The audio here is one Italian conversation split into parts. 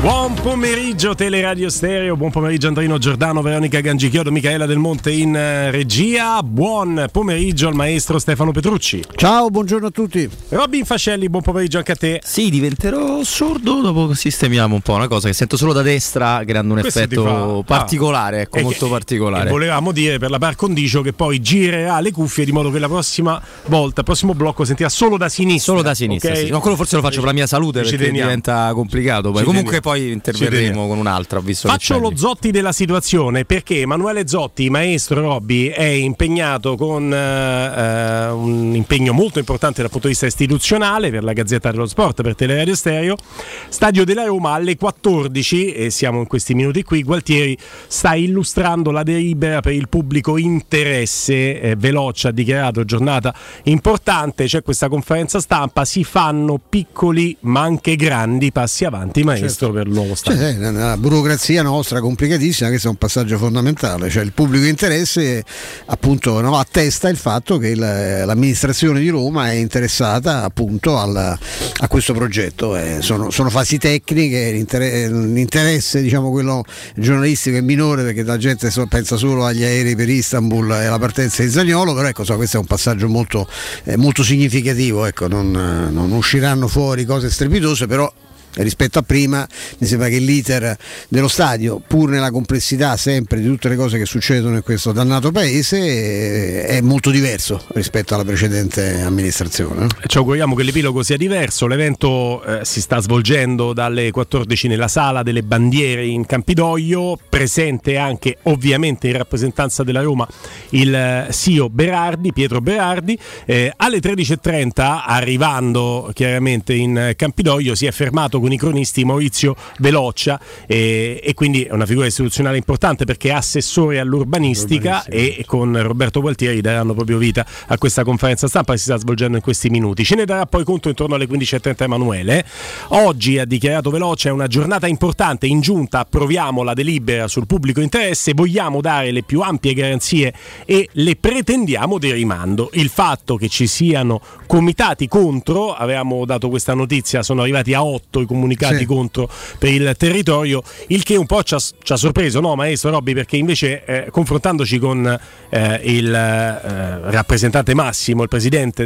Buon pomeriggio Teleradio Stereo, buon pomeriggio Andrino Giordano, Veronica Gangichiodo, Michaela Del Monte in regia, buon pomeriggio al maestro Stefano Petrucci. Ciao, buongiorno a tutti. Robin Fascelli, buon pomeriggio anche a te. Sì, diventerò sordo dopo che sistemiamo un po', una cosa che sento solo da destra, creando un effetto particolare, ecco, molto particolare. E volevamo dire per la par condicio che poi girerà le cuffie di modo che la prossima volta, il prossimo blocco sentirà solo da sinistra. Solo da sinistra, okay? Sì. No, quello forse lo faccio per la mia salute perché diventa complicato. Poi. Comunque poi interverremo con un'altra. Faccio lo Zotti della situazione perché Emanuele Zotti, maestro Robby, è impegnato con un impegno molto importante dal punto di vista istituzionale per la Gazzetta dello Sport, per Teleradio Stereo. Stadio della Roma alle 14 e siamo in questi minuti qui. Gualtieri sta illustrando la delibera per il pubblico interesse. Veloce ha dichiarato giornata importante, c'è questa conferenza stampa, si fanno piccoli ma anche grandi passi avanti, maestro, per il nuovo stadio. La burocrazia nostra complicatissima, questo è un passaggio fondamentale, cioè il pubblico interesse appunto attesta il fatto che l'amministrazione di Roma è interessata appunto a questo progetto. Sono fasi tecniche, l'interesse diciamo quello giornalistico è minore perché la gente pensa solo agli aerei per Istanbul e alla partenza di Zaniolo, però ecco, questo è un passaggio molto significativo, ecco, non usciranno fuori cose strepitose, però rispetto a prima mi sembra che l'iter dello stadio, pur nella complessità sempre di tutte le cose che succedono in questo dannato paese, è molto diverso rispetto alla precedente amministrazione. Ci auguriamo che l'epilogo sia diverso. L'evento si sta svolgendo dalle 14 nella Sala delle Bandiere in Campidoglio, presente anche ovviamente in rappresentanza della Roma il CEO Pietro Berardi. Alle 13.30, arrivando chiaramente in Campidoglio, si è fermato con i cronisti Maurizio Veloccia e quindi è una figura istituzionale importante perché è assessore all'urbanistica e con Roberto Gualtieri daranno proprio vita a questa conferenza stampa che si sta svolgendo in questi minuti. Ce ne darà poi conto intorno alle 15.30 Emanuele. Oggi, ha dichiarato Veloccia, è una giornata importante, in giunta approviamo la delibera sul pubblico interesse, vogliamo dare le più ampie garanzie e le pretendiamo di rimando. Il fatto che ci siano comitati contro, avevamo dato questa notizia, sono arrivati a 8 i comunicati contro per il territorio, il che un po' ci ha sorpreso, no maestro Robby, perché invece confrontandoci con il rappresentante massimo, il presidente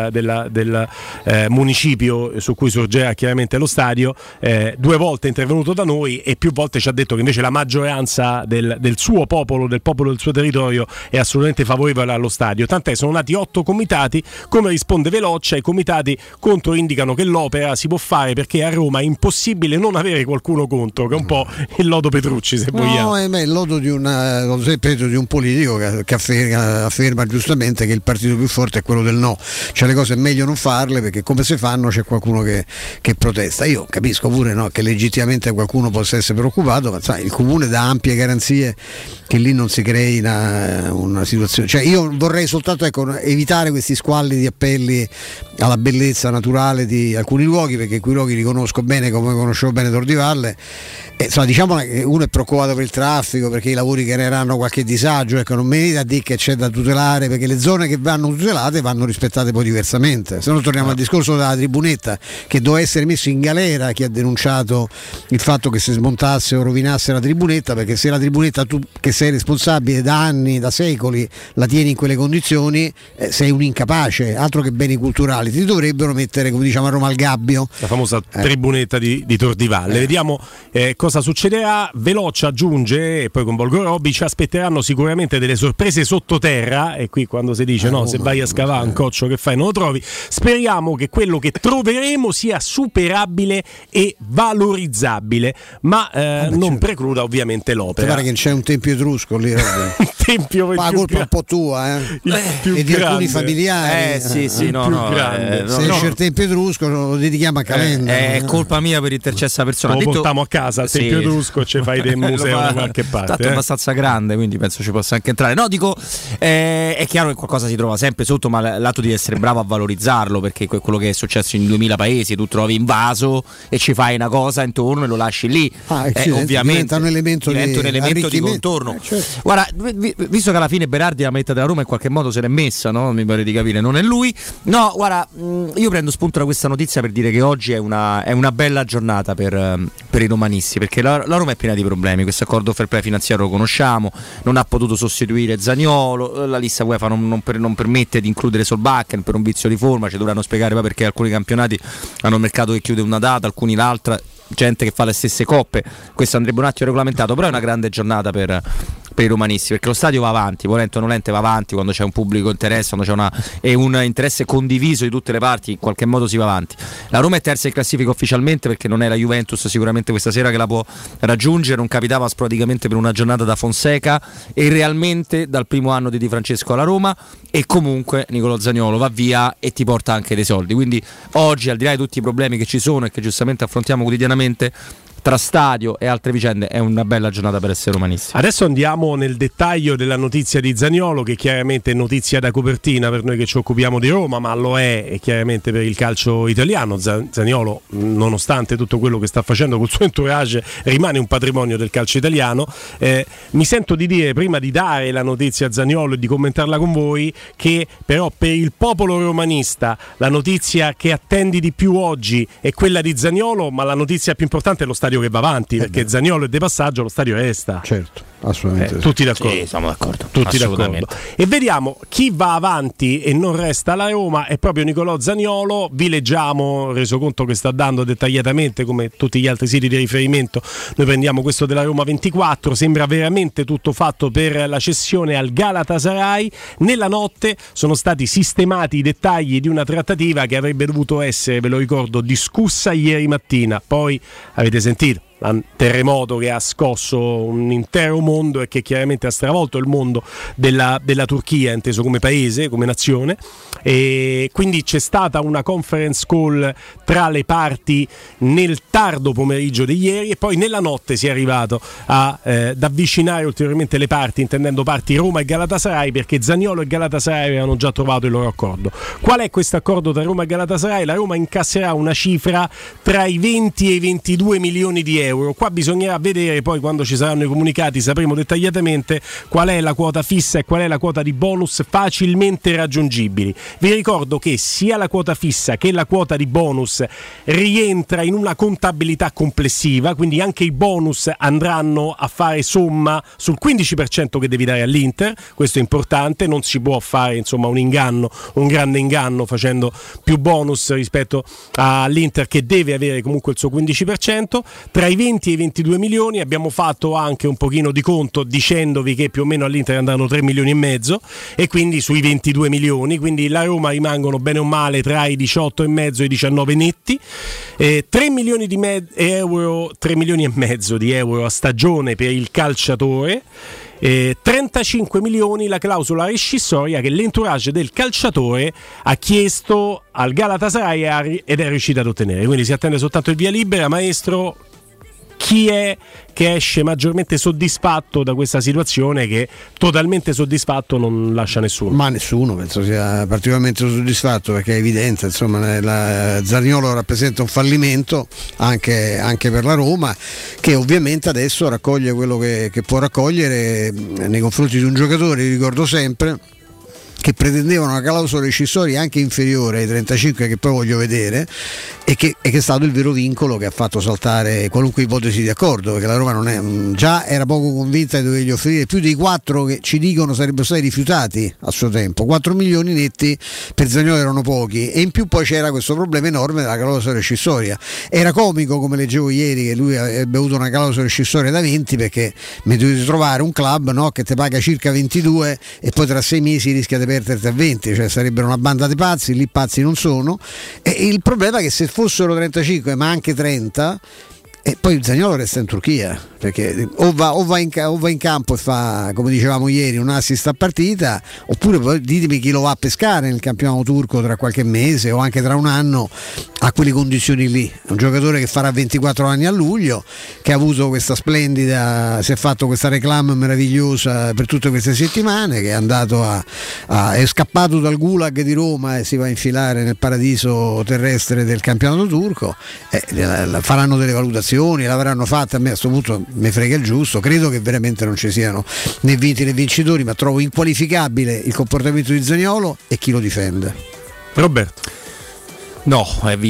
del municipio su cui sorgerà chiaramente lo stadio, 2 volte è intervenuto da noi e più volte ci ha detto che invece la maggioranza del suo popolo, del popolo del suo territorio, è assolutamente favorevole allo stadio, tant'è sono nati 8 comitati. Come risponde Veloccia, i comitati contro indicano che l'opera si può fare perché a Roma è impossibile non avere qualcuno contro, che è un po' il lodo Petrucci, se vogliamo. È il lodo di un politico che afferma giustamente che il partito più forte è quello del no, cioè le cose è meglio non farle perché come se fanno c'è qualcuno che protesta. Io capisco pure che legittimamente qualcuno possa essere preoccupato, ma sai, il comune dà ampie garanzie che lì non si crei una situazione, cioè io vorrei soltanto evitare questi squalli di appelli alla bellezza naturale di alcuni luoghi, perché quei luoghi li conosco bene come conoscevo bene Tor di Valle. Diciamo che uno è preoccupato per il traffico, perché i lavori creeranno qualche disagio, ecco, non mi viene a dire che c'è da tutelare, perché le zone che vanno tutelate vanno rispettate poi diversamente. Se no torniamo al discorso della tribunetta, che doveva essere messo in galera chi ha denunciato il fatto che si smontasse o rovinasse la tribunetta, perché se la tribunetta, tu che sei responsabile da anni, da secoli, la tieni in quelle condizioni, sei un incapace, altro che beni culturali, ti dovrebbero mettere, come diciamo a Roma, al gabbio. La famosa tribunetta di Tor di Valle. Vediamo cosa succederà. Veloccia aggiunge, e poi coinvolgo Robby, ci aspetteranno sicuramente delle sorprese sottoterra, e qui quando si dice se vai a scavare un coccio che fai non lo trovi, speriamo che quello che troveremo sia superabile e valorizzabile, ma non precluda ovviamente l'opera. Ti pare che c'è un tempio etrusco lì? Un tempio la colpa è un po' tua e di alcuni familiari. Se esce il tempio etrusco lo dedichiamo a Calenda. È colpa mia per intercessa persona. Lo portiamo a casa al tempio etrusco e ci fai del museo da qualche parte. Tanto è abbastanza grande, quindi penso ci possa anche entrare. No, dico, è chiaro che qualcosa si trova sempre sotto, ma l'atto di essere bravo a valorizzarlo, perché quello che è successo in 2000 paesi, tu trovi invaso e ci fai una cosa intorno e lo lasci lì. Ovviamente diventa un elemento di contorno. Certo. Guarda, visto che alla fine Berardi la meta della Roma in qualche modo se l'è messa, no? Mi pare di capire, non è lui. No, guarda, io prendo spunto da questa notizia per dire che oggi è una una bella giornata per i romanisti, perché la Roma è piena di problemi. Questo accordo fair play finanziario lo conosciamo, non ha potuto sostituire Zaniolo, la lista UEFA non permette di includere Solbakken per un vizio di forma, ci dovranno spiegare poi perché alcuni campionati hanno un mercato che chiude una data, alcuni l'altra, gente che fa le stesse coppe, questo andrebbe un attimo regolamentato, però è una grande giornata per i romanisti, perché lo stadio va avanti, volente o nolente va avanti, quando c'è un pubblico interesse, quando c'è un interesse condiviso di tutte le parti, in qualche modo si va avanti. La Roma è terza in classifica ufficialmente, perché non è la Juventus sicuramente questa sera che la può raggiungere, non capitava sporadicamente per una giornata da Fonseca e realmente dal primo anno di Di Francesco alla Roma, e comunque Nicolò Zaniolo va via e ti porta anche dei soldi, quindi oggi, al di là di tutti i problemi che ci sono e che giustamente affrontiamo quotidianamente, tra stadio e altre vicende, è una bella giornata per essere romanisti. Adesso andiamo nel dettaglio della notizia di Zaniolo, che chiaramente è notizia da copertina per noi che ci occupiamo di Roma, ma lo è chiaramente per il calcio italiano. Zaniolo, nonostante tutto quello che sta facendo col suo entourage, rimane un patrimonio del calcio italiano. Mi sento di dire, prima di dare la notizia a Zaniolo e di commentarla con voi, che però per il popolo romanista la notizia che attendi di più oggi è quella di Zaniolo, ma la notizia più importante è lo stadio che va avanti, perché Zaniolo è di passaggio, lo stadio resta. Certo, assolutamente. Tutti d'accordo? Sì, siamo d'accordo. Tutti d'accordo. E vediamo chi va avanti e non resta alla Roma è proprio Nicolò Zaniolo. Vi leggiamo, reso conto che sta dando dettagliatamente come tutti gli altri siti di riferimento, noi prendiamo questo della Roma 24, sembra veramente tutto fatto per la cessione al Galatasaray. Nella notte sono stati sistemati i dettagli di una trattativa che avrebbe dovuto essere, ve lo ricordo, discussa ieri mattina. Poi avete sentito il terremoto che ha scosso un intero mondo e che chiaramente ha stravolto il mondo della Turchia, inteso come paese, come nazione, e quindi c'è stata una conference call tra le parti nel tardo pomeriggio di ieri, e poi nella notte si è arrivato ad avvicinare ulteriormente le parti, intendendo parti Roma e Galatasaray, perché Zaniolo e Galatasaray avevano già trovato il loro accordo. Qual è questo accordo tra Roma e Galatasaray? La Roma incasserà una cifra tra i 20 e i 22 milioni di euro. Qua bisognerà vedere, poi quando ci saranno i comunicati sapremo dettagliatamente qual è la quota fissa e qual è la quota di bonus facilmente raggiungibili. Vi ricordo che sia la quota fissa che la quota di bonus rientra in una contabilità complessiva, quindi anche i bonus andranno a fare somma sul 15% che devi dare all'Inter. Questo è importante, non si può fare insomma un grande inganno facendo più bonus rispetto all'Inter, che deve avere comunque il suo 15%. Tra i 20 e i 22 milioni abbiamo fatto anche un pochino di conto dicendovi che più o meno all'Inter andranno 3 milioni e mezzo, e quindi sui 22 milioni, quindi la Roma rimangono bene o male tra i 18 e mezzo e i 19 netti. 3 milioni euro, 3 milioni e mezzo di euro a stagione per il calciatore. 35 milioni la clausola rescissoria che l'entourage del calciatore ha chiesto al Galatasaray ed è riuscito ad ottenere, quindi si attende soltanto il via libera. Maestro, chi è che esce maggiormente soddisfatto da questa situazione, che totalmente soddisfatto non lascia nessuno? Ma nessuno penso sia particolarmente soddisfatto, perché è evidente, insomma, Zaniolo rappresenta un fallimento anche per la Roma, che ovviamente adesso raccoglie quello che può raccogliere nei confronti di un giocatore, vi ricordo sempre, che pretendevano una clausola rescissoria anche inferiore ai 35, che poi voglio vedere, e che è stato il vero vincolo che ha fatto saltare qualunque ipotesi di accordo, perché la Roma non è, già era poco convinta di dovergli offrire più dei 4 che ci dicono sarebbero stati rifiutati a suo tempo. 4 milioni netti per Zaniolo erano pochi, e in più poi c'era questo problema enorme della clausola rescissoria. Era comico, come leggevo ieri, che lui avrebbe avuto una clausola rescissoria da 20, perché mi dovete trovare un club, no, che ti paga circa 22 e poi tra 6 mesi rischia di perderti a 20, cioè sarebbero una banda di pazzi. Lì pazzi non sono, e il problema è che se fossero 35 ma anche 30, e poi Zaniolo resta in Turchia, perché o va in campo e fa, come dicevamo ieri, un assist a partita, oppure poi ditemi chi lo va a pescare nel campionato turco tra qualche mese o anche tra un anno a quelle condizioni lì. È un giocatore che farà 24 anni a luglio, che ha avuto questa splendida, si è fatto questa reclame meravigliosa per tutte queste settimane, che è andato è scappato dal gulag di Roma e si va a infilare nel paradiso terrestre del campionato turco. Faranno delle valutazioni, l'avranno fatta, a me a questo punto mi frega il giusto, credo che veramente non ci siano né vinti né vincitori, ma trovo inqualificabile il comportamento di Zaniolo e chi lo difende. Roberto. No,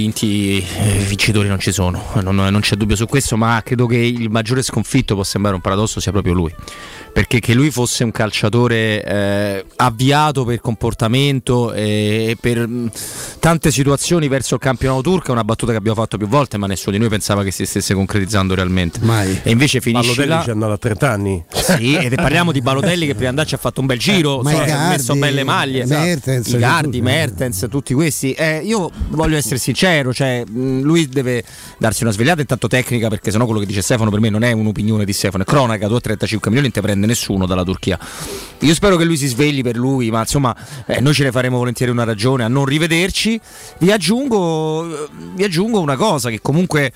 vincitori non ci sono, non c'è dubbio su questo, ma credo che il maggiore sconfitto, può sembrare un paradosso, sia proprio lui, perché che lui fosse un calciatore avviato per comportamento e per tante situazioni verso il campionato turco è una battuta che abbiamo fatto più volte, ma nessuno di noi pensava che si stesse concretizzando realmente. Mai. E invece finisce Balotelli ci è andato a 30 anni. Sì, e parliamo di Balotelli che prima di andarci ha fatto un bel giro, ha messo belle maglie, Mertens, Icardi, Mertens, tutti questi. Io voglio essere sincero, cioè lui deve darsi una svegliata intanto tecnica, perché sennò quello che dice Stefano per me non è un'opinione di Stefano, è cronaca. Tu a 35 milioni non ti prende nessuno dalla Turchia. Io spero che lui si svegli per lui, ma insomma noi ce ne faremo volentieri una ragione a non rivederci. Vi aggiungo una cosa, che comunque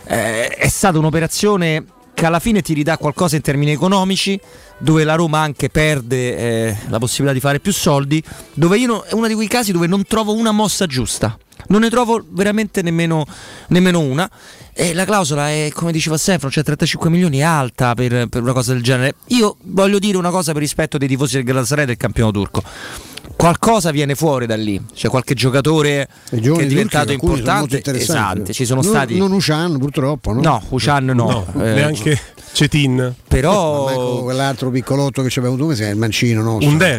è stata un'operazione che alla fine ti ridà qualcosa in termini economici, dove la Roma anche perde la possibilità di fare più soldi, dove è uno di quei casi dove non trovo una mossa giusta, non ne trovo veramente nemmeno una, e la clausola è, come diceva Stefano, cioè 35 milioni è alta per una cosa del genere. Io voglio dire una cosa per rispetto dei tifosi del Galatasaray del campionato turco: qualcosa viene fuori da lì, c'è qualche giocatore che è diventato importante. Esatto, ci sono stati non Ushan purtroppo, no? No, Ushan no, neanche Cetin, però quell'altro piccolotto che ci aveva avuto, il mancino, no? Under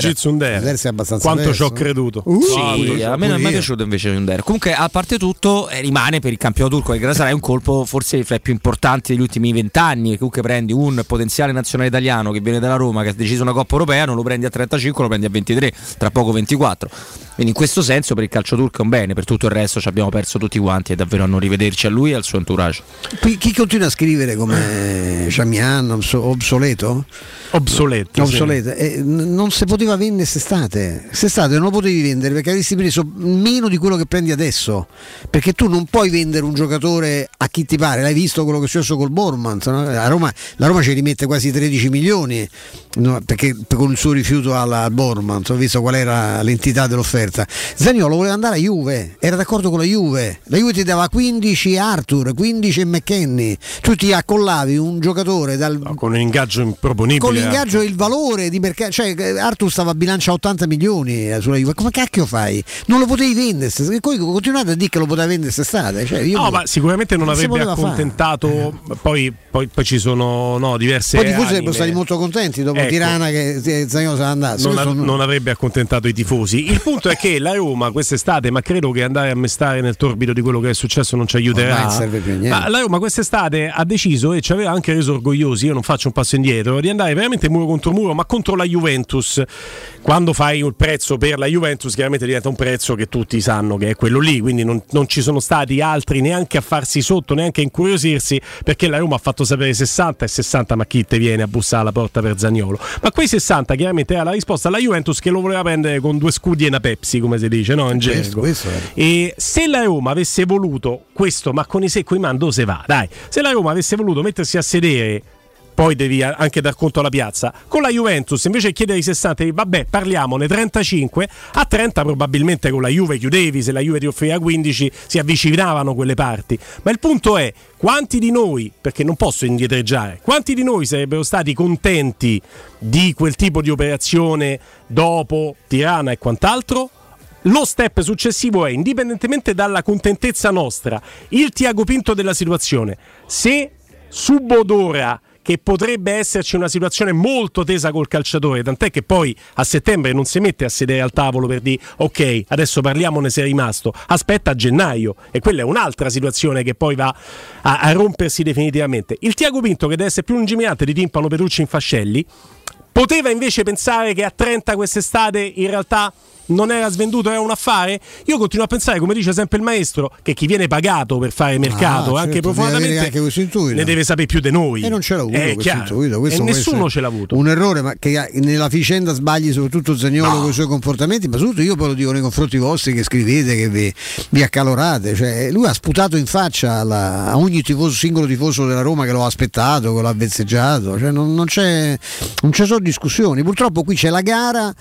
è abbastanza quanto verso. Ci ho creduto. Sì, a me non mi è piaciuto invece Under. Comunque, a parte tutto, rimane per il campionato turco del Galatasaray un colpo forse fra i più importanti degli ultimi 20 anni. Comunque prendi un potenziale nazionale italiano che viene dalla Roma, che ha deciso una Coppa Europea, non lo prendi a 35, lo prendi a 23, tra poco 24. Quindi in questo senso per il calcio turco è un bene, per tutto il resto ci abbiamo perso tutti quanti e davvero a non rivederci a lui e al suo entourage. Chi continua a scrivere come Chamian, obsoleto? Obsoleto. Sì. Non si poteva vendere quest'estate non lo potevi vendere perché avresti preso meno di quello che prendi adesso, perché tu non puoi vendere un giocatore a chi ti pare. L'hai visto quello che è successo col Bournemouth, no? La Roma ci rimette quasi 13 milioni, no? Perché con il suo rifiuto al Bournemouth, ho visto qual era l'entità dell'offerta. Zaniolo voleva andare a Juve, era d'accordo con la Juve ti dava 15 Arthur, 15 McKennie, tu ti accollavi un giocatore con un ingaggio improponibile, con l'ingaggio e il valore di mercato, cioè Arthur stava a bilancia 80 milioni sulla Juve. Come cacchio fai? Non lo potevi vendere, e poi continuate a dire che lo poteva vendere quest'estate, cioè ma sicuramente non avrebbe accontentato. Poi ci sono diverse poi i tifosi sarebbero stati molto contenti dopo Tirana che Zaniolo se ne andasse. Non avrebbe accontentato i tifosi. Il punto è che la Roma quest'estate, ma credo che andare a mestare nel torbido di quello che è successo non ci aiuterà. Non serve più niente. Ma la Roma quest'estate ha deciso, e ci aveva anche reso orgogliosi, io non faccio un passo indietro, di andare veramente muro contro muro, ma contro la Juventus. Quando fai il prezzo per la Juventus chiaramente diventa un prezzo che tutti sanno che è quello lì, quindi non ci sono stati altri neanche a farsi sotto, neanche a incuriosirsi, perché la Roma ha fatto sapere 60 e 60, ma chi te viene a bussare alla porta per Zaniolo? Ma quei 60 chiaramente era la risposta alla Juventus, che lo voleva prendere con 2 scudi e una Pepsi, come si dice, no? In gergo. E se la Roma avesse voluto questo, ma con i secco i mando se va, dai, se la Roma avesse voluto mettersi a sedere, poi devi anche dar conto alla piazza, con la Juventus invece di chiedere i 60, vabbè, parliamone 35, a 30 probabilmente con la Juve chiudevi, se la Juve ti offriva 15 si avvicinavano quelle parti. Ma il punto è, quanti di noi, perché non posso indietreggiare, quanti di noi sarebbero stati contenti di quel tipo di operazione dopo Tirana e quant'altro? Lo step successivo è, indipendentemente dalla contentezza nostra, il Tiago Pinto della situazione. Se subodora che potrebbe esserci una situazione molto tesa col calciatore, tant'è che poi a settembre non si mette a sedere al tavolo per dire ok, adesso parliamone, se è rimasto, aspetta a gennaio, e quella è un'altra situazione che poi va a rompersi definitivamente. Il Tiago Pinto, che deve essere più lungimirante di Timpano, Petrucci, Infascelli, poteva invece pensare che a 30 quest'estate in realtà non era svenduto, era un affare? Io continuo a pensare, come dice sempre il maestro, che chi viene pagato per fare mercato, anche profondamente, anche ne deve sapere più di noi. E non ce l'ha avuto questo intuito. E nessuno ce l'ha avuto. Un errore, ma che nella vicenda sbagli soprattutto Zaniolo con i suoi comportamenti, ma soprattutto io poi lo dico nei confronti vostri che scrivete, che vi accalorate. Cioè, lui ha sputato in faccia a ogni singolo tifoso della Roma che lo ha aspettato, che lo ha vezzeggiato. Cioè, non c'è sono discussioni. Purtroppo qui c'è la gara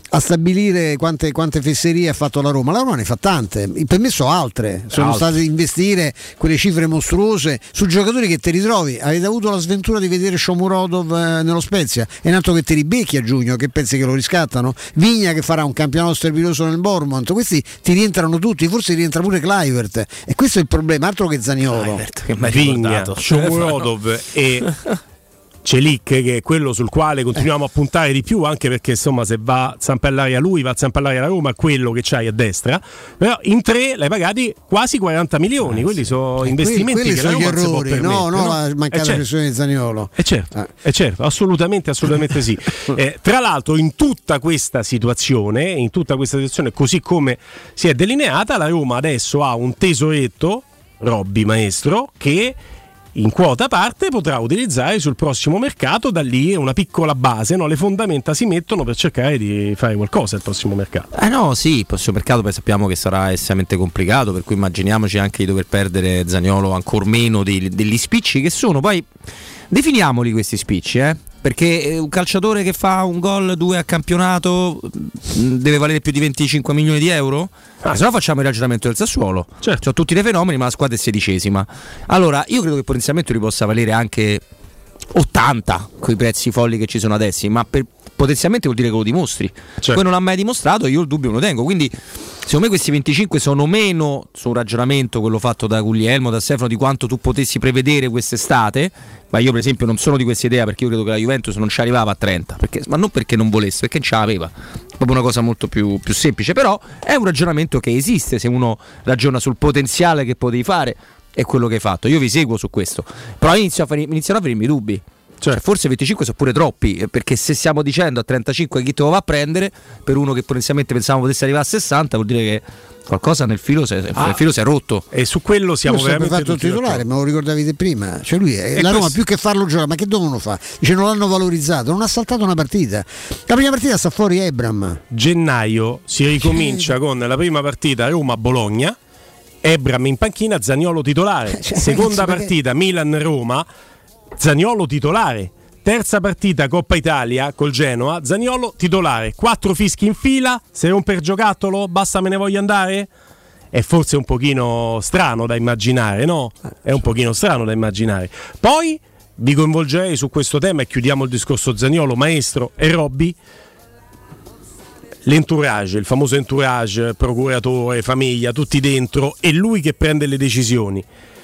a stabilire quante fesserie ha fatto la Roma ne fa tante, per me so altre, sono state investire quelle cifre mostruose su giocatori che ti ritrovi. Avete avuto la sventura di vedere Shomurodov nello Spezia, è un altro che ti ribecchi a giugno, che pensi che lo riscattano? Vigna che farà un campionato strepitoso nel Bournemouth, questi ti rientrano tutti, forse ti rientra pure Kluivert, e questo è il problema, altro che Zaniolo. Vigna, Shomurodov e Celic, che è quello sul quale continuiamo a puntare di più, anche perché insomma se va a zampellare lui, va a zampellare la Roma, quello che c'hai a destra, però in 3 l'hai pagati quasi 40 milioni, quelli sono investimenti quelli che sono la Roma gli errori, no, la mancata pressione di Zaniolo. Certo, assolutamente sì. Tra l'altro in tutta questa situazione, così come si è delineata, la Roma adesso ha un tesoretto, Robby maestro, che in quota parte potrà utilizzare sul prossimo mercato. Da lì è una piccola base, no? Le fondamenta si mettono per cercare di fare qualcosa il prossimo mercato. Il prossimo mercato poi sappiamo che sarà estremamente complicato, per cui immaginiamoci anche di dover perdere Zaniolo, ancor meno degli spicci che sono. Poi definiamoli questi spicci, perché un calciatore che fa un gol 2 a campionato deve valere più di 25 milioni di euro? Se no facciamo il ragionamento del Sassuolo. Certo. Sono tutti dei fenomeni, ma la squadra è 16ª. Allora io credo che potenzialmente lui possa valere anche 80 con i prezzi folli che ci sono adesso, ma potenzialmente vuol dire che lo dimostri. Certo. Poi non l'ha mai dimostrato, io il dubbio me lo tengo, quindi secondo me questi 25 sono meno su un ragionamento, quello fatto da Guglielmo, da Stefano, di quanto tu potessi prevedere quest'estate. Ma io per esempio non sono di questa idea, perché io credo che la Juventus non ci arrivava a 30, ma non perché non volesse, perché ce l'aveva. Proprio una cosa molto più semplice, però è un ragionamento che esiste se uno ragiona sul potenziale che potevi fare e quello che hai fatto. Io vi seguo su questo, però iniziano a venirmi dubbi. Cioè, forse 25 sono pure troppi, perché se stiamo dicendo a 35 chi te lo va a prendere, per uno che potenzialmente pensavamo potesse arrivare a 60, vuol dire che qualcosa nel filo si è rotto. E su quello siamo veramente fatto il titolare, ma lo ricordavi te prima, cioè lui la Roma più che farlo giocare, ma che dovevano fare? Dice non l'hanno valorizzato, non ha saltato una partita. La prima partita sta fuori Ebram. Gennaio si ricomincia con la prima partita Roma-Bologna, Ebram in panchina, Zaniolo titolare. Seconda partita Milan-Roma, Zaniolo titolare. Terza partita Coppa Italia col Genoa, Zaniolo titolare. 4 fischi in fila, se rompe il giocattolo basta me ne voglio andare? È forse un pochino strano da immaginare, no? È un pochino strano da immaginare. Poi vi coinvolgerei su questo tema e chiudiamo il discorso Zaniolo, maestro e Robby. L'entourage, il famoso entourage, procuratore, famiglia, tutti dentro, è lui che prende le decisioni.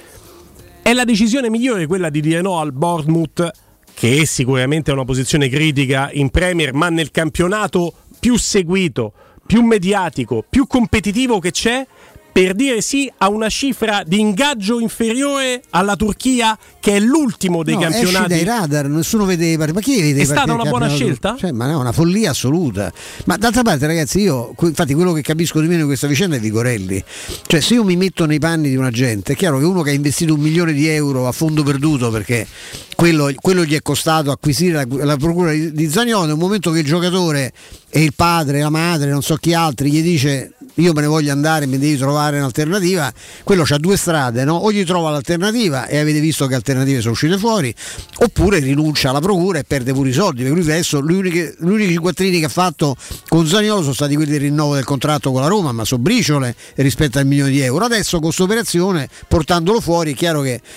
È la decisione migliore quella di dire no al Bournemouth, che è sicuramente una posizione critica in Premier, ma nel campionato più seguito, più mediatico, più competitivo che c'è, per dire sì a una cifra di ingaggio inferiore alla Turchia, che è l'ultimo dei campionati. Esci dai radar, nessuno vedeva. Ma chi vede? È stata una buona scelta? Cioè, ma è una follia assoluta. Ma d'altra parte, ragazzi, io infatti quello che capisco di meno di questa vicenda è Vigorelli. Cioè, se io mi metto nei panni di un agente, è chiaro che uno che ha investito 1 milione di euro a fondo perduto, perché quello gli è costato acquisire la procura di Zaniolo, nel momento che il giocatore e il padre, la madre, non so chi altri, gli dice io me ne voglio andare, mi devi trovare un'alternativa, quello c'ha 2 strade, no? O gli trova l'alternativa, e avete visto che alternative sono uscite fuori, oppure rinuncia alla procura e perde pure i soldi, perché lui adesso gli unici quattrini che ha fatto con Zaniolo sono stati quelli del rinnovo del contratto con la Roma, ma sono briciole rispetto al 1 milione di euro. Adesso con questa operazione, portandolo fuori, è chiaro che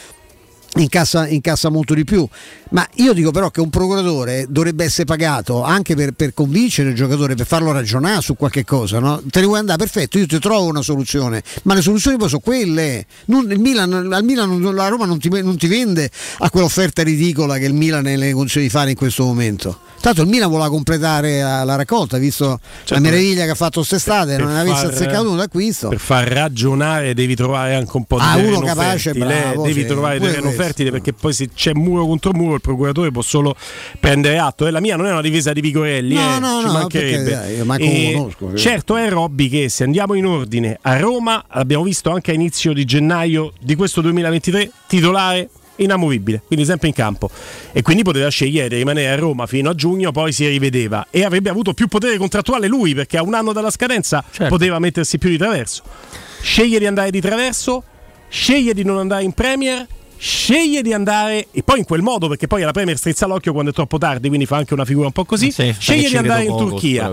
incassa molto di più. Ma io dico però che un procuratore dovrebbe essere pagato anche per convincere il giocatore, per farlo ragionare su qualche cosa, no? Te ne vuoi andare, perfetto, io ti trovo una soluzione, ma le soluzioni poi sono quelle. Al Milan la Roma non ti vende a quell'offerta ridicola che il Milan è nelle condizioni di fare in questo momento. Tanto il Milan voleva completare la raccolta, visto la meraviglia che ha fatto quest'estate, non avesse azzeccato un acquisto. Per far ragionare devi trovare anche un po' di terreno uno capace, fertile, bravo, devi trovare terreno fertile, perché poi se c'è muro contro muro il procuratore può solo prendere atto. E la mia non è una difesa di Vigorelli, ci mancherebbe. Conosco, certo è, Robby, che se andiamo in ordine, a Roma l'abbiamo visto anche a inizio di gennaio di questo 2023, titolare inamovibile, quindi sempre in campo, e quindi poteva scegliere di rimanere a Roma fino a giugno, poi si rivedeva e avrebbe avuto più potere contrattuale lui, perché a un anno dalla scadenza poteva mettersi più di traverso. Sceglie di andare di traverso, sceglie di non andare in Premier, sceglie di andare, e poi in quel modo, perché poi alla Premier strizza l'occhio quando è troppo tardi, quindi fa anche una figura un po' così, sceglie di andare in Turchia.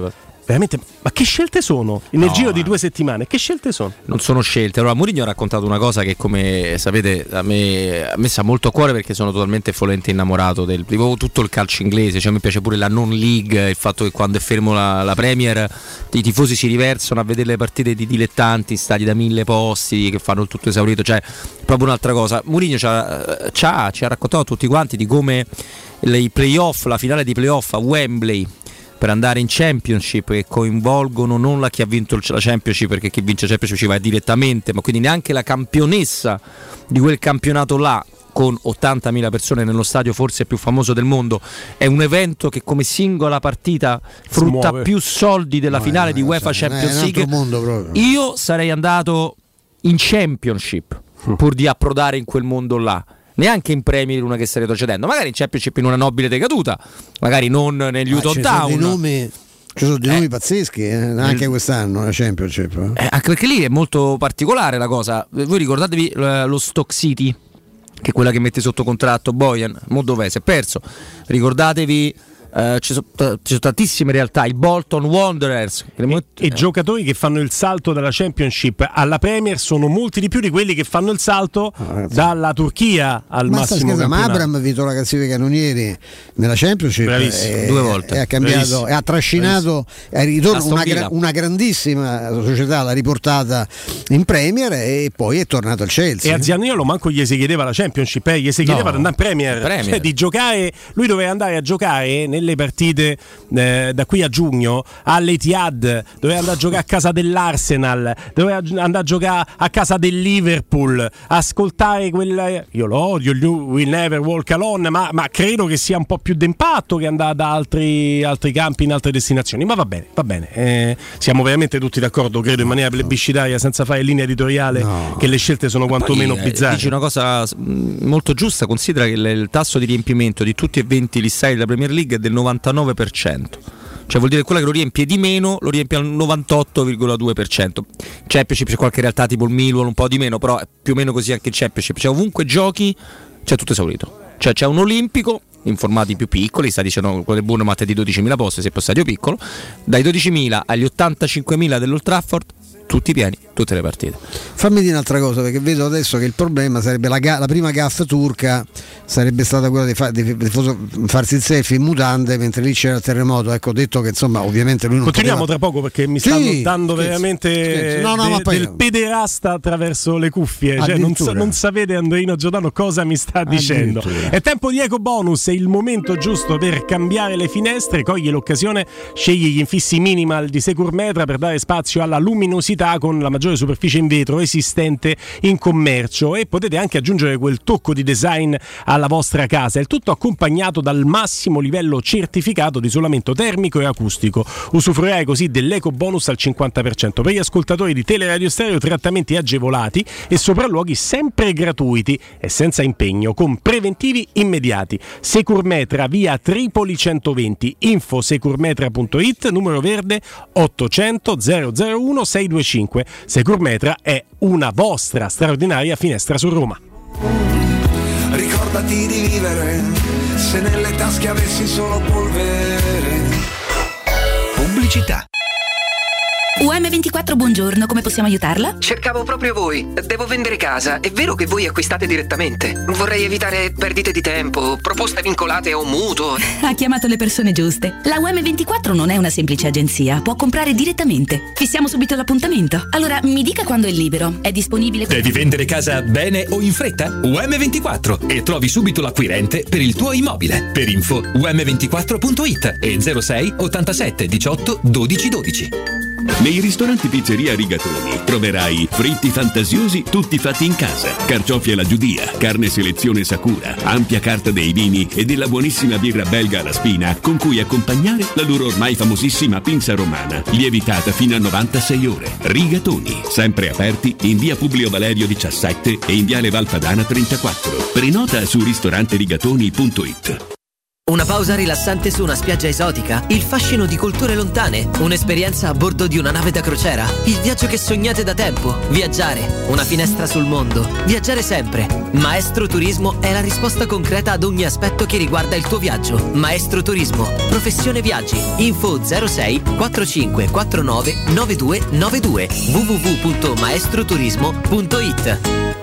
veramente, ma che scelte sono nel giro di 2 settimane? Che scelte sono? Non sono scelte. Allora, Mourinho ha raccontato una cosa che, come sapete, a me sta molto a cuore, perché sono totalmente follemente innamorato del tutto il calcio inglese. Cioè, mi piace pure la non league, il fatto che quando è fermo la Premier i tifosi si riversano a vedere le partite di dilettanti, stadi da 1000 posti che fanno il tutto esaurito. Cioè, proprio un'altra cosa. Mourinho ci ha raccontato a tutti quanti di come i playoff, la finale di playoff a Wembley per andare in Championship, che coinvolgono non chi ha vinto la Championship, perché chi vince la Championship ci va direttamente, ma quindi neanche la campionessa di quel campionato là, con 80.000 persone nello stadio forse più famoso del mondo, è un evento che come singola partita frutta più soldi della finale di UEFA Champions League. Io sarei andato in Championship pur di approdare in quel mondo là, neanche in Premier una che sta retrocedendo, magari in Championship in una nobile decaduta, magari non negli Luton Town. Ci sono dei nomi pazzeschi anche quest'anno la Championship. Anche perché lì è molto particolare la cosa. Voi ricordatevi lo Stoke City, che è quella che mette sotto contratto Bojan, mo dov'è? Si è perso. Ricordatevi, ci sono tantissime realtà, il Bolton Wanderers e giocatori che fanno il salto dalla Championship alla Premier sono molti di più di quelli che fanno il salto dalla Turchia al massimo campionato. Ma Abraham ha vinto la classifica canonieri nella Championship 2 volte e ha cambiato e ha trascinato una grandissima società, l'ha riportata in Premier e poi è tornato al Chelsea. E a Zaniolo manco gli si chiedeva la Championship, gli si chiedeva di andare in Premier. Cioè, di giocare, lui doveva andare a giocare nelle partite da qui a giugno all'Etihad, doveva andare a giocare a casa dell'Arsenal, doveva andare a giocare a casa del Liverpool, ascoltare quel, io lo odio, il Will Never Walk Alone, ma credo che sia un po' più d'impatto che andare da altri campi in altre destinazioni. Ma va bene, siamo veramente tutti d'accordo, credo in maniera plebiscitaria, senza fare linea editoriale, che le scelte sono quantomeno bizzarre. Dici una cosa molto giusta, considera che il tasso di riempimento di tutti e 20 gli stadi della Premier League è del 99%, cioè vuol dire che quella che lo riempie di meno lo riempie al 98,2%. Championship c'è qualche realtà tipo il Millwall un po' di meno, però è più o meno così anche il Championship, cioè ovunque giochi c'è tutto esaurito, cioè c'è un olimpico in formati più piccoli, sta dicendo quello del Bournemouth è di 12.000 posti se è stadio piccolo, dai 12.000 agli 85.000 dell'Old Trafford, tutti pieni, tutte le partite. Fammi dire un'altra cosa, perché vedo adesso che il problema sarebbe la prima gaffa turca sarebbe stata quella di farsi il selfie in mutande mentre lì c'era il terremoto. Ecco, detto che insomma ovviamente lui non continuiamo tra poco, perché mi stanno dando veramente del pederasta attraverso le cuffie, cioè non sapete Andreino Giordano cosa mi sta dicendo. È tempo di eco bonus, è il momento giusto per cambiare le finestre. Cogli l'occasione, scegli gli infissi minimal di Securmetra per dare spazio alla luminosità con la maggiore superficie in vetro esistente in commercio, e potete anche aggiungere quel tocco di design alla vostra casa, il tutto accompagnato dal massimo livello certificato di isolamento termico e acustico. Usufruirai così dell'eco bonus al 50%. Per gli ascoltatori di Teleradio Stereo, trattamenti agevolati e sopralluoghi sempre gratuiti e senza impegno, con preventivi immediati. Securmetra, via Tripoli 120, info securmetra.it, numero verde 800 001 625. Securmetra è una vostra straordinaria finestra su Roma. Ricordati di vivere, se nelle tasche avessi solo polvere. Pubblicità. UM24, buongiorno, come possiamo aiutarla? Cercavo proprio voi. Devo vendere casa. È vero che voi acquistate direttamente? Vorrei evitare perdite di tempo, proposte vincolate o mutuo. Ha chiamato le persone giuste. La UM24 non è una semplice agenzia, può comprare direttamente. Fissiamo subito l'appuntamento. Allora, mi dica quando è libero. È disponibile? Devi vendere casa bene o in fretta? UM24 e trovi subito l'acquirente per il tuo immobile. Per info um24.it e 06 87 18 12 12. Nei ristoranti Pizzeria Rigatoni troverai fritti fantasiosi tutti fatti in casa, carciofi alla giudia, carne selezione Sakura, ampia carta dei vini e della buonissima birra belga alla spina con cui accompagnare la loro ormai famosissima pinza romana, lievitata fino a 96 ore. Rigatoni, sempre aperti in via Publio Valerio 17 e in viale Valpadana 34. Prenota su ristoranterigatoni.it. Una pausa rilassante su una spiaggia esotica? Il fascino di culture lontane? Un'esperienza a bordo di una nave da crociera? Il viaggio che sognate da tempo? Viaggiare, una finestra sul mondo. Viaggiare sempre. Maestro Turismo è la risposta concreta ad ogni aspetto che riguarda il tuo viaggio. Maestro Turismo, professione viaggi. Info 06 45 49 9292 www.maestroturismo.it.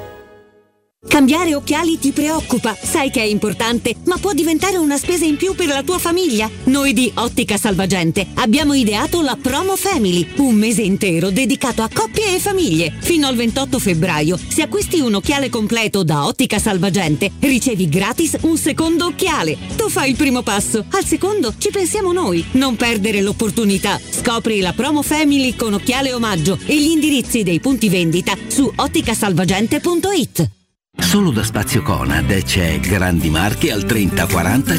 Cambiare occhiali ti preoccupa, sai che è importante, ma può diventare una spesa in più per la tua famiglia. Noi di Ottica Salvagente abbiamo ideato la Promo Family, un mese intero dedicato a coppie e famiglie. Fino al 28 febbraio, se acquisti un occhiale completo da Ottica Salvagente, ricevi gratis un secondo occhiale. Tu fai il primo passo, al secondo ci pensiamo noi. Non perdere l'opportunità. Scopri la Promo Family con occhiale omaggio e gli indirizzi dei punti vendita su otticasalvagente.it. Solo da Spazio Conad c'è grandi marche al 30, 40,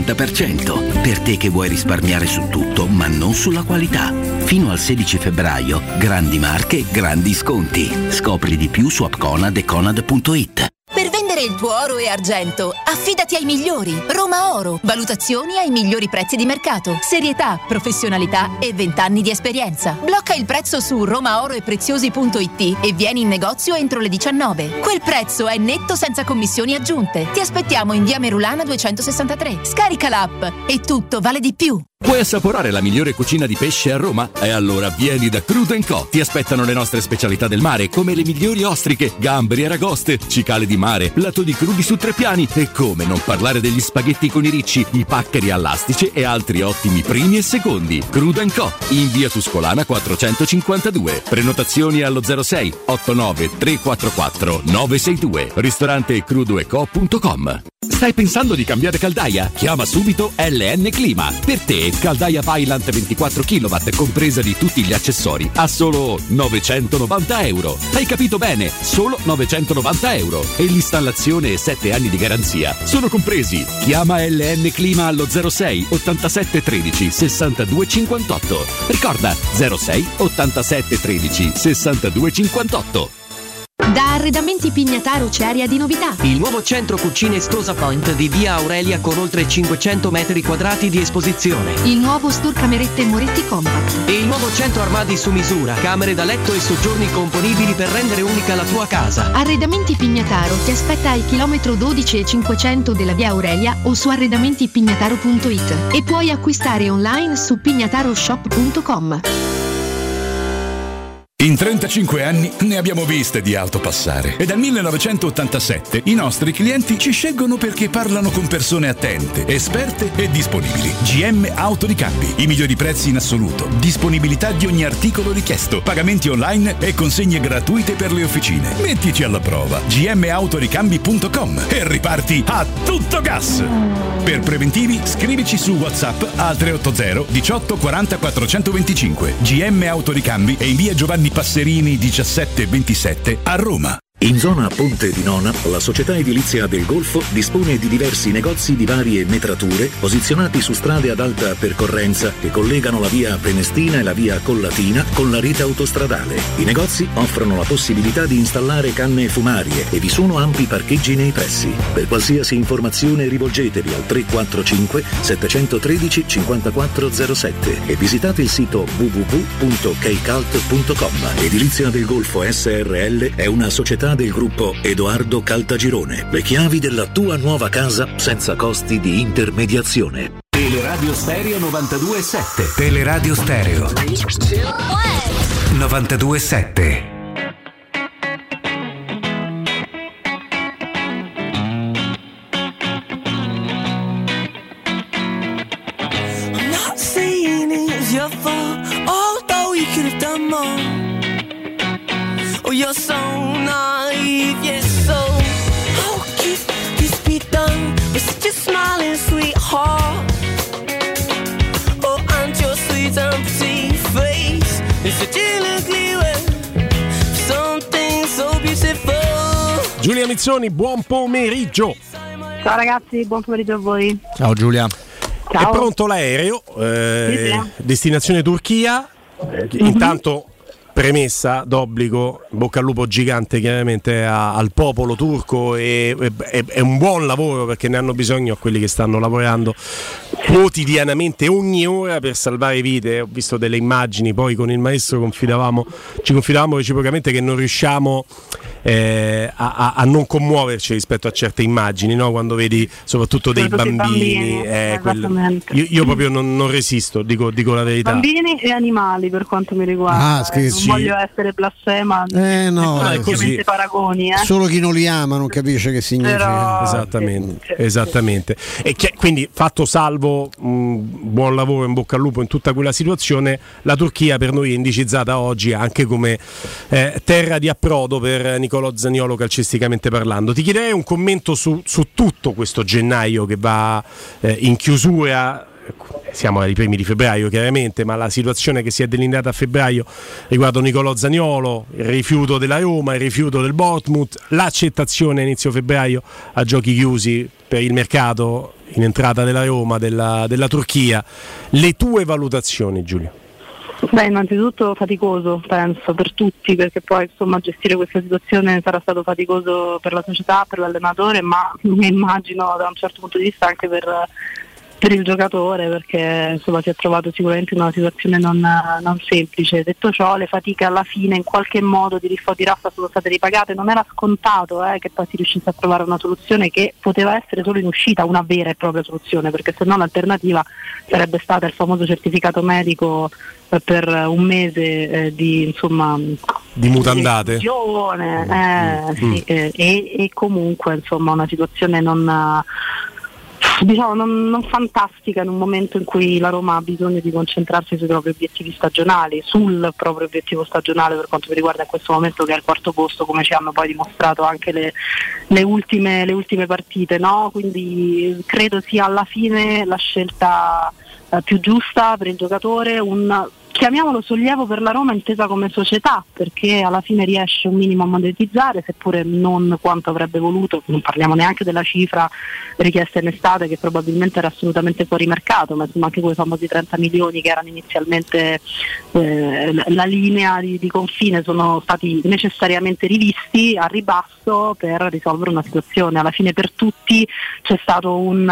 50%. Per te che vuoi risparmiare su tutto, ma non sulla qualità. Fino al 16 febbraio, grandi marche, grandi sconti. Scopri di più su appconad e conad.it. Per vendere il tuo oro e argento, affidati ai migliori. Roma Oro. Valutazioni ai migliori prezzi di mercato. Serietà, professionalità e 20 anni di esperienza. Blocca il prezzo su romaoroepreziosi.it e vieni in negozio entro le 19. Quel prezzo è netto senza commissioni aggiunte. Ti aspettiamo in via Merulana 263. Scarica l'app e tutto vale di più. Vuoi assaporare la migliore cucina di pesce a Roma? E allora vieni da Crudo & Co. Ti aspettano le nostre specialità del mare, come le migliori ostriche, gamberi, aragoste, cicale di mare, platò di crudi su 3 piani e come non parlare degli spaghetti con i ricci, i paccheri all'astice e altri ottimi primi e secondi. Crudo & Co. in via Tuscolana 452. Prenotazioni allo 06 89 344 962. Ristorante crudoeco.com. Stai pensando di cambiare caldaia? Chiama subito LN Clima. Per te, caldaia Vaillant 24 kW compresa di tutti gli accessori a solo €990. Hai capito bene, solo €990 e l'installazione e 7 anni di garanzia sono compresi. Chiama LN Clima allo 06 87 13 62 58. Ricorda 06 87 13 62 58. Da Arredamenti Pignataro c'è aria di novità. Il nuovo centro cucine Stosa Point di via Aurelia con oltre 500 metri quadrati di esposizione. Il nuovo store camerette Moretti Compact. E il nuovo centro armadi su misura, camere da letto e soggiorni componibili per rendere unica la tua casa. Arredamenti Pignataro ti aspetta al chilometro 12 e 500 della via Aurelia o su arredamentipignataro.it e puoi acquistare online su pignataroshop.com. In 35 anni ne abbiamo viste di auto passare e dal 1987 i nostri clienti ci scelgono perché parlano con persone attente, esperte e disponibili. GM Autoricambi, i migliori prezzi in assoluto, disponibilità di ogni articolo richiesto, pagamenti online e consegne gratuite per le officine. Mettici alla prova. gmautoricambi.com e riparti a tutto gas. Per preventivi scrivici su WhatsApp al 380 18 40 425. GM Autoricambi è in via Giovanni Passerini 1727 a Roma. In zona Ponte di Nona, la società edilizia del Golfo dispone di diversi negozi di varie metrature posizionati su strade ad alta percorrenza che collegano la via Prenestina e la via Collatina con la rete autostradale. I negozi offrono la possibilità di installare canne fumarie e vi sono ampi parcheggi nei pressi. Per qualsiasi informazione rivolgetevi al 345 713 5407 e visitate il sito www.keicalt.com. Edilizia del Golfo SRL è una società del gruppo Edoardo Caltagirone. Le chiavi della tua nuova casa senza costi di intermediazione. Teleradio Stereo 92.7. Teleradio Stereo 92.7. I'm not saying it's your fault, although you could have done more. Oh, you're so naive, yes, so how could this be done with such a smiling sweetheart? Oh, and your sweet and pretty face is such an ugly way, something so beautiful. Giulia Mizzoni, buon pomeriggio. Ciao ragazzi, buon pomeriggio a voi. Ciao Giulia. Ciao. È pronto l'aereo, Sì. destinazione Turchia. Intanto premessa d'obbligo, bocca al lupo gigante chiaramente al popolo turco, e è un buon lavoro, perché ne hanno bisogno quelli che stanno lavorando quotidianamente ogni ora per salvare vite. Ho visto delle immagini, poi con il maestro ci confidavamo reciprocamente che non riusciamo a non commuoverci rispetto a certe immagini, no? Quando vedi soprattutto dei bambini, io proprio non resisto, dico la verità. Bambini e animali, per quanto mi riguarda, non voglio essere blasfema, no, è così. Paragoni, solo chi non li ama non capisce che significa. Esattamente. E quindi, fatto salvo, buon lavoro, in bocca al lupo in tutta quella situazione. La Turchia per noi è indicizzata oggi anche come terra di approdo per Nicolò Zaniolo, calcisticamente parlando. Ti chiederei un commento su tutto questo gennaio che va in chiusura. Siamo ai primi di febbraio chiaramente, ma la situazione che si è delineata a febbraio riguardo Nicolò Zaniolo, il rifiuto della Roma, il rifiuto del Bournemouth, l'accettazione a inizio febbraio a giochi chiusi per il mercato in entrata della Roma, della Turchia. Le tue valutazioni, Giulio? Beh, innanzitutto faticoso, penso, per tutti, perché poi insomma gestire questa situazione sarà stato faticoso per la società, per l'allenatore, ma mi immagino da un certo punto di vista anche per il giocatore, perché insomma si è trovato sicuramente in una situazione non semplice. Detto ciò, le fatiche alla fine in qualche modo di Riffo di Raffa sono state ripagate. Non era scontato che poi si riuscisse a trovare una soluzione che poteva essere solo in uscita, una vera e propria soluzione, perché se no l'alternativa sarebbe stata il famoso certificato medico per un mese di mutandate, e comunque insomma una situazione non fantastica, in un momento in cui la Roma ha bisogno di concentrarsi sui propri obiettivi stagionali, sul proprio obiettivo stagionale per quanto mi riguarda in questo momento, che è il quarto posto, come ci hanno poi dimostrato anche le ultime partite, no? Quindi credo sia alla fine la scelta più giusta per il giocatore, chiamiamolo sollievo per la Roma intesa come società, perché alla fine riesce un minimo a monetizzare, seppure non quanto avrebbe voluto. Non parliamo neanche della cifra richiesta in estate, che probabilmente era assolutamente fuori mercato, ma insomma anche quei famosi 30 milioni che erano inizialmente la linea di confine sono stati necessariamente rivisti a ribasso per risolvere una situazione. Alla fine per tutti c'è stato un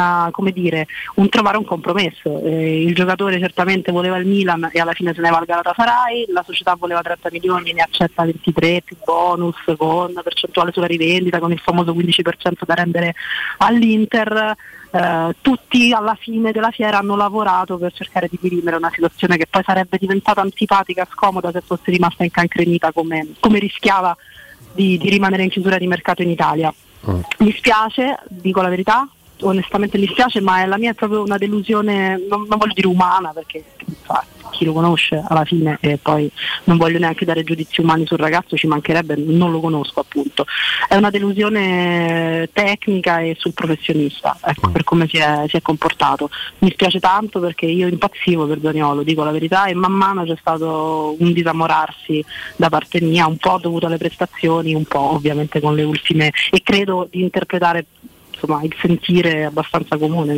trovare un compromesso. Il giocatore certamente voleva il Milan e alla fine se ne va al Galatasaray, la società voleva 30 milioni, ne accetta 23 più bonus con percentuale sulla rivendita, con il famoso 15% da rendere all'Inter. Tutti alla fine della fiera hanno lavorato per cercare di dirimere una situazione che poi sarebbe diventata antipatica, scomoda, se fosse rimasta incancrenita come rischiava di rimanere in chiusura di mercato in Italia. Mi spiace, dico la verità, onestamente mi spiace, ma la mia è proprio una delusione, non voglio dire umana, perché chi lo conosce alla fine, e poi non voglio neanche dare giudizi umani sul ragazzo, ci mancherebbe, non lo conosco appunto. È una delusione tecnica e sul professionista, ecco, per come si è comportato. Mi spiace tanto, perché io impazzivo per Zaniolo, dico la verità, e man mano c'è stato un disamorarsi da parte mia, un po' dovuto alle prestazioni, un po' ovviamente con le ultime, e credo di interpretare il sentire abbastanza comune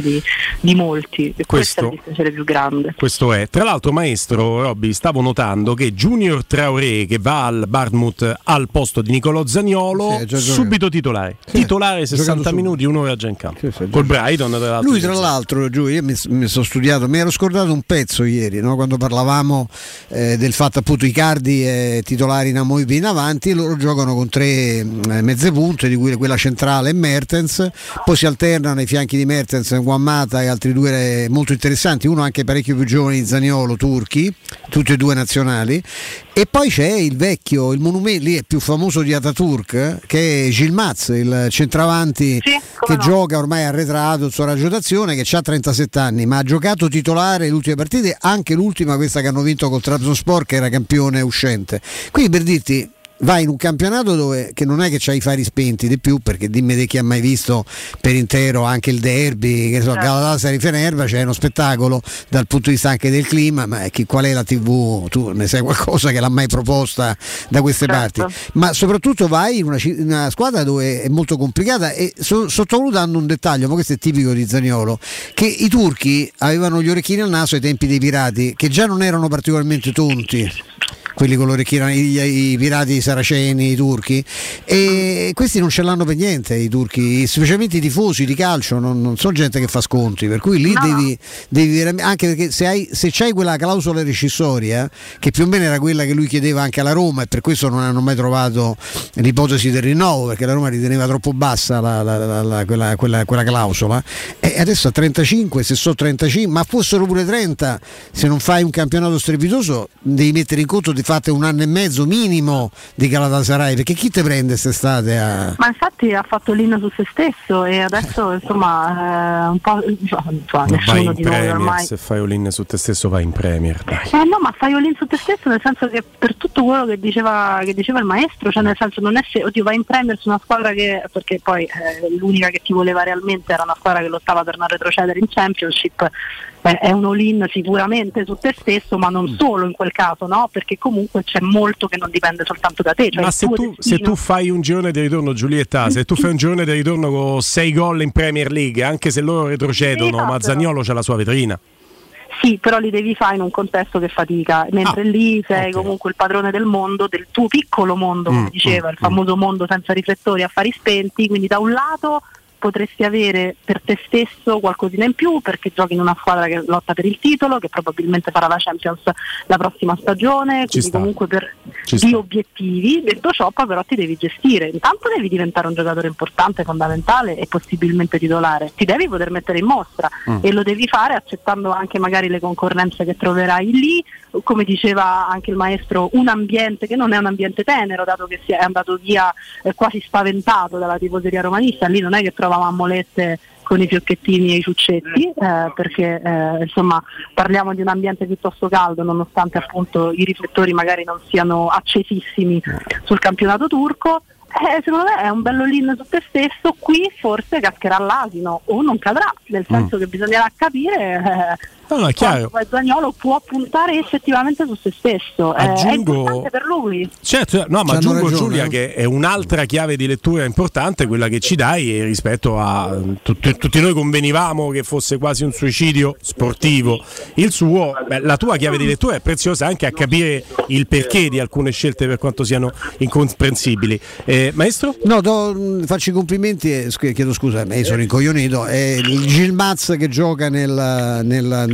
di molti, e questo è il dispiacere più grande. Questo è. Tra l'altro, maestro Robby, stavo notando che Junior Traoré, che va al Bournemouth al posto di Nicolò Zaniolo, subito titolare, 60 minuti, un'ora già in campo, col Brighton. Lui tra l'altro, Giù, io mi sono studiato, mi ero scordato un pezzo ieri, no? Quando parlavamo del fatto appunto Icardi è titolare in Amoibi in avanti, e loro giocano con 3 mezze punte, di cui quella centrale è Mertens. Poi si alternano ai fianchi di Mertens, Guammata e altri 2 molto interessanti, uno anche parecchio più giovane di Zaniolo, turchi, tutti e 2 nazionali. E poi c'è il vecchio, il monumento lì è più famoso di Ataturk, che è Yilmaz, il centravanti che gioca ormai arretrato, il suo raggio d'azione, che ha 37 anni, ma ha giocato titolare le ultime partite, anche l'ultima, questa che hanno vinto col Trabzonspor, che era campione uscente. Quindi, per dirti, vai in un campionato dove che non è che c'hai i fari spenti di più, perché dimmi di chi ha mai visto per intero anche il derby, che so, Galatasaray Fenerbahce, c'è uno spettacolo dal punto di vista anche del clima, ma qual è la TV? Tu ne sai qualcosa che l'ha mai proposta da queste parti? Ma soprattutto vai in una squadra dove è molto complicata, e sottovalutando un dettaglio, ma questo è tipico di Zaniolo, che i turchi avevano gli orecchini al naso ai tempi dei pirati, che già non erano particolarmente tonti. quelli con l'orecchina, i pirati saraceni, i turchi, e questi non ce l'hanno per niente i turchi, specialmente i tifosi di calcio non sono gente che fa sconti, per cui lì devi anche perché se c'hai quella clausola rescissoria che più o meno era quella che lui chiedeva anche alla Roma, e per questo non hanno mai trovato l'ipotesi del rinnovo, perché la Roma riteneva troppo bassa quella clausola, e adesso a 35, se so 35, ma fossero pure 30, se non fai un campionato strepitoso devi mettere in conto di fate un anno e mezzo minimo di Galatasaray, perché chi te prende quest'estate Ma infatti ha fatto l'in su se stesso, e adesso insomma un po' vai in Premier ormai. Se fai all-in su te stesso vai in Premier, dai. No, ma fai all-in su te stesso nel senso che per tutto quello che diceva il maestro, cioè nel senso non è vai in Premier su una squadra perché poi l'unica che ti voleva realmente era una squadra che lottava per non retrocedere in Championship, è un all-in sicuramente su te stesso, ma non solo in quel caso, no? Perché comunque c'è molto che non dipende soltanto da te. Cioè ma se tu fai un girone di ritorno, Giulietta, se tu fai un girone di ritorno con 6 gol in Premier League, anche se loro retrocedono, ma Zaniolo c'ha la sua vetrina. Sì, però li devi fare in un contesto che fatica, mentre lì sei comunque il padrone del mondo, del tuo piccolo mondo, come diceva, il famoso mondo senza riflettori, affari spenti, quindi da un lato potresti avere per te stesso qualcosina in più perché giochi in una squadra che lotta per il titolo, che probabilmente farà la Champions la prossima stagione, quindi comunque per obiettivi. Detto ciò, poi però ti devi gestire, intanto devi diventare un giocatore importante, fondamentale e possibilmente titolare, ti devi poter mettere in mostra e lo devi fare accettando anche magari le concorrenze che troverai lì, come diceva anche il maestro, un ambiente che non è un ambiente tenero, dato che è andato via quasi spaventato dalla tifoseria romanista. Lì non è che trovavamo Lette con i fiocchettini e i ciuccetti, perché insomma parliamo di un ambiente piuttosto caldo, nonostante appunto i riflettori magari non siano accesissimi sul campionato turco. Secondo me è un bello all-in su te stesso. Qui forse cascherà l'asino o non cadrà, nel senso che bisognerà capire è chiaro. Zaniolo può puntare effettivamente su se stesso, è importante per lui. Certo, no, ma aggiungo, Giulia, che è un'altra chiave di lettura importante quella che ci dai rispetto a tutti noi convenivamo che fosse quasi un suicidio sportivo il suo. La tua chiave di lettura è preziosa anche a capire il perché di alcune scelte, per quanto siano incomprensibili. Maestro? No, faccio i complimenti e chiedo scusa, sono incoglionito. È il Gilmaz che gioca nel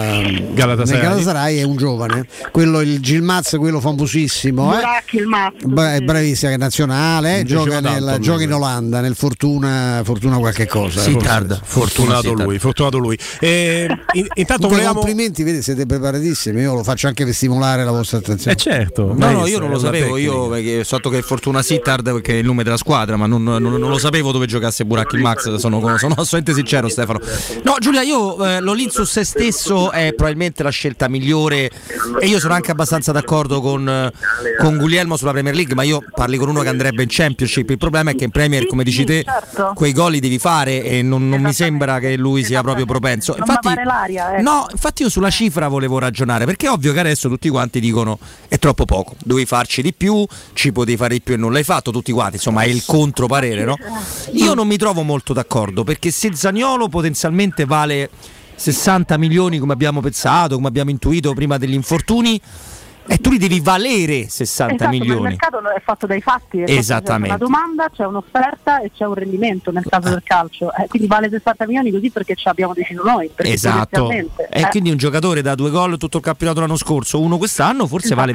Galatasaray è un giovane, il Gilmaz, quello famosissimo, bravissimo, che è nazionale, gioca in Olanda nel Fortuna qualche cosa. Fortunato lui. Intanto complimenti, vedi, siete preparatissimi, io lo faccio anche per stimolare la vostra attenzione. Certo. No, io non lo sapevo, io perché so che Fortuna Sittard perché è il nome della squadra, ma non lo sapevo dove giocasse Burak Yilmaz, sono assolutamente sincero, Stefano. No, Giulia, io l'all-in su se stesso è probabilmente la scelta migliore e io sono anche abbastanza d'accordo con Guglielmo sulla Premier League, ma io parli con uno che andrebbe in Championship. Il problema è che in Premier, come dici te, quei gol li devi fare e non mi sembra che lui sia proprio propenso. Infatti io sulla cifra volevo ragionare, perché è ovvio che adesso tutti quanti dicono è troppo poco, dovevi farci di più, ci potevi fare di più e non l'hai fatto, tutti quanti, insomma è il controparere, no? Io non mi trovo molto d'accordo, perché se Zaniolo potenzialmente vale 60 milioni come abbiamo pensato, come abbiamo intuito prima degli infortuni, e tu li devi valere 60 milioni. Il mercato è fatto dai fatti, esattamente. C'è una domanda, c'è un'offerta e c'è un rendimento nel caso del calcio, quindi vale 60 milioni così perché ce l'abbiamo deciso noi. Esatto. E quindi un giocatore da 2 gol tutto il campionato l'anno scorso, uno quest'anno, forse vale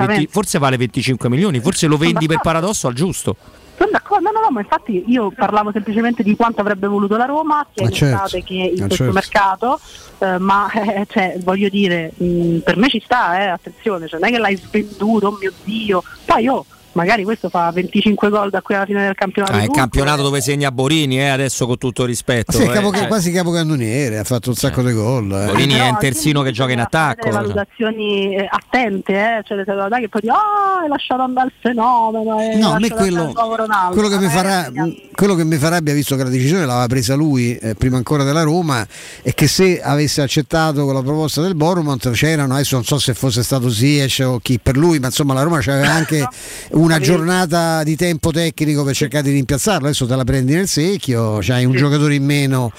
25 milioni, forse lo vendi per paradosso al giusto. Sono d'accordo, no, ma infatti io parlavo semplicemente di quanto avrebbe voluto la Roma sia in estate che in questo mercato, ma voglio dire, per me ci sta, attenzione, non è che l'hai svenduto, oh mio Dio, poi magari questo fa 25 gol da qui alla fine del campionato. Il campionato dove segna Borini, adesso con tutto il rispetto. Quasi capocannoniere, ha fatto un sacco di gol. Borini è un terzino che gioca in attacco. Valutazioni attente, cioè che poi hai lasciato andare il fenomeno. No, a me quello che mi farebbe, visto che la decisione l'aveva presa lui prima ancora della Roma, è che se avesse accettato con la proposta del Bournemouth c'erano, adesso non so se fosse stato Ziyech o chi per lui, ma insomma la Roma c'aveva anche una giornata di tempo tecnico per cercare di rimpiazzarlo. Adesso te la prendi nel secchio, c'hai un giocatore in meno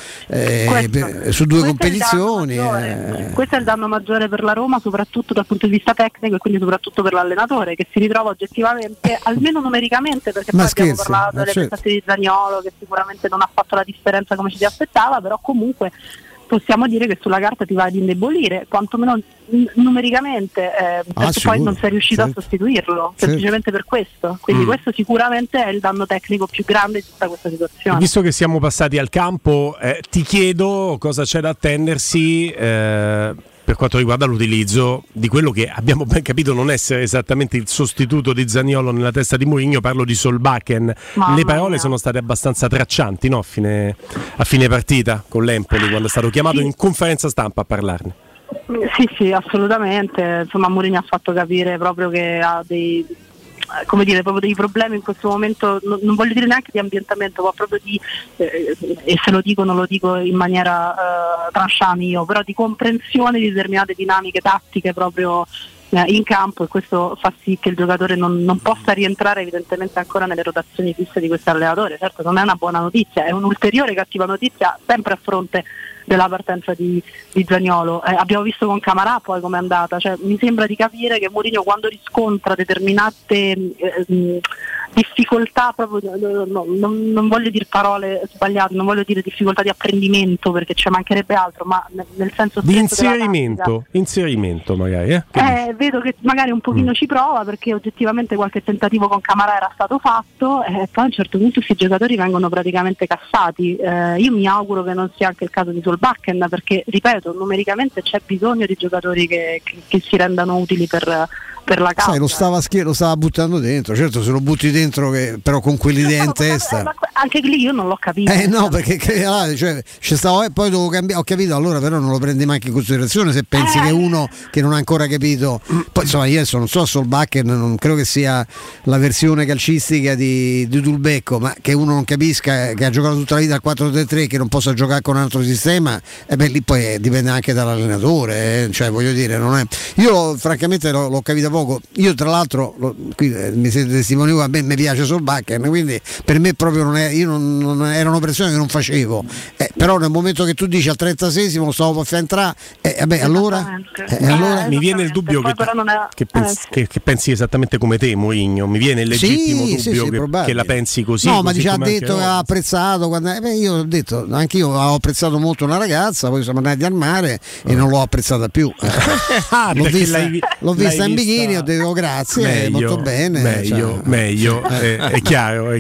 su 2 competizioni. Questo è il danno maggiore per la Roma, soprattutto dal punto di vista tecnico e quindi soprattutto per l'allenatore, che si ritrova oggettivamente, almeno numericamente, perché poi abbiamo parlato delle prestazioni di Zaniolo, che sicuramente non ha fatto la differenza come ci si aspettava, però comunque possiamo dire che sulla carta ti va ad indebolire, quantomeno numericamente, perché poi non sei riuscito a sostituirlo, semplicemente per questo. Quindi questo sicuramente è il danno tecnico più grande di tutta questa situazione. Visto che siamo passati al campo, ti chiedo cosa c'è da attendersi per quanto riguarda l'utilizzo di quello che abbiamo ben capito non essere esattamente il sostituto di Zaniolo nella testa di Mourinho. Parlo di Solbakken. Le parole sono state abbastanza traccianti, no? A fine partita con l'Empoli, quando è stato chiamato in conferenza stampa a parlarne. Sì, assolutamente. Insomma, Mourinho ha fatto capire proprio che ha proprio dei problemi in questo momento, non voglio dire neanche di ambientamento, ma proprio di, e se lo dico non lo dico in maniera tranchant io, però di comprensione di determinate dinamiche tattiche proprio in campo, e questo fa sì che il giocatore non possa rientrare evidentemente ancora nelle rotazioni fisse di questo allenatore. Certo, non è una buona notizia, è un'ulteriore cattiva notizia sempre a fronte della partenza di Zaniolo. Abbiamo visto con Camarà poi com'è andata, cioè, mi sembra di capire che Mourinho, quando riscontra determinate difficoltà, proprio non voglio dire parole sbagliate, non voglio dire difficoltà di apprendimento, perché ci mancherebbe altro, ma nel senso di inserimento magari vedo che magari un pochino ci prova, perché oggettivamente qualche tentativo con Camarà era stato fatto, e poi a un certo punto questi giocatori vengono praticamente cassati. Io mi auguro che non sia anche il caso di Solbakken, perché ripeto, numericamente c'è bisogno di giocatori che si rendano utili per la causa. Sai, lo stava buttando dentro, certo, se lo butti dentro però con quell'idea in testa. Anche lì io non l'ho capito. No, perché cioè, poi dovevo cambiare, ho capito, allora però non lo prendi mai in considerazione se pensi che uno che non ha ancora capito. Poi insomma, io adesso non so, Solbakken non credo che sia la versione calcistica di Dulbecco, ma che uno non capisca, che ha giocato tutta la vita al 4-3-3, che non possa giocare con un altro sistema, lì poi dipende anche dall'allenatore, cioè voglio dire, non è. Io francamente l'ho capito poco. Io tra l'altro mi siete testimoni, a me mi piace Solbakken, quindi per me proprio non è, io non era un'operazione che non facevo, però nel momento che tu dici al 36esimo lo stavo per far entrare, allora mi viene il dubbio che pensi esattamente come te, Mourinho, mi viene il legittimo dubbio che la pensi così. No, ma dice, ha detto che ha apprezzato quando, io ho detto, anche io ho apprezzato molto una ragazza, poi siamo andati al mare e non l'ho apprezzata più. L'ho vista in bikini, ho detto grazie, molto bene, meglio è chiaro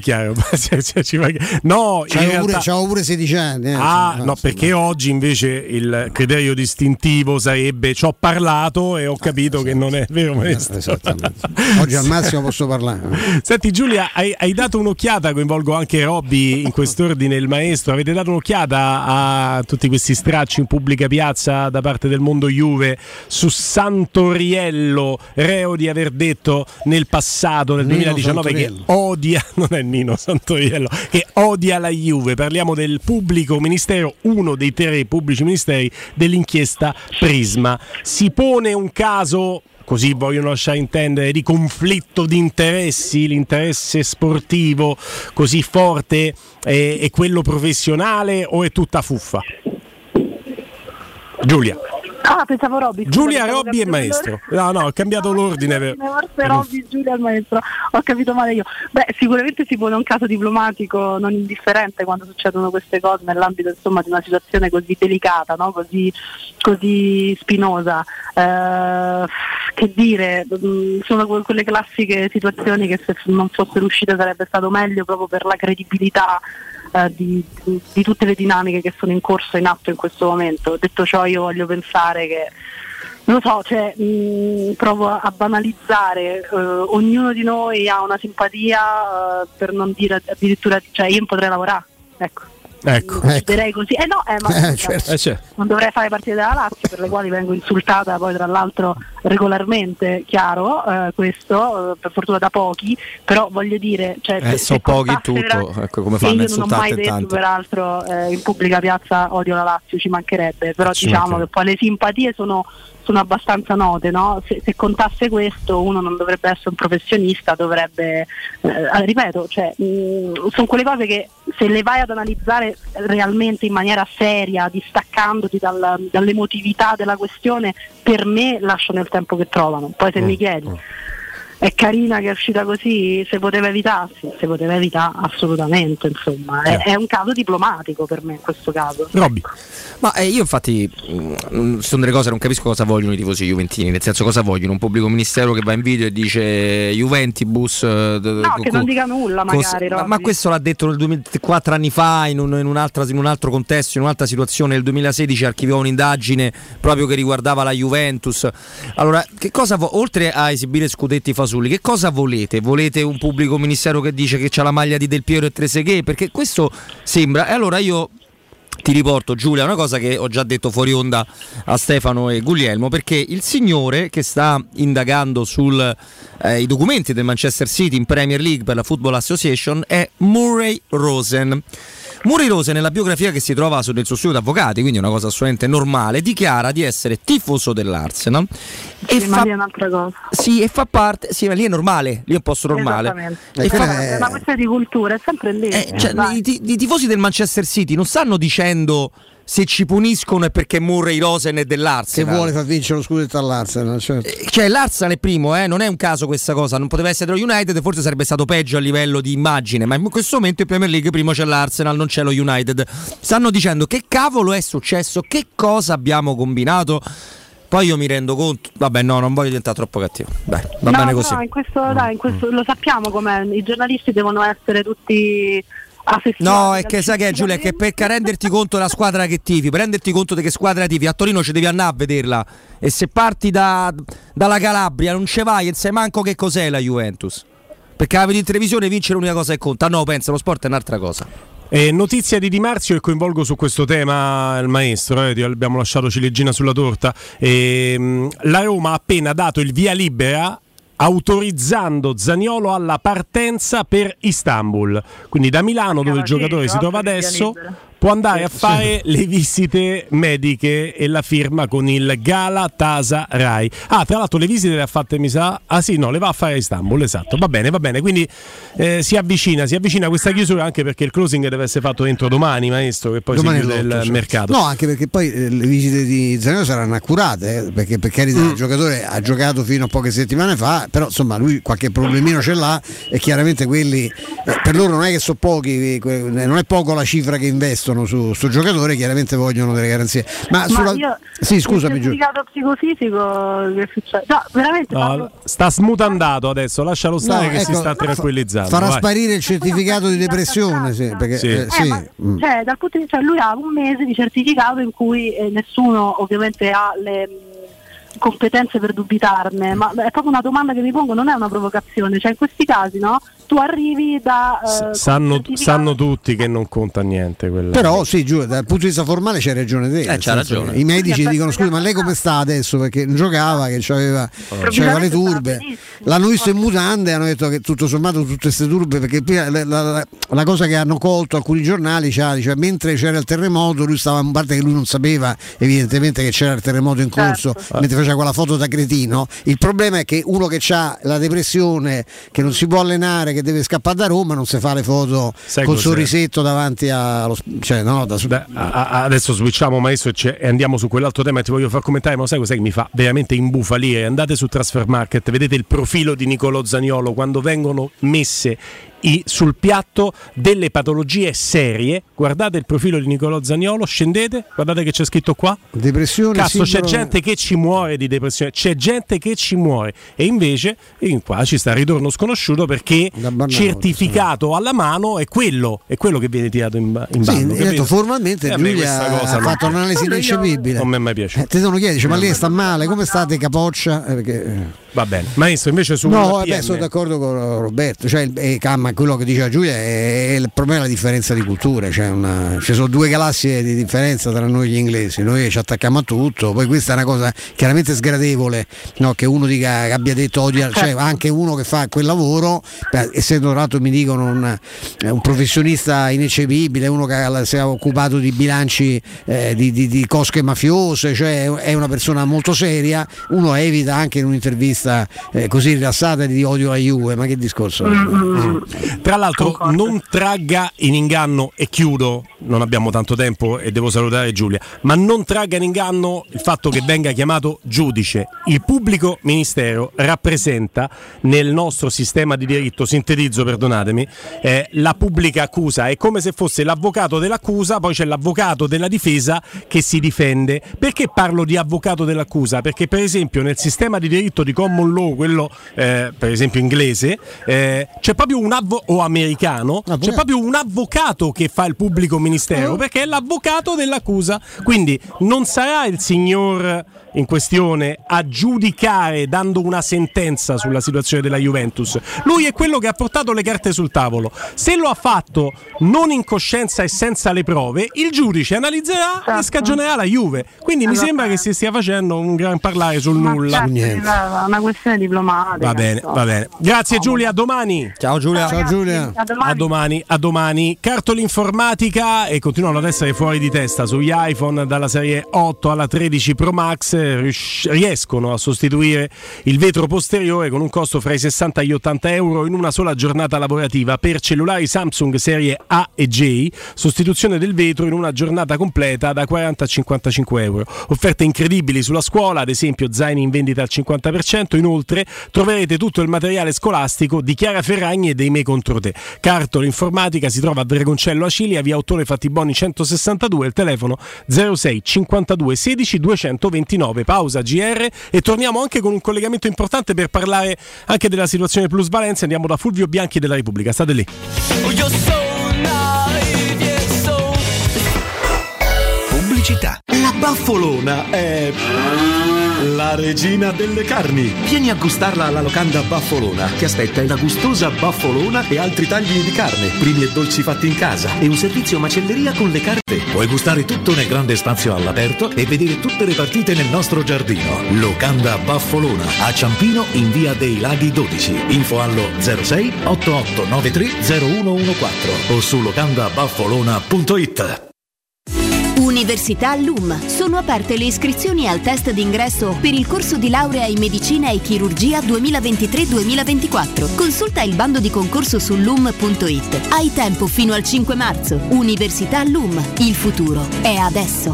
no, c'avevo pure 16 anni perché oggi invece il criterio distintivo sarebbe ci ho parlato e ho capito che non è vero, maestro. Oggi al massimo posso parlare. Senti Giulia, hai dato un'occhiata, coinvolgo anche Robby in quest'ordine, il maestro, avete dato un'occhiata a tutti questi stracci in pubblica piazza da parte del mondo Juve su Santoriello, reo di aver detto nel passato, nel 2019, che odia, non è Nino Santoriello, che odia la Juve. Parliamo del pubblico ministero, uno dei 3 pubblici ministeri dell'inchiesta Prisma. Si pone un caso, così vogliono lasciare intendere, di conflitto di interessi, l'interesse sportivo così forte è quello professionale o è tutta fuffa? Giulia. Pensavo Robby. Giulia, Robby e maestro. No, ho cambiato l'ordine. Forse Robby, Giulia e il maestro. Ho capito male io. Sicuramente si pone un caso diplomatico non indifferente quando succedono queste cose nell'ambito, insomma, di una situazione così delicata, no? Così spinosa. Che dire, sono quelle classiche situazioni che se non fossero uscite sarebbe stato meglio, proprio per la credibilità di tutte le dinamiche che sono in corso, in atto in questo momento. Detto ciò, io voglio pensare che, non lo so, provo a banalizzare, ognuno di noi ha una simpatia, per non dire addirittura, cioè io potrei lavorare, ecco. Ecco. Direi così. Certo. Non dovrei fare partite della Lazio, per le quali vengo insultata poi tra l'altro regolarmente, chiaro, questo per fortuna da pochi, però voglio dire, sono pochi tutto, ecco come fanno a insultarti. Io non ho mai detto peraltro in pubblica piazza odio la Lazio, ci mancherebbe, però diciamo che poi le simpatie sono abbastanza note, no? Se contasse questo uno non dovrebbe essere un professionista, dovrebbe ripeto, sono quelle cose che se le vai ad analizzare realmente in maniera seria, distaccandoti dall'emotività della questione, per me lasciano il tempo che trovano. Poi se mi chiedi è carina che è uscita così, se poteva evitarsi, assolutamente, insomma è un caso diplomatico per me in questo caso. Robby. Ma io infatti sono delle cose che non capisco cosa vogliono i tifosi juventini, nel senso cosa vogliono, un pubblico ministero che va in video e dice Juventibus che non dica nulla magari ma questo l'ha detto 4 anni fa in un altro contesto, in un'altra situazione. Nel 2016 archiviò un'indagine proprio che riguardava la Juventus. Allora che cosa oltre a esibire scudetti fasulli, che cosa volete? Volete un pubblico ministero che dice che c'ha la maglia di Del Piero e Trezeguet? Perché questo sembra. E allora io ti riporto, Giulia, una cosa che ho già detto fuori onda a Stefano e Guglielmo, perché il signore che sta indagando sui documenti del Manchester City in Premier League per la Football Association è Murray Rosen. Murray Rosen, nella biografia che si trova nel suo studio d'avvocati, quindi una cosa assolutamente normale, dichiara di essere tifoso dell'Arsenal ma lì è un'altra cosa. Sì, e fa parte, sì, ma lì è normale, lì è un posto normale. È una questione di cultura, è sempre lì. I tifosi del Manchester City non stanno dicendo se ci puniscono è perché Murray Rosen è dell'Arsenal, che vuole far vincere lo scudetto all'Arsenal, certo. L'Arsenal è primo, non è un caso questa cosa, non poteva essere lo United, forse sarebbe stato peggio a livello di immagine, ma in questo momento in Premier League primo c'è l'Arsenal, non c'è lo United. Stanno dicendo che cavolo è successo, che cosa abbiamo combinato. Poi io mi rendo conto, vabbè, no, non voglio diventare troppo cattivo. Dai, va bene così. No, in questo lo sappiamo com'è, i giornalisti devono essere tutti. No, è che sai che Giulia, è che per renderti conto della squadra che tifi, per renderti conto di che squadra tifi, a Torino ci devi andare a vederla, e se parti dalla Calabria non ce vai e sai manco che cos'è la Juventus, perché la vedi in televisione, vincere l'unica cosa che conta. No, pensa, lo sport è un'altra cosa. Notizia di Di Marzio, e coinvolgo su questo tema il maestro, abbiamo lasciato ciliegina sulla torta. La Roma ha appena dato il via libera autorizzando Zaniolo alla partenza per Istanbul, quindi da Milano, dove il giocatore si trova adesso, può andare a fare le visite mediche e la firma con il Galatasaray. Tra l'altro le visite le ha fatte, mi sa, le va a fare a Istanbul, esatto. Va bene, quindi si avvicina questa chiusura, anche perché il closing deve essere fatto entro domani, maestro, che poi domani si chiude il mercato. No, anche perché poi le visite di Zaniolo saranno accurate, perché per carità il giocatore ha giocato fino a poche settimane fa, però insomma lui qualche problemino ce l'ha, e chiaramente quelli per loro non è che sono pochi, non è poco la cifra che investono su sto giocatore, chiaramente vogliono delle garanzie. Sì, scusami, il certificato psicofisico che succede? No, veramente sta smutandato adesso, lascialo stare, che si sta tranquillizzando. Farà sparire il certificato di depressione, perché dal punto di vista, lui ha un mese di certificato in cui nessuno ovviamente ha le competenze per dubitarne, ma è proprio una domanda che mi pongo, non è una provocazione, in questi casi, no? Tu arrivi da sanno tutti che non conta niente quella. Però sì, giù, dal punto di vista formale c'è ragione te, c'ha ragione. I medici dicono scusa, ma lei come sta adesso, perché non giocava, che c'aveva le turbe, l'hanno visto in mutande e hanno detto che tutto sommato tutte queste turbe, perché la cosa che hanno colto alcuni giornali, cioè mentre c'era il terremoto lui stava, in parte che lui non sapeva evidentemente che c'era il terremoto in corso, mentre faceva quella foto da cretino. Il problema è che uno che ha la depressione, che non si può allenare, che deve scappare da Roma, non si fa le foto col sorrisetto davanti allo adesso switchiamo, maestro, e andiamo su quell'altro tema e ti voglio far commentare, ma sai cos'è che mi fa veramente imbufalire? Andate su Transfermarkt, vedete il profilo di Nicolò Zaniolo, quando vengono messe sul piatto delle patologie serie, guardate il profilo di Nicolò Zaniolo, scendete, guardate che c'è scritto qua, depressione, c'è gente che ci muore di depressione, c'è gente che ci muore, e invece qua ci sta il ritorno sconosciuto, perché certificato alla mano è quello che viene tirato in ballo. Detto, formalmente Giulia ha fatto un'analisi ineccepibile, non mi è mai piaciuto. Ti devono chiedere, ma lei sta male, come state Capoccia? Va bene, maestro, invece su sono d'accordo con Roberto, Camma ma quello che diceva Giulia è il problema della differenza di culture, ci sono due galassie di differenza tra noi e gli inglesi, noi ci attacchiamo a tutto, poi questa è una cosa chiaramente sgradevole, no? Che uno dica, che abbia detto odia, cioè anche uno che fa quel lavoro, essendo trato mi dicono un professionista ineccepibile, uno che si è occupato di bilanci di cosche mafiose, cioè è una persona molto seria, uno evita anche in un'intervista così rilassata di odio alla Juve, ma che discorso è? Tra l'altro non tragga in inganno, e chiudo, non abbiamo tanto tempo e devo salutare Giulia, ma non tragga in inganno il fatto che venga chiamato giudice. Il pubblico ministero rappresenta nel nostro sistema di diritto, sintetizzo, perdonatemi, la pubblica accusa, è come se fosse l'avvocato dell'accusa, poi c'è l'avvocato della difesa che si difende. Perché parlo di avvocato dell'accusa? Perché per esempio nel sistema di diritto di common law, quello per esempio inglese, c'è proprio o americano, c'è proprio un avvocato che fa il pubblico ministero, perché è l'avvocato dell'accusa, quindi non sarà il signor in questione a giudicare dando una sentenza sulla situazione della Juventus. Lui è quello che ha portato le carte sul tavolo. Se lo ha fatto non in coscienza e senza le prove, il giudice analizzerà e scagionerà la Juve. Quindi mi sembra che si stia facendo un gran parlare sul nulla. Una questione diplomatica. Va bene. Grazie Giulia, a domani. Ciao Giulia. Ciao Giulia. A domani. Cartoli informatica e continuano ad essere fuori di testa sugli iPhone dalla serie 8 alla 13 Pro Max. Riescono a sostituire il vetro posteriore con un costo fra i 60 e gli 80 euro in una sola giornata lavorativa. Per cellulari Samsung serie A e J, sostituzione del vetro in una giornata completa da 40 a 55 euro. Offerte incredibili sulla scuola, ad esempio zaini in vendita al 50%. Inoltre troverete tutto il materiale scolastico di Chiara Ferragni e dei Me Contro Te. Cartoli informatica si trova a Dragoncello Acilia, via Ottone Fattiboni 162, il telefono 06 52 16 229. Pausa GR e torniamo anche con un collegamento importante per parlare anche della situazione plusvalenza. Andiamo da Fulvio Bianchi della Repubblica, state lì. Pubblicità. La Baffolona è la regina delle carni. Vieni a gustarla alla locanda Baffolona. Ti aspetta una gustosa baffolona e altri tagli di carne, primi e dolci fatti in casa e un servizio macelleria con le carte. Puoi gustare tutto nel grande spazio all'aperto e vedere tutte le partite nel nostro giardino. Locanda Baffolona a Ciampino in via dei Laghi 12. Info allo 06 8893 0114 o su locandabaffolona.it. Università LUM. Sono aperte le iscrizioni al test d'ingresso per il corso di laurea in medicina e chirurgia 2023-2024. Consulta il bando di concorso su lum.it. Hai tempo fino al 5 marzo. Università LUM. Il futuro è adesso.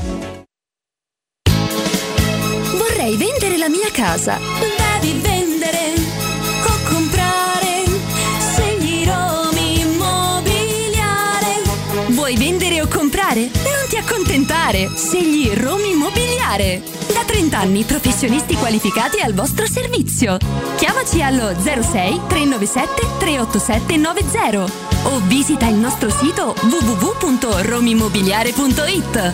Vorrei vendere la mia casa. Devi vendere o comprare. Scegli Romi Immobiliare. Vuoi vendere o comprare? Non ti accontentare. Scegli Romi Immobiliare. Da 30 anni professionisti qualificati al vostro servizio. Chiamaci allo 06 397 387 90 o visita il nostro sito www.romimmobiliare.it.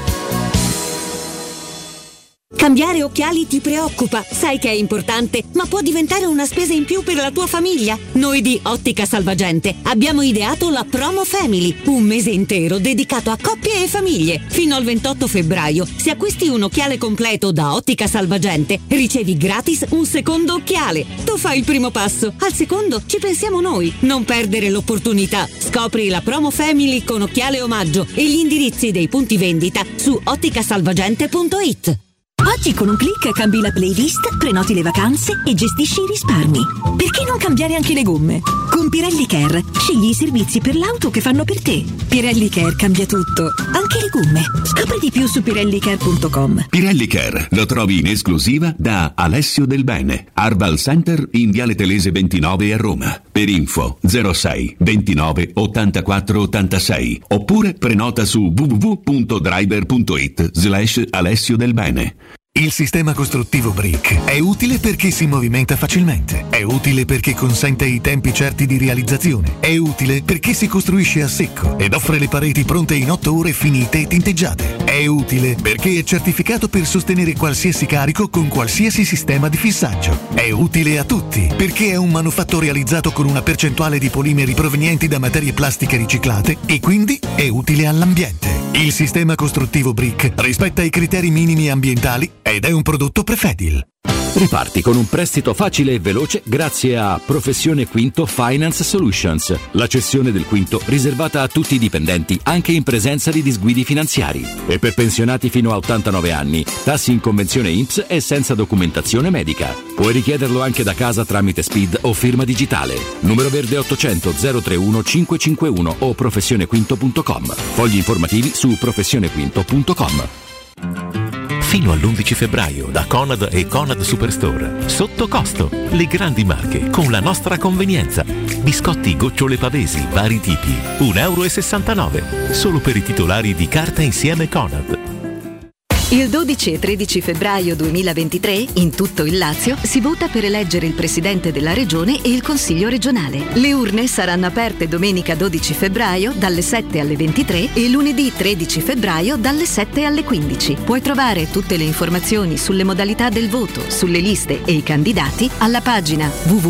Cambiare occhiali ti preoccupa, sai che è importante, ma può diventare una spesa in più per la tua famiglia. Noi di Ottica Salvagente abbiamo ideato la Promo Family, un mese intero dedicato a coppie e famiglie. Fino al 28 febbraio, se acquisti un occhiale completo da Ottica Salvagente, ricevi gratis un secondo occhiale. Tu fai il primo passo, al secondo ci pensiamo noi. Non perdere l'opportunità. Scopri la Promo Family con occhiale omaggio e gli indirizzi dei punti vendita su otticasalvagente.it. Oggi con un click cambi la playlist, prenoti le vacanze e gestisci i risparmi. Perché non cambiare anche le gomme? Con Pirelli Care scegli i servizi per l'auto che fanno per te. Pirelli Care cambia tutto, anche le gomme. Scopri di più su pirellicare.com. Pirelli Care lo trovi in esclusiva da Alessio Del Bene, Arval Center in Viale Telese 29 a Roma. Per info 06 29 84 86 oppure prenota su www.driver.it/Alessio Del Bene. Il sistema costruttivo Brick è utile perché si movimenta facilmente, è utile perché consente i tempi certi di realizzazione, è utile perché si costruisce a secco ed offre le pareti pronte in 8 ore finite e tinteggiate, è È utile perché è certificato per sostenere qualsiasi carico con qualsiasi sistema di fissaggio. È utile a tutti perché è un manufatto realizzato con una percentuale di polimeri provenienti da materie plastiche riciclate e quindi è utile all'ambiente. Il sistema costruttivo Brick rispetta i criteri minimi ambientali ed è un prodotto Prefedil. Riparti con un prestito facile e veloce grazie a Professione Quinto Finance Solutions, la cessione del quinto riservata a tutti i dipendenti anche in presenza di disguidi finanziari. E per pensionati fino a 89 anni, tassi in convenzione INPS e senza documentazione medica. Puoi richiederlo anche da casa tramite SPID o firma digitale. Numero verde 800 031 551 o professionequinto.com. Fogli informativi su professionequinto.com. Fino all'11 febbraio da Conad e Conad Superstore. Sotto costo. Le grandi marche con la nostra convenienza. Biscotti gocciole pavesi, vari tipi. €1,69. Solo per i titolari di carta insieme Conad. Il 12 e 13 febbraio 2023, in tutto il Lazio, si vota per eleggere il presidente della regione e il consiglio regionale. Le urne saranno aperte domenica 12 febbraio dalle 7 alle 23 e lunedì 13 febbraio dalle 7 alle 15. Puoi trovare tutte le informazioni sulle modalità del voto, sulle liste e i candidati alla pagina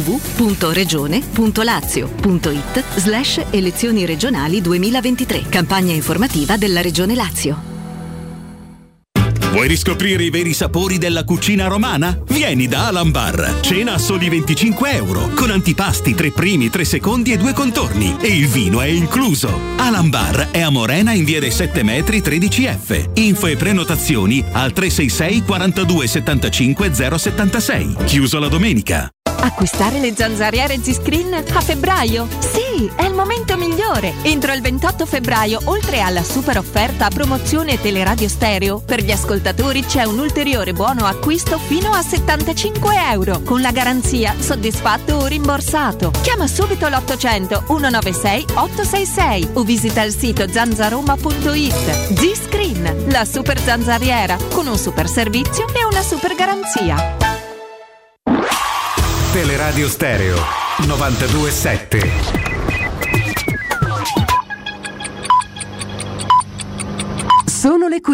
www.regione.lazio.it/elezioni regionali 2023. Campagna informativa della Regione Lazio. Vuoi riscoprire i veri sapori della cucina romana? Vieni da Alan Bar. Cena a soli €25 con antipasti, 3 primi, 3 secondi e 2 contorni. E il vino è incluso. Alan Bar è a Morena in via dei 7 metri 13F. Info e prenotazioni al 366 42 75 076. Chiuso la domenica. Acquistare le zanzariere Z-Screen a febbraio? Sì, è il momento migliore! Entro il 28 febbraio, oltre alla super offerta a promozione Teleradio Stereo, per gli ascoltatori c'è un ulteriore buono acquisto fino a €75, con la garanzia soddisfatto o rimborsato. Chiama subito l'800 196 866 o visita il sito zanzaroma.it. Z-Screen, la super zanzariera, con un super servizio e una super garanzia. Teleradio Stereo 92.7. Sono le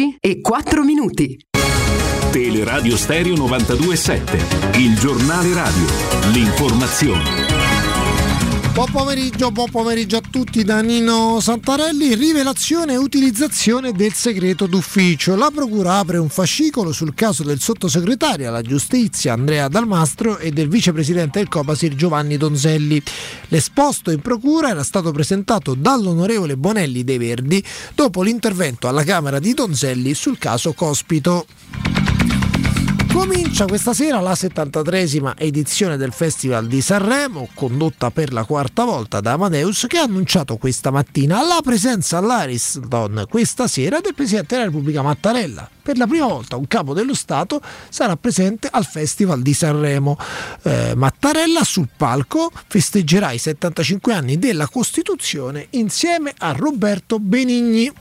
15:04. Teleradio Stereo 92.7, il giornale radio, l'informazione. Buon pomeriggio a tutti da Nino Santarelli. Rivelazione e utilizzazione del segreto d'ufficio. La procura apre un fascicolo sul caso del sottosegretario alla giustizia Andrea Dalmastro e del vicepresidente del Copasir Giovanni Donzelli. L'esposto in procura era stato presentato dall'onorevole Bonelli dei Verdi dopo l'intervento alla Camera di Donzelli sul caso Cospito. Comincia questa sera la 73esima edizione del Festival di Sanremo, condotta per la 4ª volta da Amadeus, che ha annunciato questa mattina la presenza all'Ariston questa sera del Presidente della Repubblica Mattarella. Per la prima volta un capo dello Stato sarà presente al Festival di Sanremo. Mattarella sul palco festeggerà i 75 anni della Costituzione insieme a Roberto Benigni.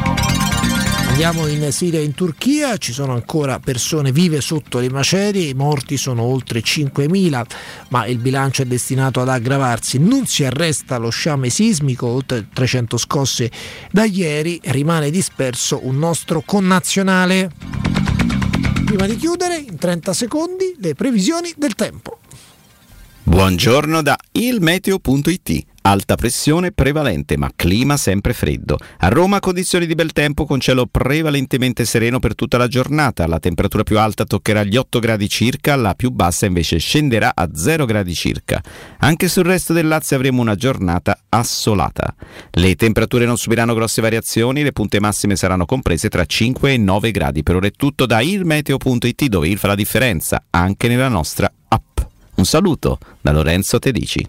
Andiamo in Siria e in Turchia, ci sono ancora persone vive sotto le macerie, i morti sono oltre 5.000, ma il bilancio è destinato ad aggravarsi. Non si arresta lo sciame sismico, oltre 300 scosse da ieri, rimane disperso un nostro connazionale. Prima di chiudere, in 30 secondi, le previsioni del tempo. Buongiorno da ilmeteo.it. Alta pressione prevalente, ma clima sempre freddo. A Roma condizioni di bel tempo con cielo prevalentemente sereno per tutta la giornata. La temperatura più alta toccherà gli 8 gradi circa, la più bassa invece scenderà a 0 gradi circa. Anche sul resto del Lazio avremo una giornata assolata. Le temperature non subiranno grosse variazioni, le punte massime saranno comprese tra 5 e 9 gradi. Per ora è tutto da ilmeteo.it, dove il fa la differenza anche nella nostra app. Un saluto da Lorenzo Tedici.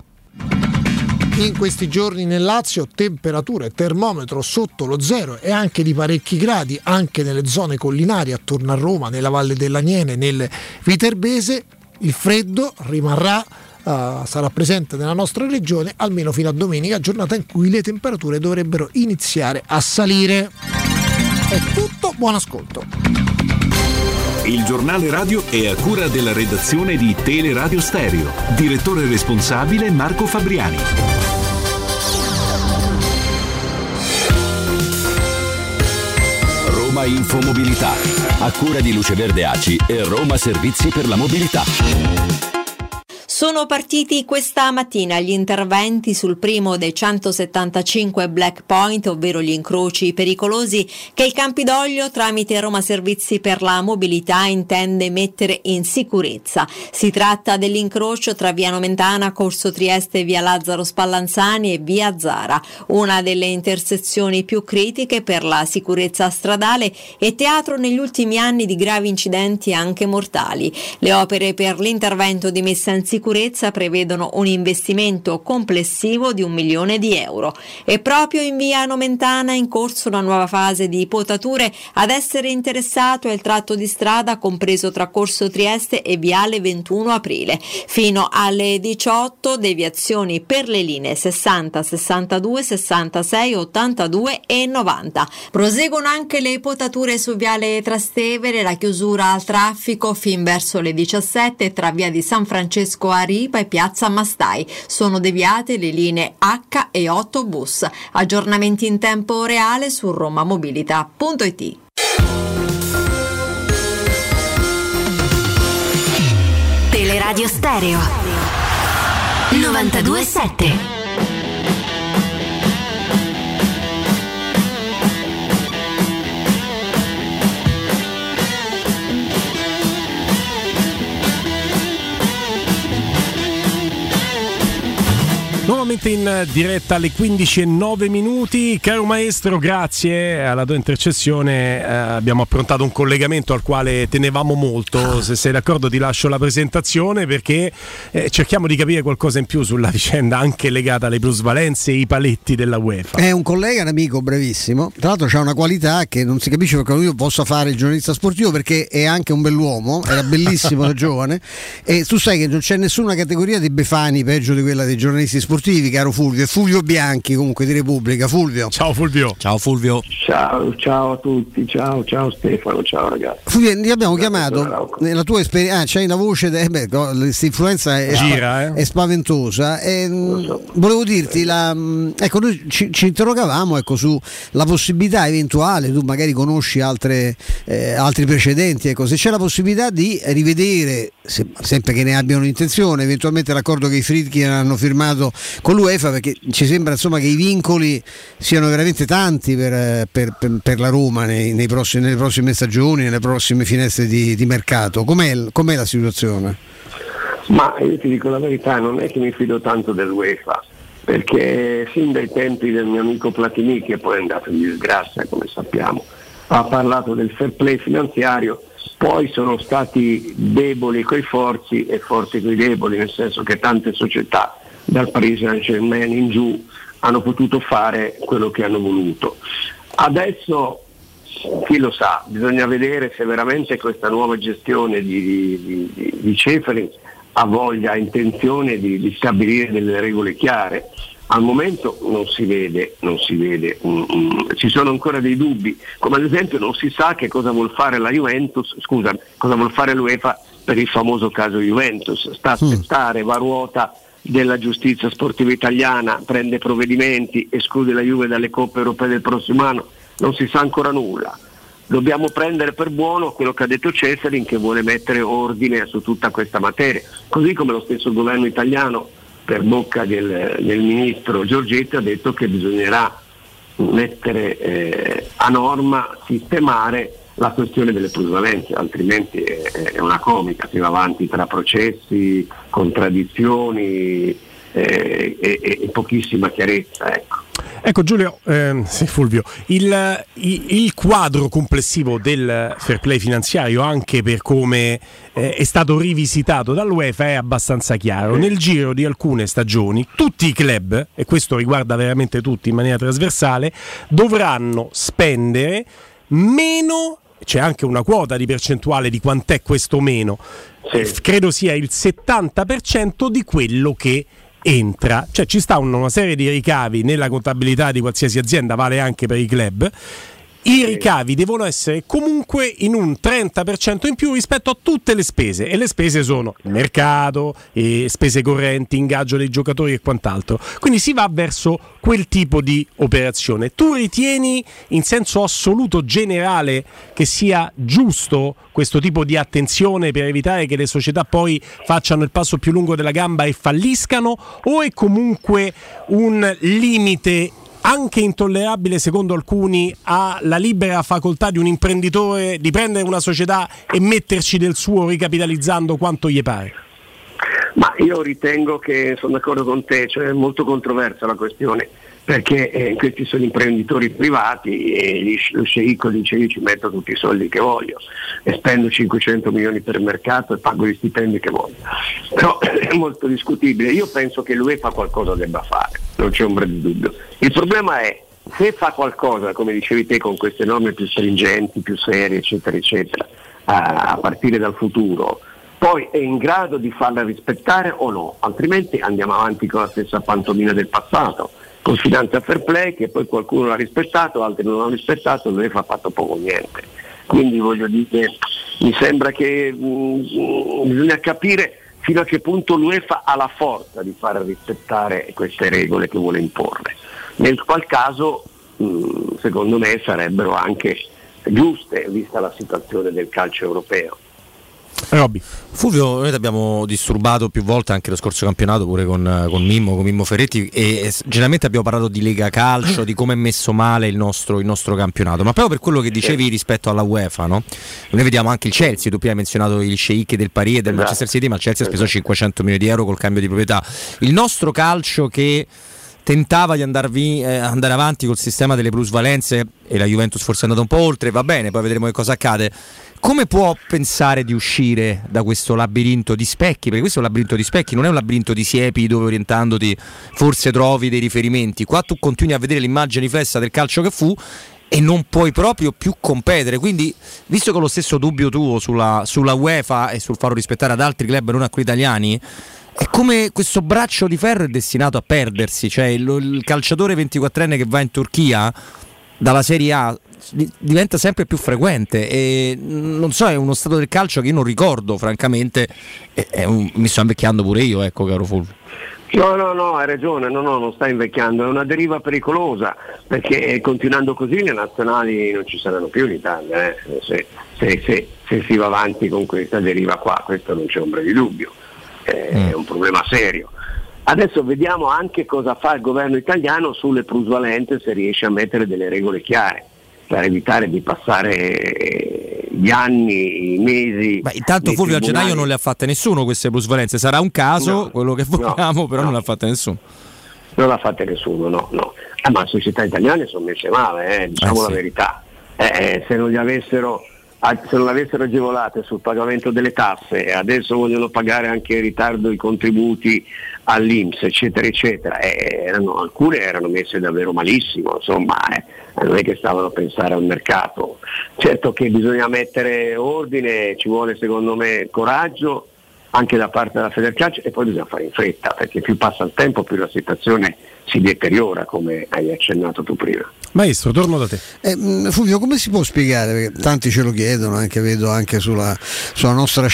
In questi giorni nel Lazio temperature, termometro sotto lo zero e anche di parecchi gradi, anche nelle zone collinari attorno a Roma, nella Valle dell'Aniene, nel Viterbese. Il freddo rimarrà, sarà presente nella nostra regione almeno fino a domenica, giornata in cui le temperature dovrebbero iniziare a salire. È tutto, buon ascolto. Il giornale radio è a cura della redazione di Teleradio Stereo. Direttore responsabile Marco Fabriani. Roma nuova Infomobilità, a cura di Luce Verde ACI e Roma Servizi per la Mobilità. Sono partiti questa mattina gli interventi sul primo dei 175 black point, ovvero gli incroci pericolosi che il Campidoglio tramite Roma Servizi per la Mobilità intende mettere in sicurezza. Si tratta dell'incrocio tra via Nomentana, Corso Trieste, via Lazzaro Spallanzani e via Zara, una delle intersezioni più critiche per la sicurezza stradale e teatro negli ultimi anni di gravi incidenti anche mortali. Le opere per l'intervento di messa in sicurezza prevedono un investimento complessivo di €1 milione. E proprio in via Nomentana è in corso una nuova fase di potature. Ad essere interessato è il tratto di strada compreso tra Corso Trieste e viale 21 aprile. Fino alle 18 deviazioni per le linee 60, 62, 66, 82 e 90. Proseguono anche le potature su viale Trastevere, la chiusura al traffico fin verso le 17 tra via di San Francesco a Ripa e piazza Mastai. Sono deviate le linee H e 8 bus. Aggiornamenti in tempo reale su romamobilità.it. Teleradio Stereo 92.7. Nuovamente in diretta alle 15:09. Caro maestro, grazie alla tua intercessione abbiamo approntato un collegamento al quale tenevamo molto. Se sei d'accordo ti lascio la presentazione, perché cerchiamo di capire qualcosa in più sulla vicenda anche legata alle plusvalenze e i paletti della UEFA. È un collega, un amico bravissimo, tra l'altro c'ha una qualità che non si capisce perché io possa fare il giornalista sportivo, perché è anche un bell'uomo, era bellissimo da giovane, e tu sai che non c'è nessuna categoria di Befani peggio di quella dei giornalisti sportivi, caro Fulvio. E Fulvio Bianchi comunque di Repubblica. Fulvio. Ciao Fulvio. Ciao Fulvio. Ciao a tutti, ciao Stefano, ciao ragazzi. Fulvio, ti abbiamo chiamato nella tua esperienza, c'hai una voce, questa influenza è spaventosa. Volevo dirti, ecco, noi ci interrogavamo sulla possibilità eventuale, tu magari conosci altri precedenti, ecco, se c'è la possibilità di rivedere, sempre che ne abbiano intenzione, eventualmente l'accordo che i Friedkin hanno firmato con l'UEFA, perché ci sembra insomma che i vincoli siano veramente tanti per la Roma nelle prossime stagioni, nelle prossime finestre di mercato. Com'è la situazione? Ma io ti dico la verità, non è che mi fido tanto dell'UEFA, perché fin dai tempi del mio amico Platini, che poi è andato in disgrazia come sappiamo, ha parlato del fair play finanziario, poi sono stati deboli coi forti e forti coi deboli, nel senso che tante società dal Paris Saint-Germain in giù hanno potuto fare quello che hanno voluto. Adesso chi lo sa, bisogna vedere se veramente questa nuova gestione di Ceferin ha voglia, ha intenzione di stabilire delle regole chiare. Al momento non si vede, ci sono ancora dei dubbi, come ad esempio non si sa che cosa vuol fare cosa vuol fare l'UEFA per il famoso caso Juventus. Sta a aspettare, va a ruota della giustizia sportiva italiana, prende provvedimenti, esclude la Juve dalle coppe europee del prossimo anno, non si sa ancora nulla. Dobbiamo prendere per buono quello che ha detto Ceferin, che vuole mettere ordine su tutta questa materia, così come lo stesso governo italiano per bocca del ministro Giorgetti ha detto che bisognerà mettere a norma, sistemare la questione delle plusvalenze, altrimenti è una comica, si va avanti tra processi, contraddizioni e pochissima chiarezza, Ecco Giulio, sì, Fulvio, il quadro complessivo del fair play finanziario, anche per come è stato rivisitato dall'UEFA, è abbastanza chiaro. Nel giro di alcune stagioni tutti i club, e questo riguarda veramente tutti in maniera trasversale, dovranno spendere meno, c'è anche una quota di percentuale di quant'è questo meno, credo sia il 70% di quello che entra, cioè ci sta una serie di ricavi nella contabilità di qualsiasi azienda, vale anche per i club, i ricavi devono essere comunque in un 30% in più rispetto a tutte le spese, e le spese sono il mercato, spese correnti, ingaggio dei giocatori e quant'altro. Quindi si va verso quel tipo di operazione. Tu ritieni in senso assoluto generale che sia giusto questo tipo di attenzione per evitare che le società poi facciano il passo più lungo della gamba e falliscano, o è comunque un limite anche intollerabile secondo alcuni alla libera facoltà di un imprenditore di prendere una società e metterci del suo ricapitalizzando quanto gli pare? Ma io ritengo che sono d'accordo con te, cioè è molto controversa la questione, perché questi sono imprenditori privati e lo sceicco dice io ci metto tutti i soldi che voglio e spendo 500 milioni per il mercato e pago gli stipendi che voglio. Però è molto discutibile. Io penso che l'UEFA qualcosa debba fare, non c'è ombra di dubbio. Il problema è se fa qualcosa, come dicevi te, con queste norme più stringenti, più serie, eccetera eccetera, a partire dal futuro, poi è in grado di farla rispettare o no, altrimenti andiamo avanti con la stessa pantomima del passato, con finanza fair play, che poi qualcuno l'ha rispettato, altri non l'hanno rispettato, l'UEFA ha fatto poco o niente. Quindi voglio dire, mi sembra che bisogna capire fino a che punto l'UEFA ha la forza di far rispettare queste regole che vuole imporre, nel qual caso secondo me sarebbero anche giuste vista la situazione del calcio europeo. Robby. Fulvio, noi ti abbiamo disturbato più volte anche lo scorso campionato pure con Mimmo Ferretti, e generalmente abbiamo parlato di Lega Calcio, di come è messo male il nostro campionato, ma proprio per quello che dicevi rispetto alla UEFA, no? Noi vediamo anche il Chelsea, tu prima hai menzionato il sceicchi del Paris e del Manchester City, ma il Chelsea ha speso 500 milioni di euro col cambio di proprietà. Il nostro calcio che tentava di andare avanti col sistema delle plusvalenze, e la Juventus forse è andata un po' oltre, va bene, poi vedremo che cosa accade. Come può pensare di uscire da questo labirinto di specchi? Perché questo è un labirinto di specchi, non è un labirinto di siepi dove orientandoti forse trovi dei riferimenti. Qua tu continui a vedere l'immagine riflessa del calcio che fu e non puoi proprio più competere. Quindi, visto che ho lo stesso dubbio tuo sulla UEFA e sul farlo rispettare ad altri club, non a quelli italiani, è come questo braccio di ferro è destinato a perdersi. Cioè il calciatore 24enne che va in Turchia dalla Serie A diventa sempre più frequente, e non so, è uno stato del calcio che io non ricordo francamente, mi sto invecchiando pure io, ecco, caro Fulvio. No, hai ragione, non sta invecchiando, è una deriva pericolosa, perché continuando così le nazionali non ci saranno più in Italia, se si va avanti con questa deriva qua, questo non c'è ombra di dubbio, è un problema serio. Adesso vediamo anche cosa fa il governo italiano sulle plusvalenze, se riesce a mettere delle regole chiare per evitare di passare gli anni, i mesi. Beh, intanto Fulvio, a gennaio non le ha fatte nessuno queste plusvalenze, sarà un caso, quello che vogliamo, però non le ha fatte nessuno. Non l'ha fatte nessuno, no. Ma le società italiane sono messe male, diciamo la verità. Se non l'avessero agevolate sul pagamento delle tasse e adesso vogliono pagare anche in ritardo i contributi all'INPS, eccetera eccetera, alcune erano messe davvero malissimo, insomma, non è che stavano a pensare al mercato. Certo che bisogna mettere ordine, ci vuole secondo me coraggio anche da parte della Federcalcio, e poi bisogna fare in fretta, perché più passa il tempo più la situazione si deteriora, come hai accennato tu prima. Maestro, torno da te. Fulvio, come si può spiegare, perché tanti ce lo chiedono, vedo anche sulla nostra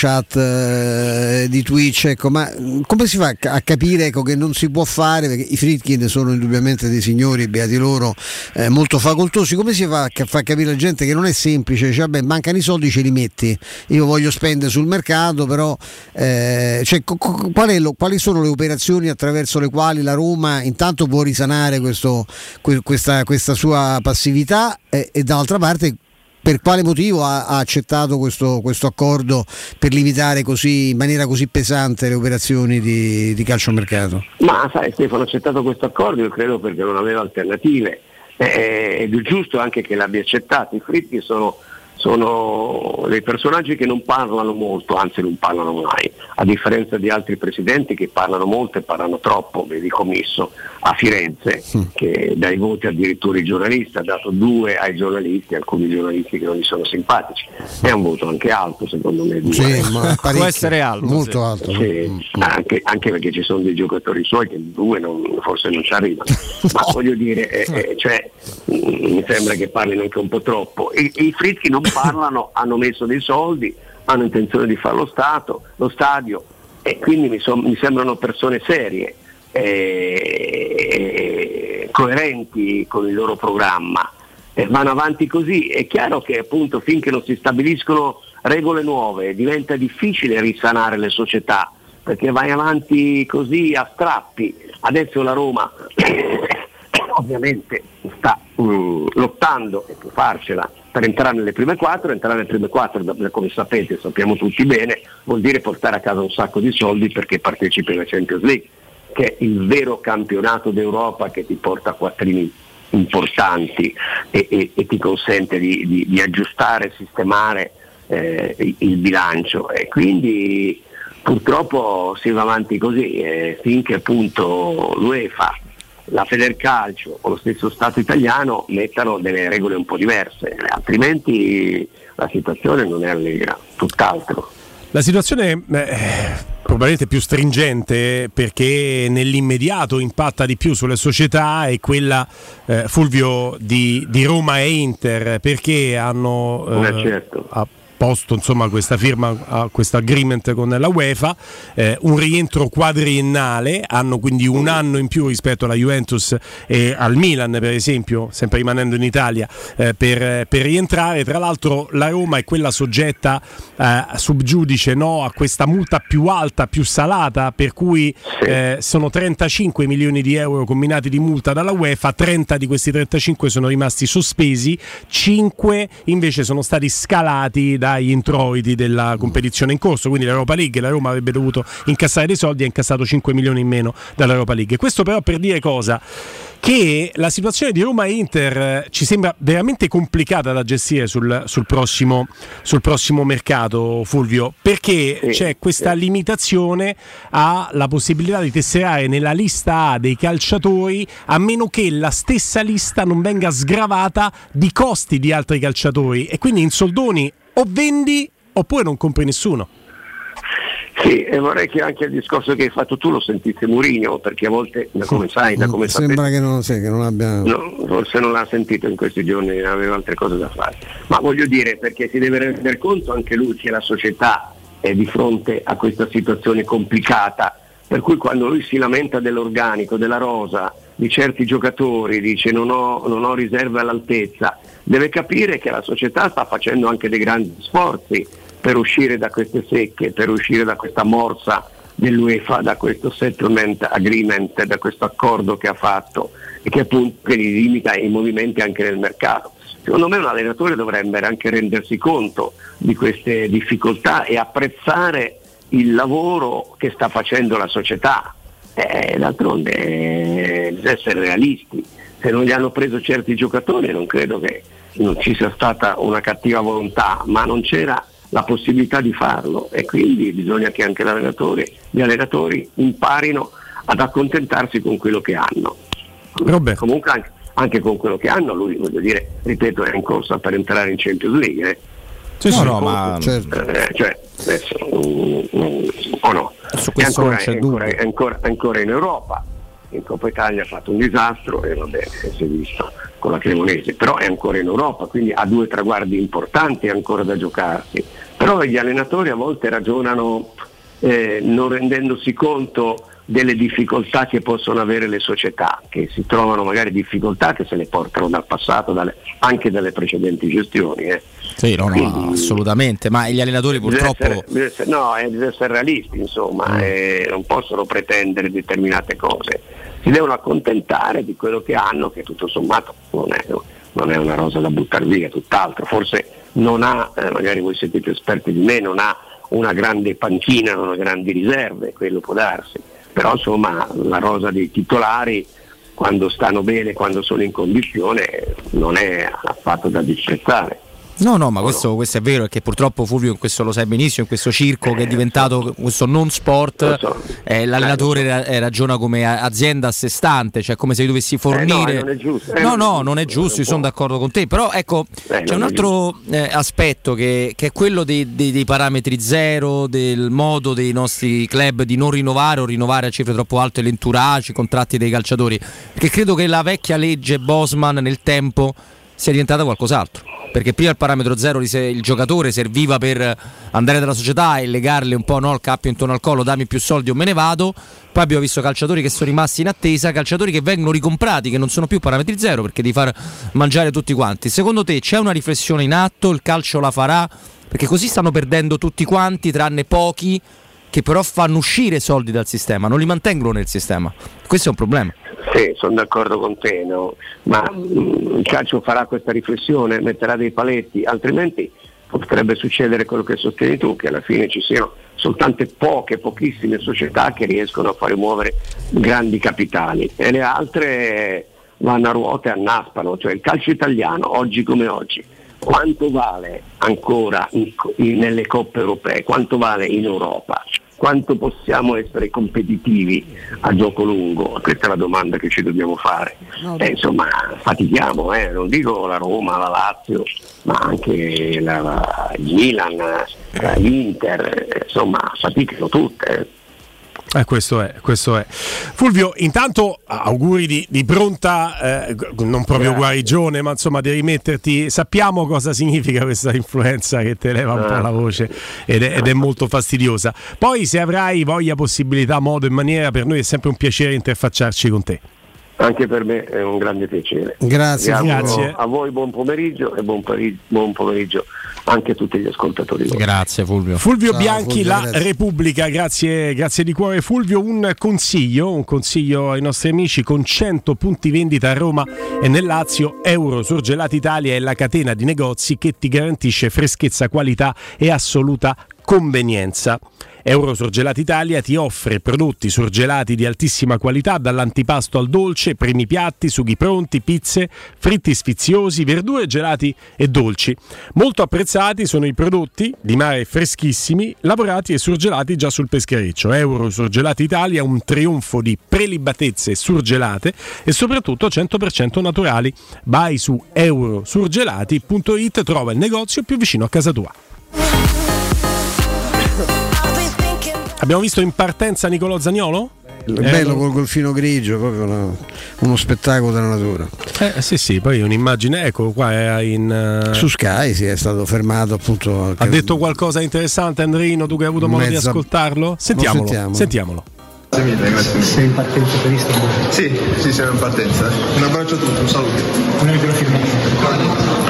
chat di Twitch, ecco, ma come si fa a capire, ecco, che non si può fare, perché i Friedkin sono indubbiamente dei signori, beati loro, molto facoltosi, come si fa a far capire alla gente che non è semplice, cioè, vabbè, mancano i soldi, ce li metti, io voglio spendere sul mercato, però quali sono le operazioni attraverso le quali la Roma intanto può risanare questa sua passività, e dall'altra parte per quale motivo ha accettato questo accordo per limitare così, in maniera così pesante, le operazioni di calciomercato? Ma sai, Stefano ha accettato questo accordo, io credo perché non aveva alternative, ed è giusto anche che l'abbia accettato. I Fritti sono dei personaggi che non parlano molto, anzi non parlano mai, a differenza di altri presidenti che parlano molto e parlano troppo, vedi Commisso. a Firenze, che dai voti addirittura i giornalisti, ha dato 2 ai giornalisti, alcuni giornalisti che non gli sono simpatici. È un voto anche alto, secondo me. 2. Sì, ma può essere alto, molto alto. Sì, anche perché ci sono dei giocatori suoi che 2 forse non ci arrivano. Ma voglio dire, mi sembra che parlino anche un po' troppo. I Fritzchi non parlano, hanno messo dei soldi, hanno intenzione di fare lo stadio, e quindi mi sembrano persone serie, coerenti con il loro programma, vanno avanti così. È chiaro che appunto finché non si stabiliscono regole nuove diventa difficile risanare le società, perché vai avanti così a strappi. Adesso la Roma ovviamente sta lottando, e può farcela, per entrare nelle prime 4. Entrare nelle prime 4, come sapete, sappiamo tutti bene, vuol dire portare a casa un sacco di soldi, perché partecipi alla Champions League, che è il vero campionato d'Europa che ti porta a quattrini importanti e ti consente di aggiustare, sistemare il bilancio, e quindi purtroppo si va avanti così, finché appunto l'UEFA, la Federcalcio o lo stesso Stato italiano mettano delle regole un po' diverse, altrimenti la situazione non è allegra, tutt'altro. La situazione probabilmente più stringente, perché nell'immediato impatta di più sulle società, è quella, Fulvio, di Roma e Inter, perché hanno posto insomma questa firma a questo agreement con la UEFA, un rientro quadriennale, hanno quindi un anno in più rispetto alla Juventus e al Milan, per esempio, sempre rimanendo in Italia, per rientrare. Tra l'altro la Roma è quella soggetta sub judice, no, a questa multa più alta, più salata, per cui sono 35 milioni di euro combinati di multa dalla UEFA, 30 di questi 35 sono rimasti sospesi, 5 invece sono stati scalati dagli introiti della competizione in corso. Quindi l'Europa League, la Roma avrebbe dovuto incassare dei soldi, ha incassato 5 milioni in meno dall'Europa League. Questo però per dire cosa? Che la situazione di Roma e Inter ci sembra veramente complicata da gestire sul prossimo mercato, Fulvio, perché c'è questa limitazione alla possibilità di tesserare nella lista A dei calciatori, a meno che la stessa lista non venga sgravata di costi di altri calciatori, e quindi in soldoni o vendi oppure non compri nessuno. Sì, e vorrei che anche il discorso che hai fatto tu lo sentisse Mourinho, perché a volte, come sai, come sembra sapete, che non abbia. No, forse non l'ha sentito in questi giorni, aveva altre cose da fare. Ma voglio dire, perché si deve rendere conto anche lui che la società è di fronte a questa situazione complicata, per cui quando lui si lamenta dell'organico, della rosa, di certi giocatori, dice non ho riserve all'altezza, deve capire che la società sta facendo anche dei grandi sforzi per uscire da queste secche, per uscire da questa morsa dell'UEFA, da questo settlement agreement, da questo accordo che ha fatto, e che appunto che li limita i movimenti anche nel mercato. Secondo me un allenatore dovrebbe anche rendersi conto di queste difficoltà e apprezzare il lavoro che sta facendo la società. D'altronde bisogna essere realisti, se non gli hanno preso certi giocatori non credo che non ci sia stata una cattiva volontà, ma non c'era la possibilità di farlo, e quindi bisogna che anche gli allenatori imparino ad accontentarsi con quello che hanno. Comunque anche con quello che hanno, lui, voglio dire, ripeto, è in corsa per entrare in Champions League. Adesso, o no? Su questo è ancora in Europa. In Coppa Italia ha fatto un disastro e vabbè, si è visto con la Cremonese, però è ancora in Europa, quindi ha 2 traguardi importanti ancora da giocarsi. Però gli allenatori a volte ragionano non rendendosi conto delle difficoltà che possono avere le società, che si trovano magari difficoltà che se le portano dal passato, anche dalle precedenti gestioni. Sì, no, assolutamente, ma gli allenatori purtroppo bisogna essere realisti, insomma, non possono pretendere determinate cose, si devono accontentare di quello che hanno, che tutto sommato non è una rosa da buttare via, tutt'altro. Forse non ha, magari voi siete più esperti di me, non ha una grande panchina, non ha grandi riserve, quello può darsi, però insomma la rosa dei titolari, quando stanno bene, quando sono in condizione, non è affatto da disprezzare. No, ma questo è vero, è che purtroppo Fulvio, questo lo sai benissimo, in questo circo che è diventato questo non sport, l'allenatore ragiona come azienda a sé stante, cioè come se io dovessi fornire. Non è giusto. Non è giusto, io sono d'accordo con te, però ecco, c'è un altro aspetto che è quello dei parametri zero, del modo dei nostri club di non rinnovare o rinnovare a cifre troppo alte l'entourage, i contratti dei calciatori, perché credo che la vecchia legge Bosman nel tempo sia diventata qualcos'altro, perché prima il parametro zero il giocatore serviva per andare dalla società e legarle un po' il cappio intorno al collo, dammi più soldi o me ne vado. Poi abbiamo visto calciatori che sono rimasti in attesa, calciatori che vengono ricomprati, che non sono più parametri zero perché devi far mangiare tutti quanti. Secondo te c'è una riflessione in atto, il calcio la farà? Perché così stanno perdendo tutti quanti tranne pochi che però fanno uscire soldi dal sistema, non li mantengono nel sistema. Questo è un problema. Sì, sono d'accordo con te, no? Ma il calcio farà questa riflessione, metterà dei paletti, altrimenti potrebbe succedere quello che sostieni tu, che alla fine ci siano soltanto pochissime società che riescono a fare muovere grandi capitali e le altre vanno a ruota e annaspano. Cioè il calcio italiano, oggi come oggi, quanto vale ancora nelle coppe europee, quanto vale in Europa? Quanto possiamo essere competitivi a gioco lungo? Questa è la domanda che ci dobbiamo fare. Insomma, fatichiamo, non dico la Roma, la Lazio, ma anche il Milan, l'Inter, insomma, faticano tutte. Questo è. Fulvio, intanto auguri di pronta, non proprio guarigione, ma insomma di rimetterti. Sappiamo cosa significa questa influenza che te leva un po' la voce ed è molto fastidiosa. Poi se avrai voglia, possibilità, modo e maniera, per noi è sempre un piacere interfacciarci con te. Anche per me è un grande piacere. Grazie. A voi buon pomeriggio e buon pomeriggio anche a tutti gli ascoltatori. Grazie Fulvio. Fulvio Bianchi, La Repubblica, grazie di cuore Fulvio. Un consiglio ai nostri amici: con 100 punti vendita a Roma e nel Lazio, Euro Surgelati Italia è la catena di negozi che ti garantisce freschezza, qualità e assoluta convenienza. Euro Surgelati Italia ti offre prodotti surgelati di altissima qualità, dall'antipasto al dolce, primi piatti, sughi pronti, pizze, fritti sfiziosi, verdure, gelati e dolci. Molto apprezzati sono i prodotti di mare freschissimi, lavorati e surgelati già sul peschereccio. Euro Surgelati Italia, un trionfo di prelibatezze surgelate e soprattutto 100% naturali. Vai su eurosurgelati.it, trova il negozio più vicino a casa tua. Abbiamo visto in partenza Nicolò Zaniolo? Bello col golfino grigio, proprio uno spettacolo della natura. Sì, poi un'immagine, ecco qua è su Sky, è stato fermato appunto. Ha detto qualcosa interessante Andrino, tu che hai avuto modo di ascoltarlo? Sentiamolo. Grazie mille, grazie. Sei in partenza per Istanbul? Sì, siamo in partenza. Un abbraccio a tutti, un saluto. Noi te lo firmiamo.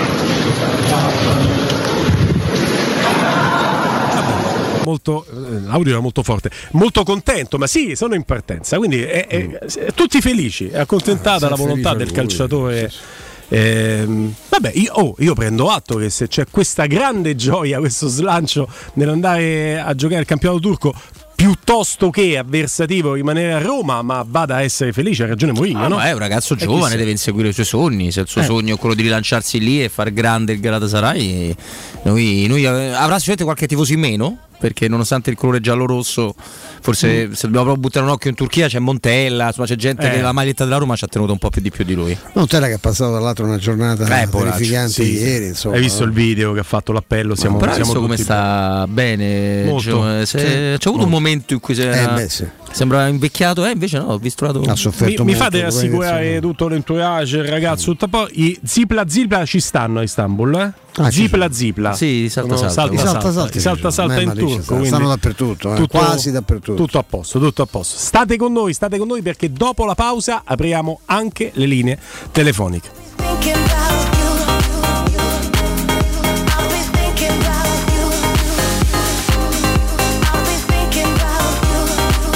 L'audio era molto forte, molto contento, ma sì, sono in partenza, quindi tutti felici, è accontentata la volontà del calciatore. Vabbè, io prendo atto che se c'è questa grande gioia, questo slancio nell'andare a giocare il campionato turco, piuttosto che avversativo rimanere a Roma, ma vada a essere felice, ha ragione Mourinho, no? È un ragazzo giovane, deve inseguire i suoi sogni. Se il suo sogno è quello di rilanciarsi lì e far grande il Galatasaray, noi avrà sicuramente qualche tifoso in meno, perché nonostante il colore giallo-rosso, forse se dobbiamo proprio buttare un occhio in Turchia, c'è Montella, insomma c'è gente che la maglietta della Roma ci ha tenuto un po' più di lui. Montella che è passato dall'altro una giornata terrificante ieri, insomma. Hai visto il video che ha fatto l'appello? Siamo tutti come sta bene. Molto. C'è avuto un momento in cui sembra invecchiato, invece no, ho visto ha sofferto mi molto, fate assicurare tutto l'entourage, il ragazzo, tutto poi i Zipla ci stanno a Istanbul, Zipla. Sì, salta in turco, stanno dappertutto, quasi dappertutto. Tutto a posto. State con noi perché dopo la pausa apriamo anche le linee telefoniche.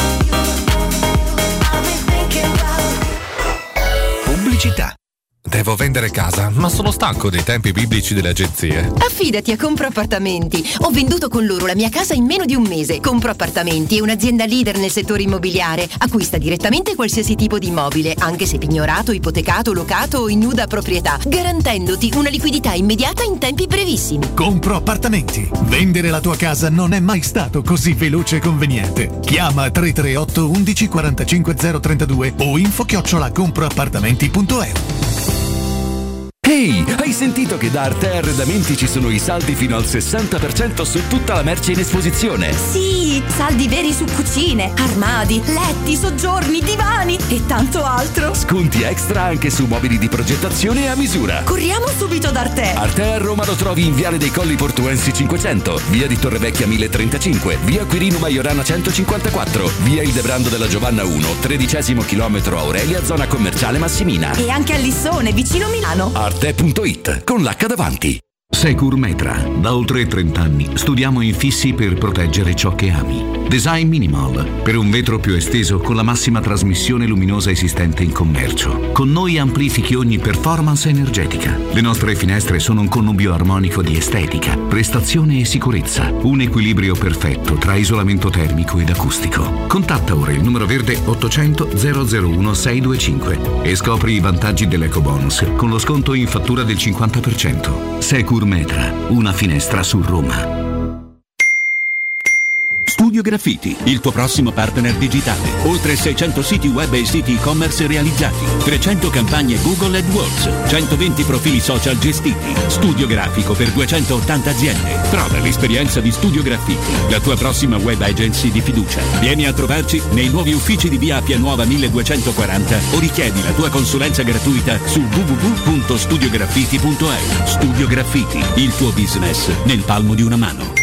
Devo volevo vendere casa, ma sono stanco dei tempi biblici delle agenzie. Affidati a Compro Appartamenti. Ho venduto con loro la mia casa in meno di un mese. Compro Appartamenti è un'azienda leader nel settore immobiliare. Acquista direttamente qualsiasi tipo di immobile, anche se pignorato, ipotecato, locato o in nuda proprietà, garantendoti una liquidità immediata in tempi brevissimi. Compro Appartamenti. Vendere la tua casa non è mai stato così veloce e conveniente. Chiama 338 11 45 032 o info@comproappartamenti.eu. Ehi, hai sentito che da Arte Arredamenti ci sono i saldi fino al 60% su tutta la merce in esposizione? Sì, saldi veri su cucine, armadi, letti, soggiorni, divani e tanto altro. Sconti extra anche su mobili di progettazione a misura. Corriamo subito da Arte. Arte a Roma lo trovi in Viale dei Colli Portuensi 500, via di Torrevecchia 1035, via Quirino Maiorana 154, via Ildebrando della Giovanna 1, 13° chilometro Aurelia, zona commerciale Massimina. E anche a Lissone, vicino Milano. Arte.it con l'H davanti. Securmetra. Da oltre 30 anni studiamo infissi per proteggere ciò che ami. Design minimal, per un vetro più esteso con la massima trasmissione luminosa esistente in commercio. Con noi amplifichi ogni performance energetica. Le nostre finestre sono un connubio armonico di estetica, prestazione e sicurezza. Un equilibrio perfetto tra isolamento termico ed acustico. Contatta ora il numero verde 800 001 625 e scopri i vantaggi dell'ecobonus con lo sconto in fattura del 50%. Securmetra, una finestra su Roma. Studio Graffiti, il tuo prossimo partner digitale. Oltre 600 siti web e siti e-commerce realizzati, 300 campagne Google AdWords, 120 profili social gestiti, studio grafico per 280 aziende. Prova l'esperienza di Studio Graffiti, la tua prossima web agency di fiducia. Vieni a trovarci nei nuovi uffici di via Appia Nuova 1240 o richiedi la tua consulenza gratuita su www.studiograffiti.eu. Studio Graffiti, il tuo business nel palmo di una mano.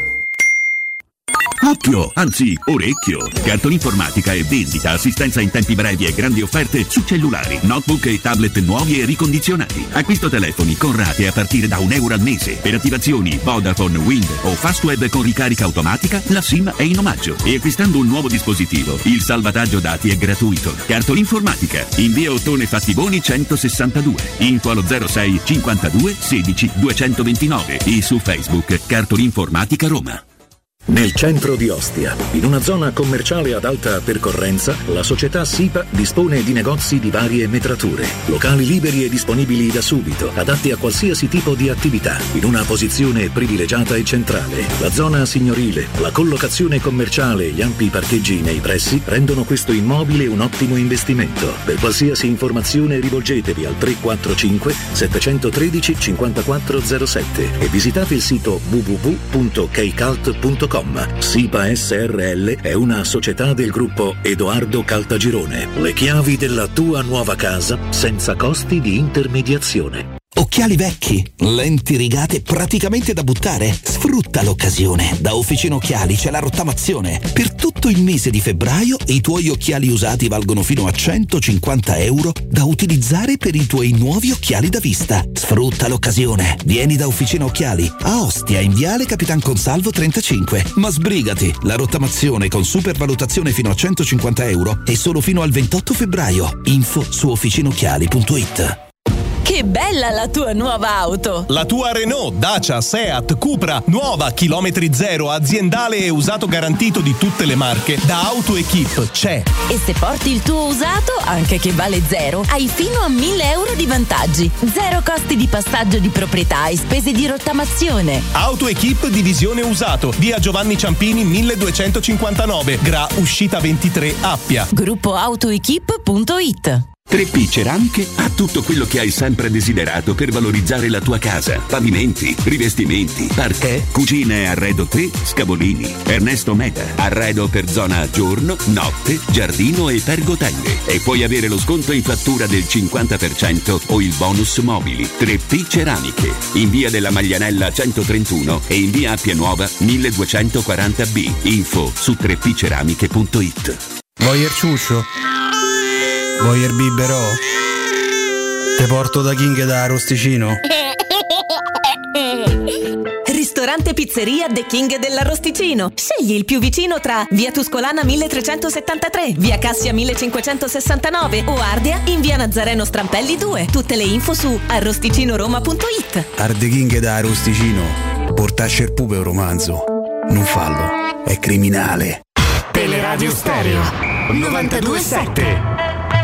Occhio, anzi orecchio! Cartolinformatica e vendita, assistenza in tempi brevi e grandi offerte su cellulari, notebook e tablet nuovi e ricondizionati. Acquisto telefoni con rate a partire da €1 al mese. Per attivazioni Vodafone, Wind o Fastweb con ricarica automatica, la SIM è in omaggio. E acquistando un nuovo dispositivo, il salvataggio dati è gratuito. Cartolinformatica, in via Ottone Fattiboni 162. Info allo 06 52 16 229 e su Facebook Cartolinformatica Roma. Nel centro di Ostia, in una zona commerciale ad alta percorrenza, la società SIPA dispone di negozi di varie metrature, locali liberi e disponibili da subito, adatti a qualsiasi tipo di attività, in una posizione privilegiata e centrale. La zona signorile, la collocazione commerciale e gli ampi parcheggi nei pressi rendono questo immobile un ottimo investimento. Per qualsiasi informazione rivolgetevi al 345 713 5407 e visitate il sito www.kcalt.com. SIPA SRL è una società del gruppo Edoardo Caltagirone. Le chiavi della tua nuova casa senza costi di intermediazione. Occhiali vecchi, lenti rigate praticamente da buttare? Sfrutta l'occasione. Da Officina Occhiali c'è la rottamazione. Per tutto il mese di febbraio i tuoi occhiali usati valgono fino a €150 da utilizzare per i tuoi nuovi occhiali da vista. Sfrutta l'occasione. Vieni da Officina Occhiali a Ostia in Viale Capitan Consalvo 35. Ma sbrigati, la rottamazione con supervalutazione fino a €150 è solo fino al 28 febbraio. Info su officinocchiali.it. Che bella la tua nuova auto! La tua Renault, Dacia, Seat, Cupra, nuova, chilometri zero, aziendale e usato garantito di tutte le marche, da AutoEquip c'è. E se porti il tuo usato, anche che vale zero, hai fino a €1.000 di vantaggi. Zero costi di passaggio di proprietà e spese di rottamazione. AutoEquip Divisione Usato, via Giovanni Ciampini 1259, Gra Uscita 23 Appia. Gruppo AutoEquip.it. 3P Ceramiche ha tutto quello che hai sempre desiderato per valorizzare la tua casa. Pavimenti, rivestimenti, parquet, cucine e arredo 3, Scavolini. Ernesto Meda, arredo per zona giorno, notte, giardino e pergotelle. E puoi avere lo sconto in fattura del 50% o il bonus mobili. 3P Ceramiche, in via della Maglianella 131 e in via Appia Nuova 1240B. Info su 3pceramiche.it. Voyer ciuscio? Voyer biberò? Te porto da King da Rosticino? Ristorante Pizzeria The King dell'Arrosticino. Scegli il più vicino tra Via Tuscolana 1373, Via Cassia 1569 o Ardea in Via Nazareno Strampelli 2. Tutte le info su arrosticinoroma.it. Arde King da Arrosticino. Portasce il pupe un romanzo. Non fallo, è criminale. Teleradio Stereo 92.7.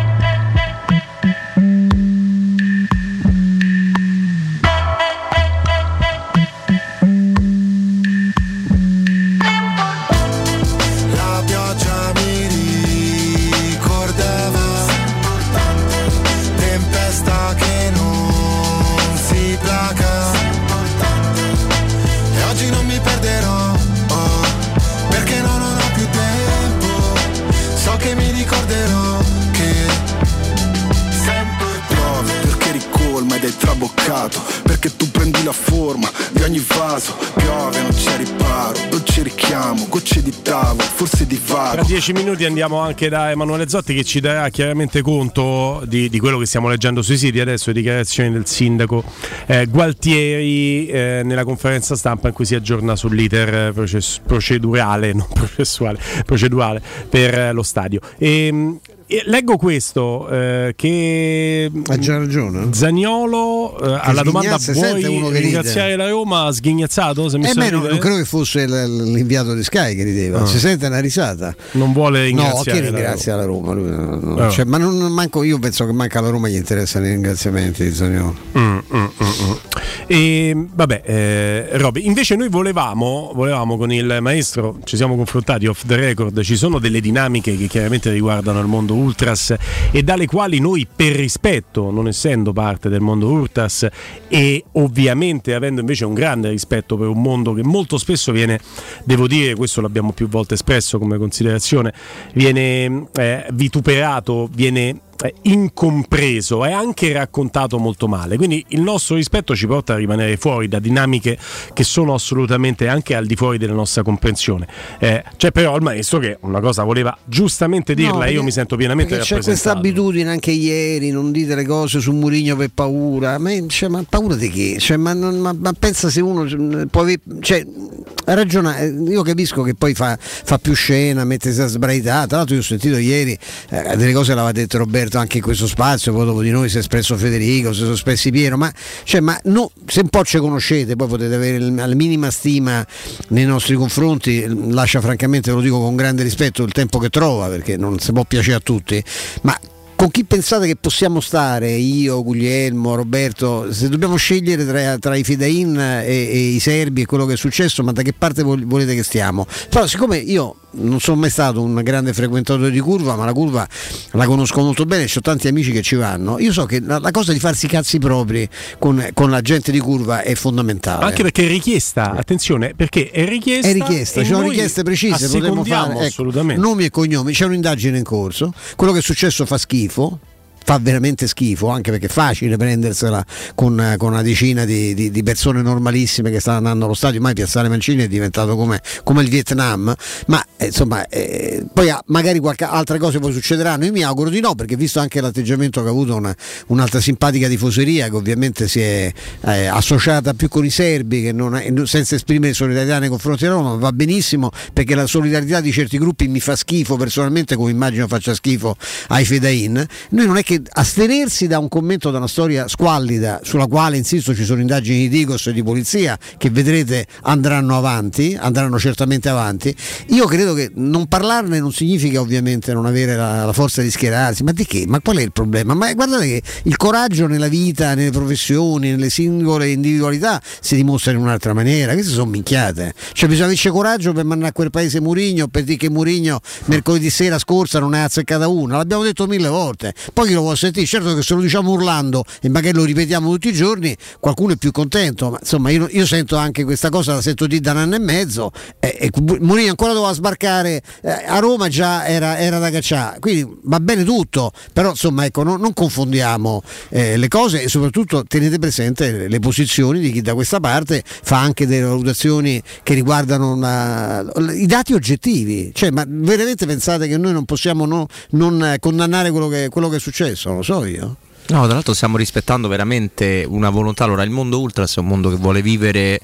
Traboccato, perché tu prendi la forma di ogni vaso. Piove, non c'è riparo, dolce richiamo, gocce di tavolo, forse di vago. Tra 10 minuti andiamo anche da Emanuele Zotti, che ci darà chiaramente conto di quello che stiamo leggendo sui siti adesso, le dichiarazioni del sindaco Gualtieri nella conferenza stampa in cui si aggiorna sull'iter procedurale, non processuale, procedurale per lo stadio. Leggo questo che ha già ragione. Zaniolo alla domanda vuoi ringraziare la Roma ha sghignazzato? Se mi non credo che fosse l'inviato di Sky che rideva. Si sente una risata. Non vuole ringraziare. No, che ringrazia la Roma? No. Cioè, ma non manco, io penso che manca alla Roma gli interessano i ringraziamenti di Zaniolo. E vabbè, Roby, invece noi volevamo con il maestro, ci siamo confrontati off the record, ci sono delle dinamiche che chiaramente riguardano il mondo Ultras e dalle quali noi, per rispetto, non essendo parte del mondo Ultras e ovviamente avendo invece un grande rispetto per un mondo che molto spesso viene, devo dire, questo l'abbiamo più volte espresso come considerazione, viene vituperato, viene incompreso e anche raccontato molto male, quindi il nostro rispetto ci porta a rimanere fuori da dinamiche che sono assolutamente anche al di fuori della nostra comprensione. C'è però il maestro che una cosa voleva giustamente dirla, e io mi sento pienamente rappresentato. C'è questa abitudine anche ieri, non dite le cose su Mourinho per paura, ma paura di che? Ma pensa se uno può ragiona, io capisco che poi fa più scena, mette a sbraitare. Tra l'altro io ho sentito ieri delle cose l'aveva detto Roberto anche in questo spazio, poi dopo di noi si è espresso Federico, si è espressi Piero, ma no, se un po' ci conoscete poi potete avere la minima stima nei nostri confronti, lascia francamente, ve lo dico con grande rispetto, il tempo che trova, perché non si può piacere a tutti, ma con chi pensate che possiamo stare, io, Guglielmo, Roberto, se dobbiamo scegliere tra i Fidain e i serbi e quello che è successo, ma da che parte volete che stiamo? Però siccome io non sono mai stato un grande frequentatore di Curva, ma la Curva la conosco molto bene, ho tanti amici che ci vanno, io so che la cosa di farsi i cazzi propri con la gente di Curva è fondamentale. Anche perché è richiesta, attenzione, perché è richiesta, ci sono richieste precise, potremmo fare assolutamente. Nomi e cognomi, c'è un'indagine in corso, quello che è successo fa schifo, fa veramente schifo, anche perché è facile prendersela con una decina di persone normalissime che stanno andando allo stadio. Mai Piazzale Mancini è diventato come il Vietnam, ma insomma poi magari qualche altre cose poi succederanno, io mi auguro di no, perché visto anche l'atteggiamento che ha avuto un'altra simpatica tifoseria che ovviamente si è associata più con i serbi, che senza esprimere solidarietà nei confronti della Roma, va benissimo, perché la solidarietà di certi gruppi mi fa schifo personalmente, come immagino faccia schifo ai Fedain. Noi non è che astenersi da un commento, da una storia squallida sulla quale, insisto, ci sono indagini di Digos e di polizia che vedrete andranno certamente avanti. Io credo che non parlarne non significa ovviamente non avere la forza di schierarsi, ma di che? Ma qual è il problema? Ma guardate che il coraggio nella vita, nelle professioni, nelle singole individualità si dimostra in un'altra maniera. Queste sono minchiate, cioè bisogna avere coraggio per mandare a quel paese Mourinho, per dire che Mourinho mercoledì sera scorsa non ne ha azzeccata una, l'abbiamo detto 1000 volte, poi chi lo vuole sentire? Certo che se lo diciamo urlando e magari lo ripetiamo tutti i giorni qualcuno è più contento, ma insomma io sento anche questa cosa, la sento di da un anno e mezzo, Mourinho ancora doveva sbarcare a Roma, già era da cacciare, quindi va bene tutto, però insomma ecco, non confondiamo le cose, e soprattutto tenete presente le posizioni di chi da questa parte fa anche delle valutazioni che riguardano i dati oggettivi, cioè, ma veramente pensate che noi non possiamo non condannare quello che è successo? Non lo so io. No, tra l'altro stiamo rispettando veramente una volontà. Allora, il mondo Ultras è un mondo che vuole vivere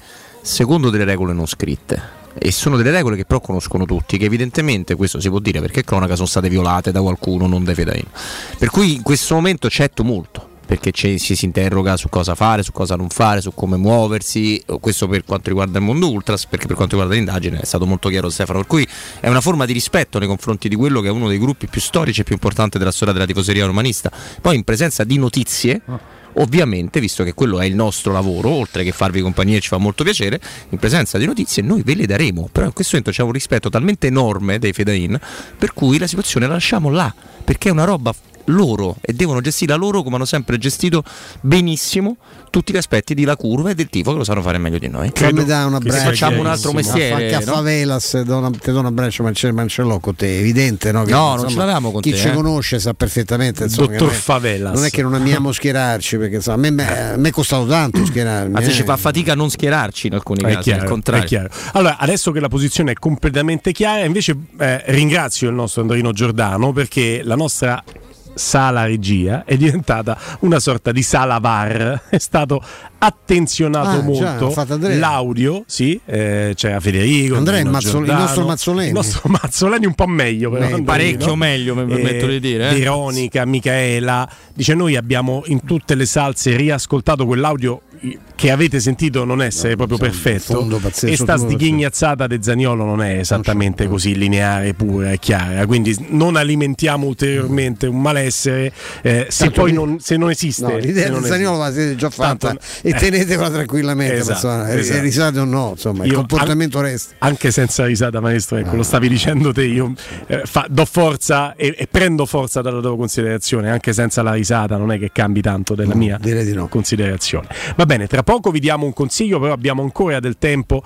secondo delle regole non scritte. E sono delle regole che però conoscono tutti, che evidentemente, questo si può dire perché cronaca, sono state violate da qualcuno, non dai Fedain. Per cui in questo momento c'è tumulto, perché ci si interroga su cosa fare, su cosa non fare, su come muoversi. Questo per quanto riguarda il mondo ultras, perché per quanto riguarda l'indagine è stato molto chiaro Stefano, per cui è una forma di rispetto nei confronti di quello che è uno dei gruppi più storici e più importanti della storia della tifoseria romanista. Poi in presenza di notizie, ovviamente, visto che quello è il nostro lavoro, oltre che farvi compagnia, ci fa molto piacere, in presenza di notizie noi ve le daremo, però in questo momento c'è un rispetto talmente enorme dei Fedain, per cui la situazione la lasciamo là, perché è una roba loro e devono gestirla loro, come hanno sempre gestito benissimo tutti gli aspetti di la curva e del tifo, che lo sanno fare meglio di noi. Mi dà un abbraccio, facciamo un altro mestiere, anche a Favelas te do un abbraccio, ma ce l'ho con te, è evidente, no? Che, no, insomma, non ce l'avevamo con chi te, ci conosce sa perfettamente, insomma, dottor Favelas. Non è che non amiamo schierarci, perché insomma, a me è costato tanto schierarmi. Anzi, ci fa fatica a non schierarci in alcuni casi, chiaro, al contrario. è chiaro. Allora, adesso che la posizione è completamente chiara, invece ringrazio il nostro Andrino Giordano, perché la nostra sala regia è diventata una sorta di sala VAR, è stato attenzionato molto l'audio, sì, c'era Federico, Andrea, il nostro Mazzoleni un po' meglio, però, parecchio meglio, mi permetto di dire, Veronica, Micaela, dice: noi abbiamo in tutte le salse riascoltato quell'audio che avete sentito non essere proprio perfetto, e sta sdighignazzata de Zaniolo non è esattamente così lineare, pura e chiara, quindi non alimentiamo ulteriormente un malessere se non esiste. No, l'idea di Zaniolo la siete già fatta e tenetela tranquillamente, esatto. Risate o no, insomma, il comportamento resta. Anche senza risata, maestro, ecco, lo stavi dicendo te, io do forza e prendo forza dalla tua considerazione, anche senza la risata non è che cambi tanto della mia considerazione. Va bene, tra poco vi diamo un consiglio, però abbiamo ancora del tempo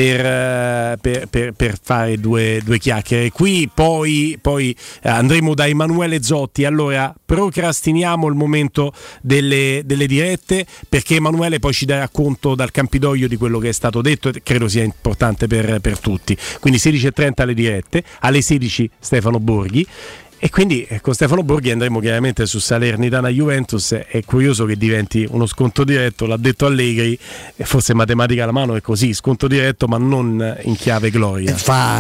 per fare due chiacchiere qui, poi andremo da Emanuele Zotti. Allora procrastiniamo il momento delle dirette, perché Emanuele poi ci darà conto dal Campidoglio di quello che è stato detto e credo sia importante per tutti. Quindi 16:30 le dirette, alle 16 Stefano Borghi. E quindi con Stefano Borghi andremo chiaramente su Salernitana Juventus. È curioso che diventi uno sconto diretto, l'ha detto Allegri, forse matematica alla mano è così, sconto diretto ma non in chiave gloria.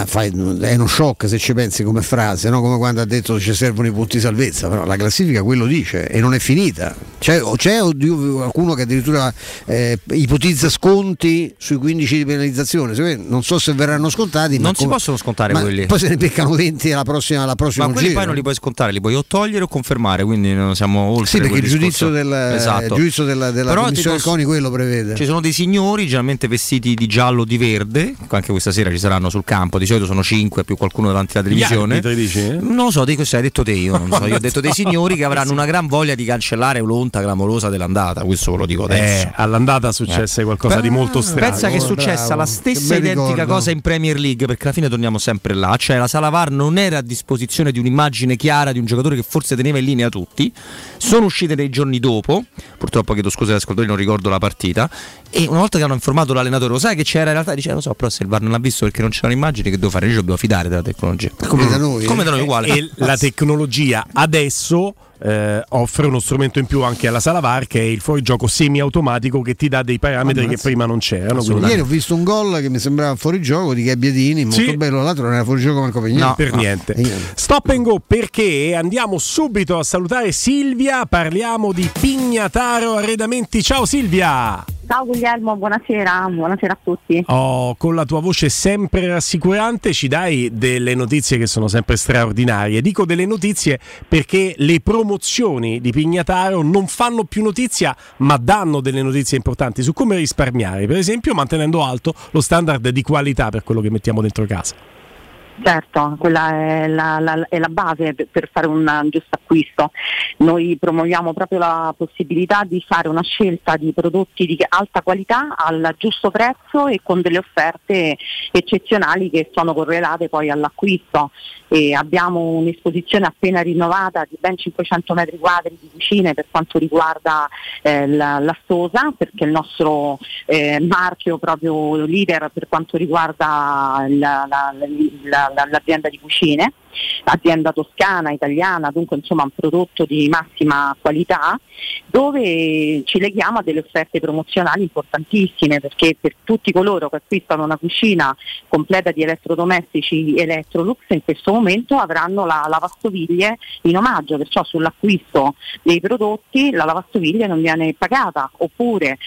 È uno shock se ci pensi come frase, no? Come quando ha detto ci servono i punti salvezza, però la classifica quello dice e non è finita. C'è qualcuno che addirittura ipotizza sconti sui 15 di penalizzazione, non so se verranno scontati, non si possono scontare quelli, poi se ne beccano 20 alla prossima giro. Non li puoi scontare, li puoi o togliere o confermare, quindi non siamo oltre. Sì, perché il giudizio della commissione CONI quello prevede. Ci sono dei signori generalmente vestiti di giallo o di verde, anche questa sera ci saranno sul campo, di solito sono 5 più qualcuno davanti alla televisione. Non lo so, questo hai detto te, io non so, io ho detto dei signori che avranno una gran voglia di cancellare l'onta clamorosa dell'andata, questo ve lo dico adesso. All'andata successe qualcosa di molto strano. Pensa che è successa la stessa identica cosa in Premier League, perché alla fine torniamo sempre là, cioè la sala VAR non era a disposizione di un'immagine chiara di un giocatore che forse teneva in linea tutti. Sono uscite nei giorni dopo, purtroppo chiedo scusa agli ascoltatori, non ricordo la partita, e una volta che hanno informato l'allenatore, lo sai che c'era in realtà, dice lo so, però se il VAR non l'ha visto perché non c'erano immagini, che devo fare? Noi ci dobbiamo fidare della tecnologia, come da noi uguale. E la tecnologia adesso offre uno strumento in più anche alla sala VAR, che è il fuorigioco semi-automatico, che ti dà dei parametri che prima non c'erano. Ieri ho visto un gol che mi sembrava fuorigioco di Gabbiadini, molto bello, l'altro non era fuorigioco manco per niente. No, per niente. Stop and go, perché andiamo subito a salutare Silvia, parliamo di Pignataro Arredamenti. Ciao Silvia! Ciao Guglielmo, buonasera a tutti. Con la tua voce sempre rassicurante ci dai delle notizie che sono sempre straordinarie. Dico delle notizie perché le promozioni di Pignataro non fanno più notizia, ma danno delle notizie importanti su come risparmiare, per esempio mantenendo alto lo standard di qualità per quello che mettiamo dentro casa. Certo, quella è la base per fare un giusto acquisto. Noi promuoviamo proprio la possibilità di fare una scelta di prodotti di alta qualità al giusto prezzo e con delle offerte eccezionali che sono correlate poi all'acquisto. E abbiamo un'esposizione appena rinnovata di ben 500 metri quadri di cucine per quanto riguarda la Stosa, perché è il nostro marchio proprio leader per quanto riguarda l'azienda di cucine, azienda toscana, italiana, dunque insomma un prodotto di massima qualità, dove ci leghiamo a delle offerte promozionali importantissime, perché per tutti coloro che acquistano una cucina completa di elettrodomestici Electrolux in questo momento avranno la lavastoviglie in omaggio, perciò sull'acquisto dei prodotti la lavastoviglie non viene pagata, oppure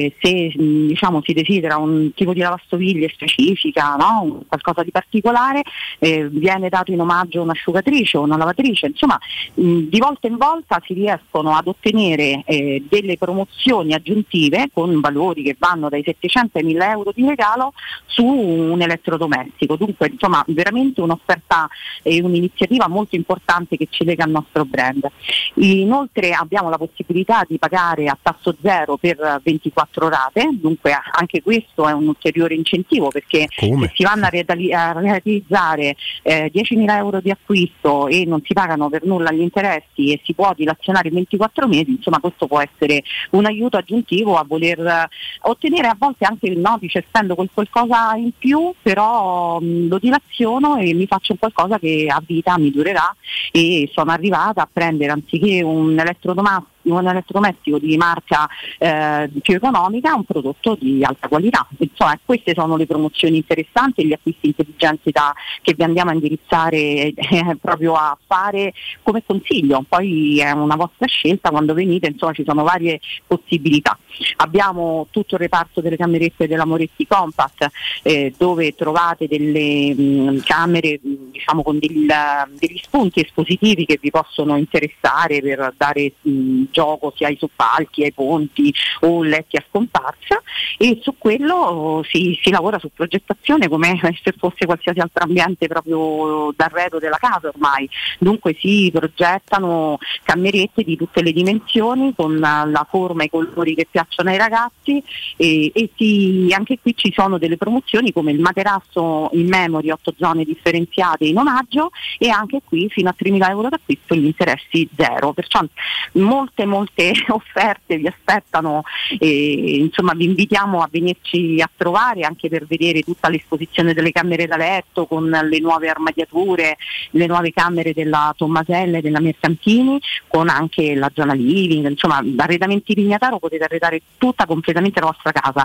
se diciamo si desidera un tipo di lavastoviglie specifica, no? Qualcosa di particolare, viene dato in omaggio un'asciugatrice o una lavatrice, insomma di volta in volta si riescono ad ottenere delle promozioni aggiuntive con valori che vanno dai 700 ai 1000 euro di regalo su un elettrodomestico, dunque insomma veramente un'offerta e un'iniziativa molto importante che ci lega al nostro brand. Inoltre abbiamo la possibilità di pagare a tasso zero per 24 rate, dunque anche questo è un ulteriore incentivo, perché se si vanno a realizzare 10.000 euro di acquisto e non si pagano per nulla gli interessi e si può dilazionare in 24 mesi, insomma questo può essere un aiuto aggiuntivo a voler ottenere, a volte anche il no, dice spendo qualcosa in più, però lo dilaziono e mi faccio qualcosa che a vita mi durerà, e sono arrivata a prendere, anziché un elettrodomestico di marca più economica, un prodotto di alta qualità. Insomma, queste sono le promozioni interessanti e gli acquisti intelligenti che vi andiamo a indirizzare proprio a fare come consiglio. Poi è una vostra scelta quando venite, insomma ci sono varie possibilità. Abbiamo tutto il reparto delle camerette della Moretti Compact, dove trovate delle camere diciamo con degli spunti espositivi che vi possono interessare per dare gioco sia ai soppalchi, ai ponti o letti a scomparsa, e su quello si lavora su progettazione come se fosse qualsiasi altro ambiente proprio d'arredo della casa ormai. Dunque si progettano camerette di tutte le dimensioni con la forma e i colori che piacciono ai ragazzi, e anche qui ci sono delle promozioni come il materasso in memory 8 zone differenziate in omaggio, e anche qui fino a 3.000 euro d'acquisto gli interessi zero, perciò molte offerte vi aspettano, e insomma vi invitiamo a venirci a trovare anche per vedere tutta l'esposizione delle camere da letto con le nuove armadiature, le nuove camere della Tommasella e della Mercantini, con anche la zona living. Insomma, da Arredamenti Pignataro potete arredare tutta completamente la vostra casa,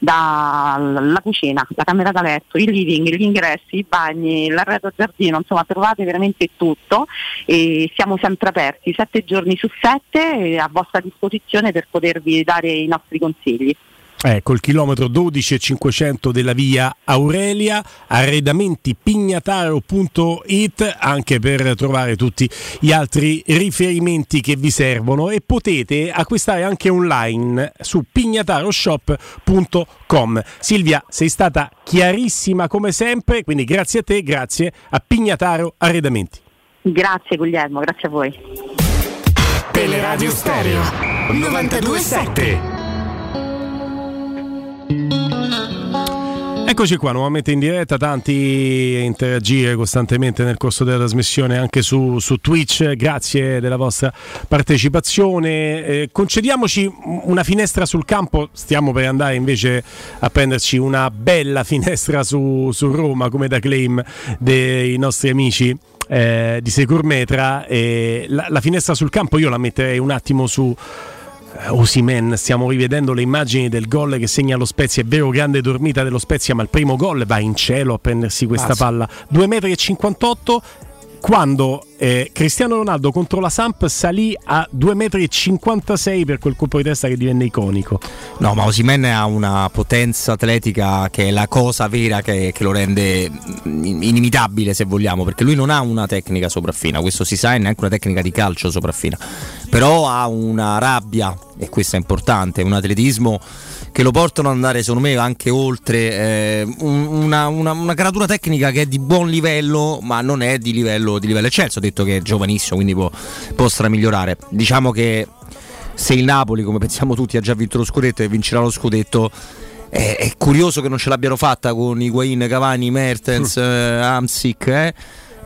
dalla cucina, la camera da letto, il living, gli ingressi, i bagni, l'arredo giardino, insomma trovate veramente tutto, e siamo sempre aperti 7 giorni su 7 a vostra disposizione per potervi dare i nostri consigli. Col chilometro 12,500 della via Aurelia, arredamentipignataro.it, anche per trovare tutti gli altri riferimenti che vi servono, e potete acquistare anche online su pignataroshop.com. Silvia, sei stata chiarissima come sempre, quindi grazie a te, grazie a Pignataro Arredamenti. Grazie Guglielmo, grazie a voi. Teleradio Stereo 92.7. Eccoci qua nuovamente in diretta, tanti interagire costantemente nel corso della trasmissione anche su Twitch, grazie della vostra partecipazione. Concediamoci una finestra sul campo, stiamo per andare invece a prenderci una bella finestra su Roma, come da claim dei nostri amici di Securmetra. La finestra sul campo io la metterei un attimo su Osimhen. Stiamo rivedendo le immagini del gol che segna lo Spezia. È vero, grande dormita dello Spezia, ma il primo gol va in cielo a prendersi questa palla, 2,58 m, quando Cristiano Ronaldo contro la Samp salì a 2,56 m per quel colpo di testa che divenne iconico. No, ma Osimhen ha una potenza atletica che è la cosa vera che lo rende inimitabile, se vogliamo, perché lui non ha una tecnica sopraffina, questo si sa, e neanche una tecnica di calcio sopraffina, però ha una rabbia, e questo è importante, un atletismo che lo portano ad andare secondo me anche oltre, una caratura tecnica che è di buon livello, ma non è di livello eccelso. Ho detto che è giovanissimo, quindi può stramigliorare. Diciamo che se il Napoli, come pensiamo tutti, ha già vinto lo scudetto e vincerà lo scudetto, è curioso che non ce l'abbiano fatta con Higuain, Cavani, Mertens, Hamsik,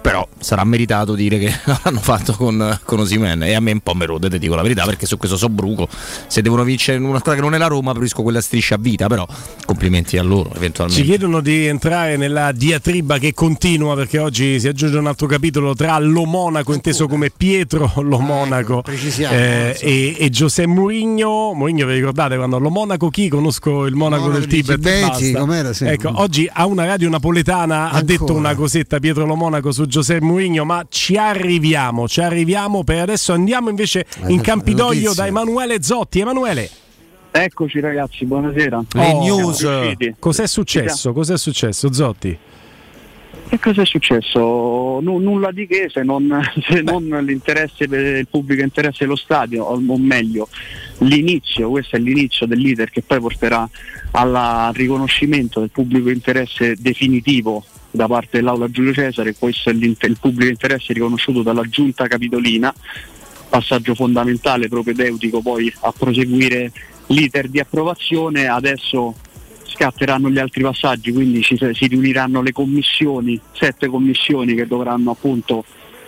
però sarà meritato dire che l'hanno fatto con Osimhen, e a me un po' me rode, ti dico la verità, perché su questo so bruco. Se devono vincere una squadra che non è la Roma, preferisco quella striscia a vita, però complimenti a loro eventualmente. Ci chiedono di entrare nella diatriba che continua, perché oggi si aggiunge un altro capitolo tra Lo Monaco, inteso come Pietro Lo Monaco, e José Mourinho. Mourinho, vi ricordate quando Lo Monaco chi? Conosco il Monaco del Tibet, com'era, sì. Ecco, oggi a una radio napoletana ha detto una cosetta Pietro Lo Monaco su José Mourinho, ma ci arriviamo. Per adesso andiamo invece in Campidoglio da Emanuele Zotti. Emanuele. Eccoci ragazzi, buonasera. Le news. Cos'è successo, Zotti? Che cosa è successo? Nulla di che, se non l'interesse per il pubblico interesse dello stadio, o meglio questo è l'inizio dell'iter che poi porterà al riconoscimento del pubblico interesse definitivo da parte dell'Aula Giulio Cesare. Questo è il pubblico interesse riconosciuto dalla Giunta Capitolina, passaggio fondamentale, propedeutico poi a proseguire l'iter di approvazione. Adesso scatteranno gli altri passaggi, quindi si riuniranno le commissioni, 7 commissioni che dovranno appunto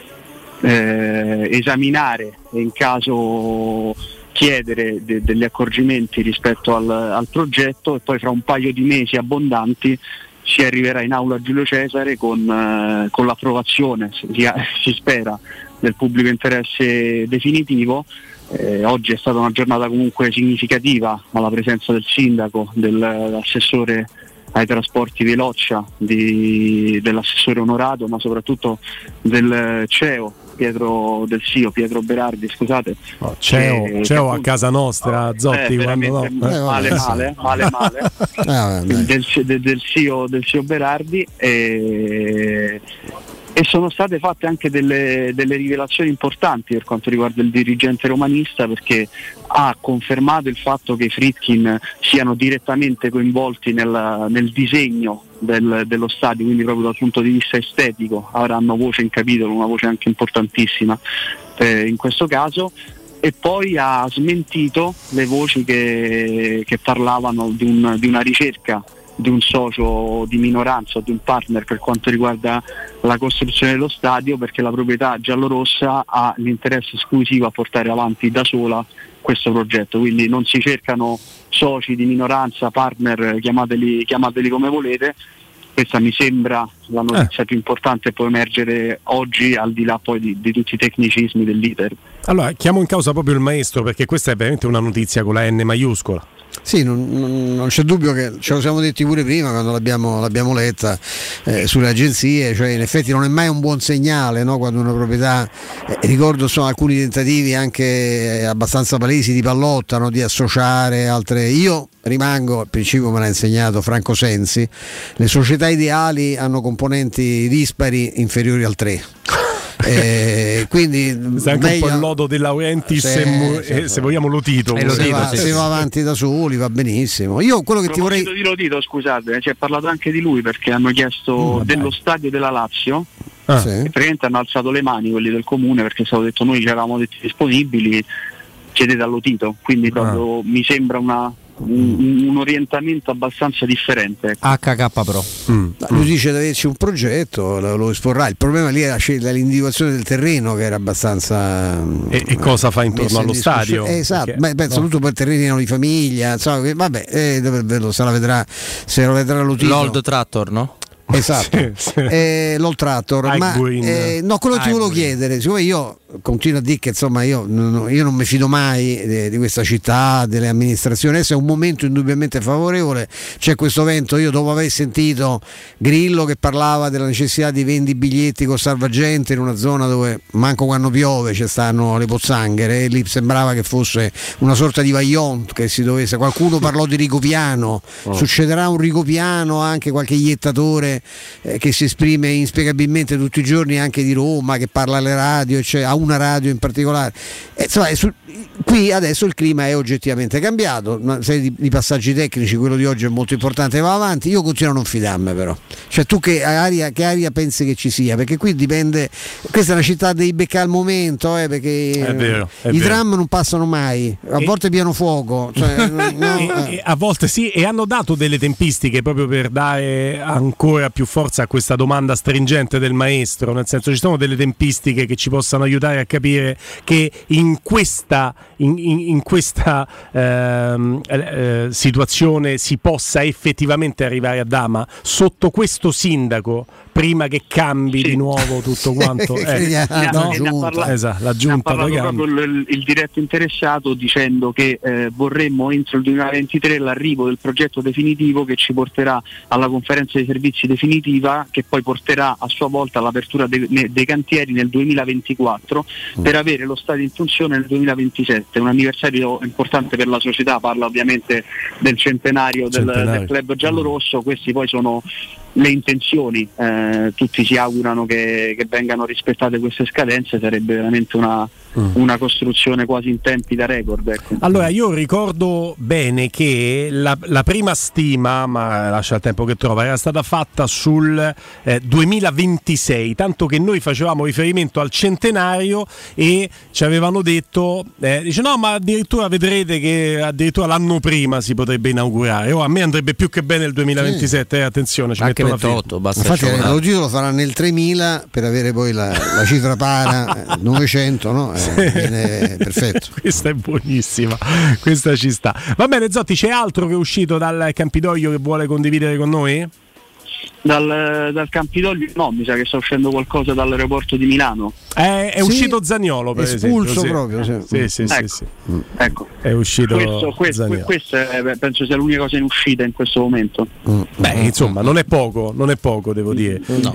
esaminare e in caso chiedere degli accorgimenti rispetto al progetto, e poi fra un paio di mesi abbondanti si arriverà in Aula Giulio Cesare con l'approvazione, si spera, del pubblico interesse definitivo. Oggi è stata una giornata comunque significativa, alla presenza del sindaco, dell'assessore ai trasporti Veloccia, dell'assessore Onorato, ma soprattutto del CEO Pietro Berardi, scusate. CEO a casa nostra, Zotti, quando male. del CEO Berardi, e sono state fatte anche delle rivelazioni importanti per quanto riguarda il dirigente romanista, perché ha confermato il fatto che i Friedkin siano direttamente coinvolti nel disegno dello stadio, quindi proprio dal punto di vista estetico avranno voce in capitolo, una voce anche importantissima in questo caso. E poi ha smentito le voci che parlavano di una ricerca di un socio di minoranza o di un partner per quanto riguarda la costruzione dello stadio, perché la proprietà giallorossa ha l'interesse esclusivo a portare avanti da sola questo progetto, quindi non si cercano soci di minoranza, partner, chiamateli come volete. Questa mi sembra la notizia più importante che può emergere oggi, al di là poi di tutti i tecnicismi dell'iter. Allora, chiamo in causa proprio il maestro, perché questa è veramente una notizia con la N maiuscola. Sì, non c'è dubbio che ce lo siamo detti pure prima quando l'abbiamo letta sulle agenzie, cioè in effetti non è mai un buon segnale, no? Quando una proprietà, ricordo sono alcuni tentativi anche abbastanza palesi di Pallotta, no? Di associare altre. Io rimango, al principio me l'ha insegnato Franco Sensi, le società ideali hanno componenti dispari inferiori al 3. Quindi anche meglio, un po' il lodo De Laurentiis se vogliamo Lotito, se va avanti da soli va benissimo. Io quello che ti vorrei di Lotito, scusate, ci ha parlato anche di lui, perché hanno chiesto dello stadio della Lazio e praticamente hanno alzato le mani quelli del comune, perché è stato detto noi ci eravamo detti disponibili, chiedete a Lotito, quindi proprio mi sembra un orientamento abbastanza differente. HK Pro. Lui dice di averci un progetto, lo esporrà. Il problema lì era l'individuazione del terreno, che era abbastanza e cosa fa intorno allo stadio? Esatto, penso tutto per terreni di famiglia, insomma, vabbè, se lo vedrà Lotito. L'Old Tractor, no? Esatto, l'Old Tractor, ma no, quello che ti volevo chiedere, siccome io continuo a dire che insomma io non mi fido mai di questa città, delle amministrazioni. Adesso è un momento indubbiamente favorevole, c'è questo vento. Io dopo aver sentito Grillo che parlava della necessità di vendi biglietti con salvagente in una zona dove manco quando piove ci stanno le pozzanghere, e lì sembrava che fosse una sorta di Vaillant, che si dovesse, qualcuno parlò di Rigopiano, succederà un Rigopiano, anche qualche iettatore che si esprime inspiegabilmente tutti i giorni anche di Roma, che parla alle radio, cioè, una radio in particolare. Insomma, qui adesso il clima è oggettivamente cambiato, una serie di passaggi tecnici, quello di oggi è molto importante, va avanti. Io continuo a non fidarmi, però, cioè tu che aria pensi che ci sia, perché qui dipende, questa è una città dei becca al momento, perché è vero. tram non passano mai, a volte piano fuoco, cioè, a volte sì, e hanno dato delle tempistiche proprio per dare ancora più forza a questa domanda stringente del maestro, nel senso ci sono delle tempistiche che ci possano aiutare a capire che in questa situazione si possa effettivamente arrivare a Dama sotto questo sindaco, prima che cambi di nuovo tutto quanto. La giunta poi proprio il diretto interessato, dicendo che vorremmo entro il 2023 l'arrivo del progetto definitivo che ci porterà alla conferenza dei servizi definitiva, che poi porterà a sua volta all'apertura dei cantieri nel 2024 per avere lo stadio in funzione nel 2027, un anniversario importante per la società. Parla ovviamente del centenario del club giallorosso. Questi poi sono le intenzioni, tutti si augurano che vengano rispettate queste scadenze, sarebbe veramente una costruzione quasi in tempi da record, ecco. Allora io ricordo bene che la prima stima, ma lascia il tempo che trova, era stata fatta sul 2026, tanto che noi facevamo riferimento al centenario e ci avevano detto dice no, ma addirittura vedrete che addirittura l'anno prima si potrebbe inaugurare. A me andrebbe più che bene il 2027, attenzione, ci anche 28, basta. Infatti lo titolo farà nel 3000 per avere poi la cifra para 900, no? Perfetto. Questa è buonissima, questa ci sta. Va bene Zotti, c'è altro che è uscito dal Campidoglio che vuole condividere con noi? Dal Campidoglio no, mi sa che sta uscendo qualcosa dall'aeroporto di Milano. È uscito Zaniolo, per espulso esempio, proprio. Sì. Ecco. È uscito Zaniolo. Questo penso sia l'unica cosa in uscita in questo momento. Insomma, non è poco, devo dire. No.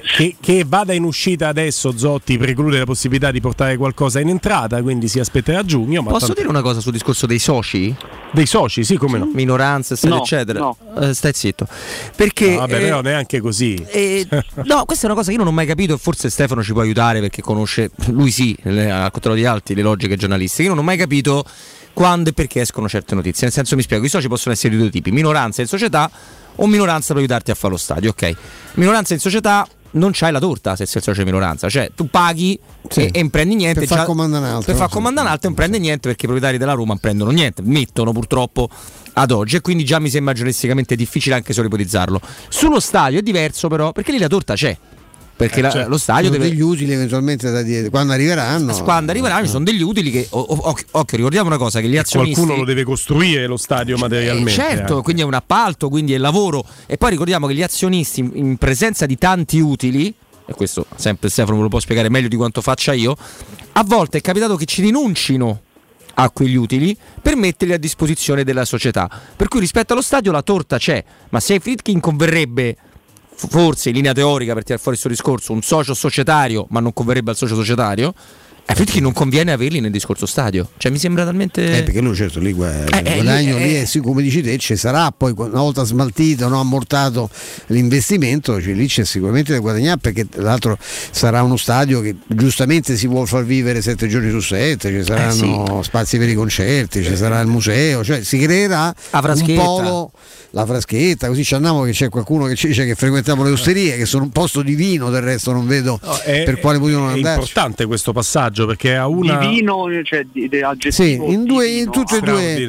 Che vada in uscita adesso Zotti preclude la possibilità di portare qualcosa in entrata, quindi si aspetterà a giugno. Ma posso dire una cosa sul discorso dei soci? Dei soci, sì, come no. Minoranze, eccetera. No. Stai zitto. Perché però neanche così. No, questa è una cosa che io non ho mai capito e forse Stefano ci può aiutare perché conosce, lui sì, al contrario di altri, le logiche giornalistiche. Io non ho mai capito quando e perché escono certe notizie. Nel senso, mi spiego, i soci possono essere di due tipi: minoranza in società o minoranza per aiutarti a fare lo stadio. Ok, minoranza in società, non c'hai la torta se sei il socio di minoranza, cioè tu paghi e non prendi niente per far comandare un altro, per far comandare un altro non prende niente, perché i proprietari della Roma non prendono niente, mettono purtroppo ad oggi, e quindi già mi sembra giornalisticamente difficile anche solo ipotizzarlo. Sullo stadio è diverso però, perché lì la torta c'è, perché lo stadio sono deve degli utili eventualmente da dire quando arriveranno ci sono degli utili che occhio, ricordiamo una cosa, che gli azionisti, qualcuno lo deve costruire lo stadio materialmente, certo, quindi è un appalto, quindi è lavoro, e poi ricordiamo che gli azionisti in presenza di tanti utili, e questo sempre Stefano me lo può spiegare meglio di quanto faccia io, a volte è capitato che ci rinuncino a quegli utili per metterli a disposizione della società, per cui rispetto allo stadio la torta c'è, ma se Friedkin converrebbe forse in linea teorica, per tirare fuori il suo discorso, un socio societario, ma non converrebbe al socio societario, Friedkin non conviene averli nel discorso stadio, cioè mi sembra talmente perché lui certo lì il guadagno lì è, sì, come dici te, ci sarà poi una volta smaltito, ammortato l'investimento, cioè, lì c'è sicuramente da guadagnare, perché tra l'altro sarà uno stadio che giustamente si vuole far vivere 7 giorni su 7, ci saranno spazi per i concerti, ci sarà il museo, cioè si creerà un polo, la Fraschetta, così ci andiamo, che c'è qualcuno che ci dice che frequentiamo le osterie, che sono un posto di vino, del resto non vedo per quale motivo non andare. È importante questo passaggio, perché ha una di vino, cioè di aggettivo, sì, in tutti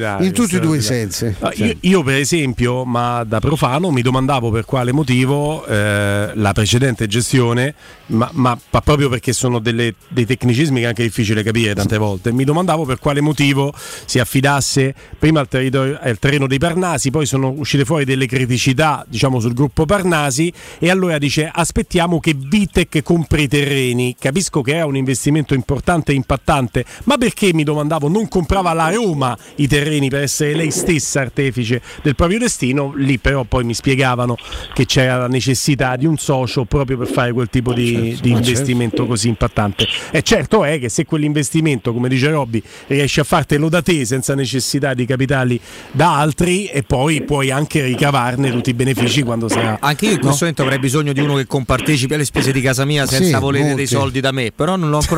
e due i sensi. Io per esempio, ma da profano, mi domandavo per quale motivo la precedente gestione, ma proprio perché sono dei tecnicismi che è anche difficile capire tante volte, mi domandavo per quale motivo si affidasse prima al terreno dei Parnasi, poi sono uscite fuori delle criticità, diciamo, sul gruppo Parnasi, e allora dice aspettiamo che Vitec compri i terreni. Capisco che è un investimento importante e impattante, ma perché, mi domandavo, non comprava la Roma i terreni per essere lei stessa artefice del proprio destino? Lì però poi mi spiegavano che c'era la necessità di un socio proprio per fare quel tipo di investimento così impattante. E certo è che se quell'investimento, come dice Robby, riesci a fartelo da te senza necessità di capitali da altri, e poi puoi anche ricavarne tutti i benefici quando sarà. Anche io in questo momento avrei bisogno di uno che compartecipi alle spese di casa mia senza volere dei soldi da me, però non l'ho ancora trovato.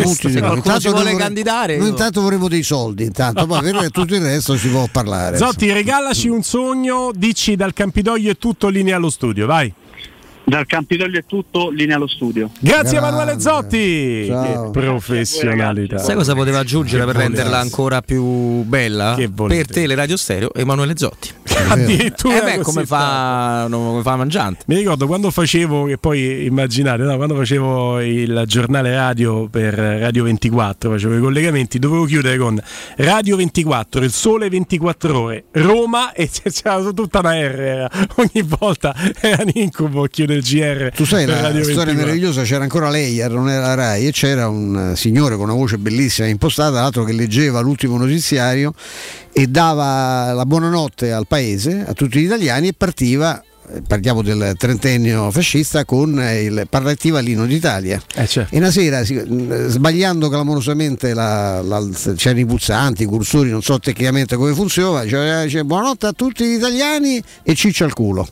punti di vista. Intanto vuole candidare. Noi intanto vorremmo dei soldi, intanto poi per tutto il resto si può parlare. Zotti, regalaci un sogno, dici dal Campidoglio è tutto, linea allo studio, vai. Dal Campidoglio è tutto, linea allo studio. Grazie Emanuele Zotti. Ciao. Che professionalità. Sai cosa poteva aggiungere per renderla ancora più bella? Che per te le Radio Stereo Emanuele Zotti. Addirittura come fa Mangiante. Mi ricordo quando facevo, che poi immaginate, no? Quando facevo il giornale radio per Radio 24, facevo i collegamenti, dovevo chiudere con Radio 24, il sole 24 ore, Roma, e c'era tutta una R, ogni volta era un incubo chiudere il GR. Tu sai, la Radio storia 24. meravigliosa, c'era ancora Leyer, non era la Rai, e c'era un signore con una voce bellissima impostata, l'altro che leggeva l'ultimo notiziario e dava la buonanotte al paese, a tutti gli italiani, e partiva, parliamo del trentennio fascista, partiva l'inno d'Italia. Certo. E una sera, sbagliando clamorosamente c'erano i pulsanti, i cursori, non so tecnicamente come funziona, dice buonanotte a tutti gli italiani e ciccia al culo.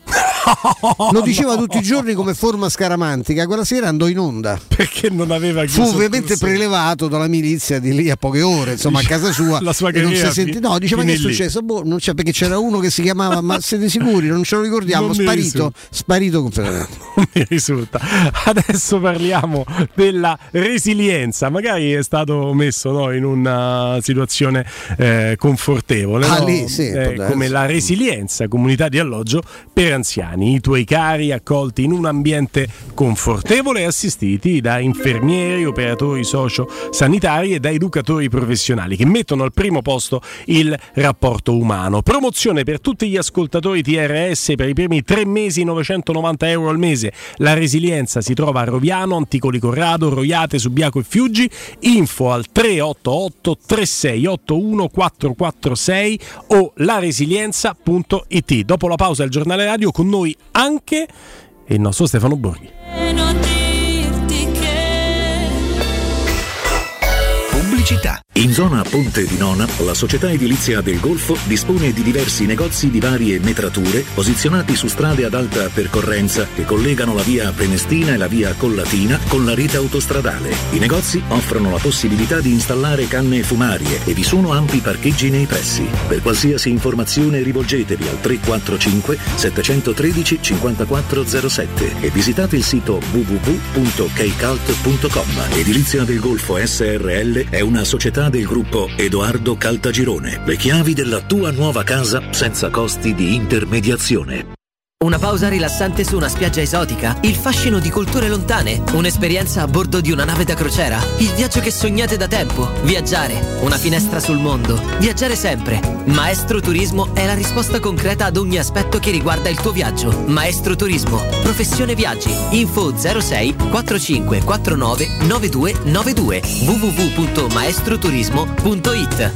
Lo diceva tutti i giorni come forma scaramantica. Quella sera andò in onda perché non aveva fu ovviamente prelevato dalla milizia di lì a poche ore, insomma, a casa sua. La sua e non si carriera sentì. No, diceva che è successo? Non c'è, perché c'era uno che si chiamava, ma siete sicuri? Non ce lo ricordiamo, sparito completamente. Non mi risulta. Adesso parliamo della resilienza. Magari è stato messo, no, in una situazione confortevole, no? Lì, sì, come la resilienza, comunità di alloggio per anziani. I tuoi cari accolti in un ambiente confortevole e assistiti da infermieri, operatori socio-sanitari e da educatori professionali che mettono al primo posto il rapporto umano. Promozione per tutti gli ascoltatori TRS per i primi 3 mesi, 990 euro al mese. La resilienza si trova a Roviano, Anticoli Corrado, Roiate, Subiaco e Fiuggi. Info al 388 3681 446 o laresilienza.it. Dopo la pausa il giornale radio, con noi anche il nostro Stefano Borghi. Pubblicità. In zona Ponte di Nona, la società edilizia del Golfo dispone di diversi negozi di varie metrature posizionati su strade ad alta percorrenza che collegano la via Prenestina e la via Collatina con la rete autostradale. I negozi offrono la possibilità di installare canne fumarie e vi sono ampi parcheggi nei pressi. Per qualsiasi informazione rivolgetevi al 345 713 5407 e visitate il sito www.keicalt.com. Edilizia del Golfo SRL è una società del gruppo Edoardo Caltagirone. Le chiavi della tua nuova casa senza costi di intermediazione. Una pausa rilassante su una spiaggia esotica? Il fascino di culture lontane? Un'esperienza a bordo di una nave da crociera? Il viaggio che sognate da tempo? Viaggiare, una finestra sul mondo, viaggiare sempre. Maestro Turismo è la risposta concreta ad ogni aspetto che riguarda il tuo viaggio. Maestro Turismo, professione viaggi. Info 06 45 49 9292 www.maestroturismo.it.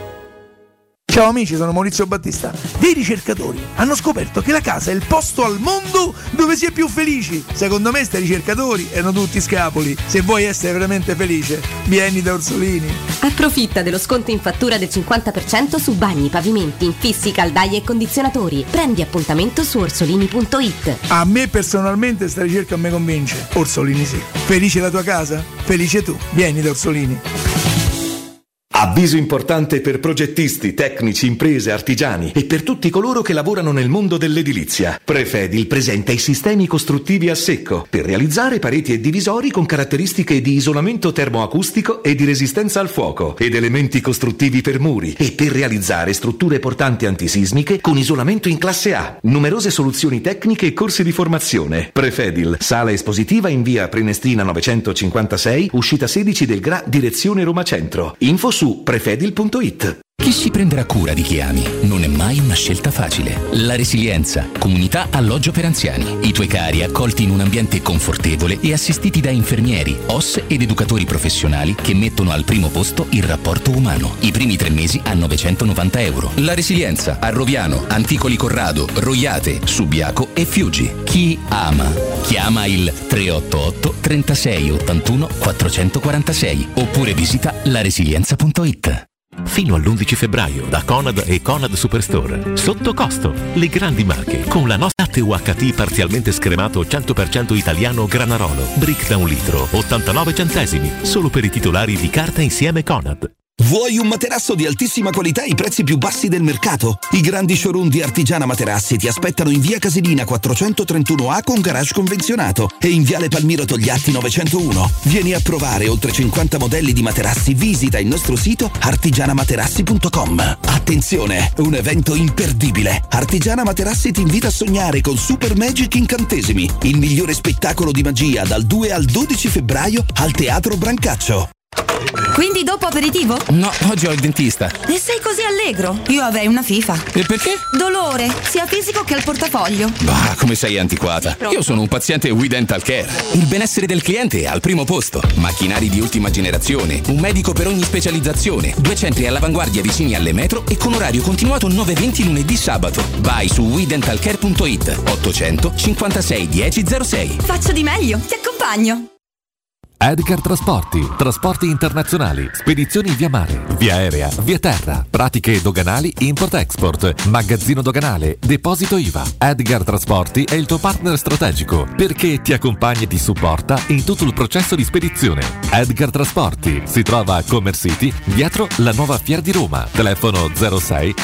Ciao amici, sono Maurizio Battista. Dei ricercatori hanno scoperto che la casa è il posto al mondo dove si è più felici. Secondo me sti ricercatori erano tutti scapoli. Se vuoi essere veramente felice, vieni da Orsolini. Approfitta dello sconto in fattura del 50% su bagni, pavimenti, infissi, caldaie e condizionatori. Prendi appuntamento su orsolini.it. A me personalmente sta ricerca mi convince. Orsolini sì. Felice la tua casa? Felice tu. Vieni da Orsolini. Avviso importante per progettisti, tecnici, imprese, artigiani e per tutti coloro che lavorano nel mondo dell'edilizia. Prefedil presenta i sistemi costruttivi a secco per realizzare pareti e divisori con caratteristiche di isolamento termoacustico e di resistenza al fuoco ed elementi costruttivi per muri e per realizzare strutture portanti antisismiche con isolamento in classe A. Numerose soluzioni tecniche e corsi di formazione. Prefedil, sala espositiva in via Prenestina 956, uscita 16 del GRA, direzione Roma Centro. Info su prefedil.it. Chi si prenderà cura di chi ami? Non è mai una scelta facile. La Resilienza, comunità alloggio per anziani. I tuoi cari accolti in un ambiente confortevole e assistiti da infermieri, OS ed educatori professionali che mettono al primo posto il rapporto umano. I primi 3 mesi a 990 euro. La Resilienza a Roviano, Anticoli Corrado, Roiate, Subiaco e Fiuggi. Chi ama? Chiama il 388 36 81 446 oppure visita laresilienza.it. fino all'11 febbraio da Conad e Conad Superstore. Sotto costo, le grandi marche con la nostra latte UHT parzialmente scremato 100% italiano Granarolo. Brick da 1 litro, 89 centesimi, solo per i titolari di carta insieme Conad. Vuoi un materasso di altissima qualità ai prezzi più bassi del mercato? I grandi showroom di Artigiana Materassi ti aspettano in via Casilina 431A con garage convenzionato e in viale Palmiro Togliatti 901. Vieni a provare oltre 50 modelli di materassi. Visita il nostro sito artigianamaterassi.com. Attenzione, un evento imperdibile. Artigiana Materassi ti invita a sognare con Super Magic Incantesimi, il migliore spettacolo di magia dal 2 al 12 febbraio al Teatro Brancaccio. Quindi dopo aperitivo? No, oggi ho il dentista. E sei così allegro? Io avrei una FIFA. E perché? Dolore, sia fisico che al portafoglio. Bah, come sei antiquata. Io sono un paziente We Dental Care. Il benessere del cliente è al primo posto. Macchinari di ultima generazione, un medico per ogni specializzazione, 2 centri all'avanguardia vicini alle metro e con orario continuato 9-20 lunedì sabato. Vai su WeDentalCare.it 800 56 1006. Faccio di meglio, ti accompagno. Edgar trasporti internazionali, spedizioni via mare, via aerea, via terra, pratiche doganali, import-export, magazzino doganale, deposito IVA. Edgar Trasporti è il tuo partner strategico perché ti accompagna e ti supporta in tutto il processo di spedizione. Edgar Trasporti si trova a Commerce City, dietro la nuova Fiera di Roma. Telefono 06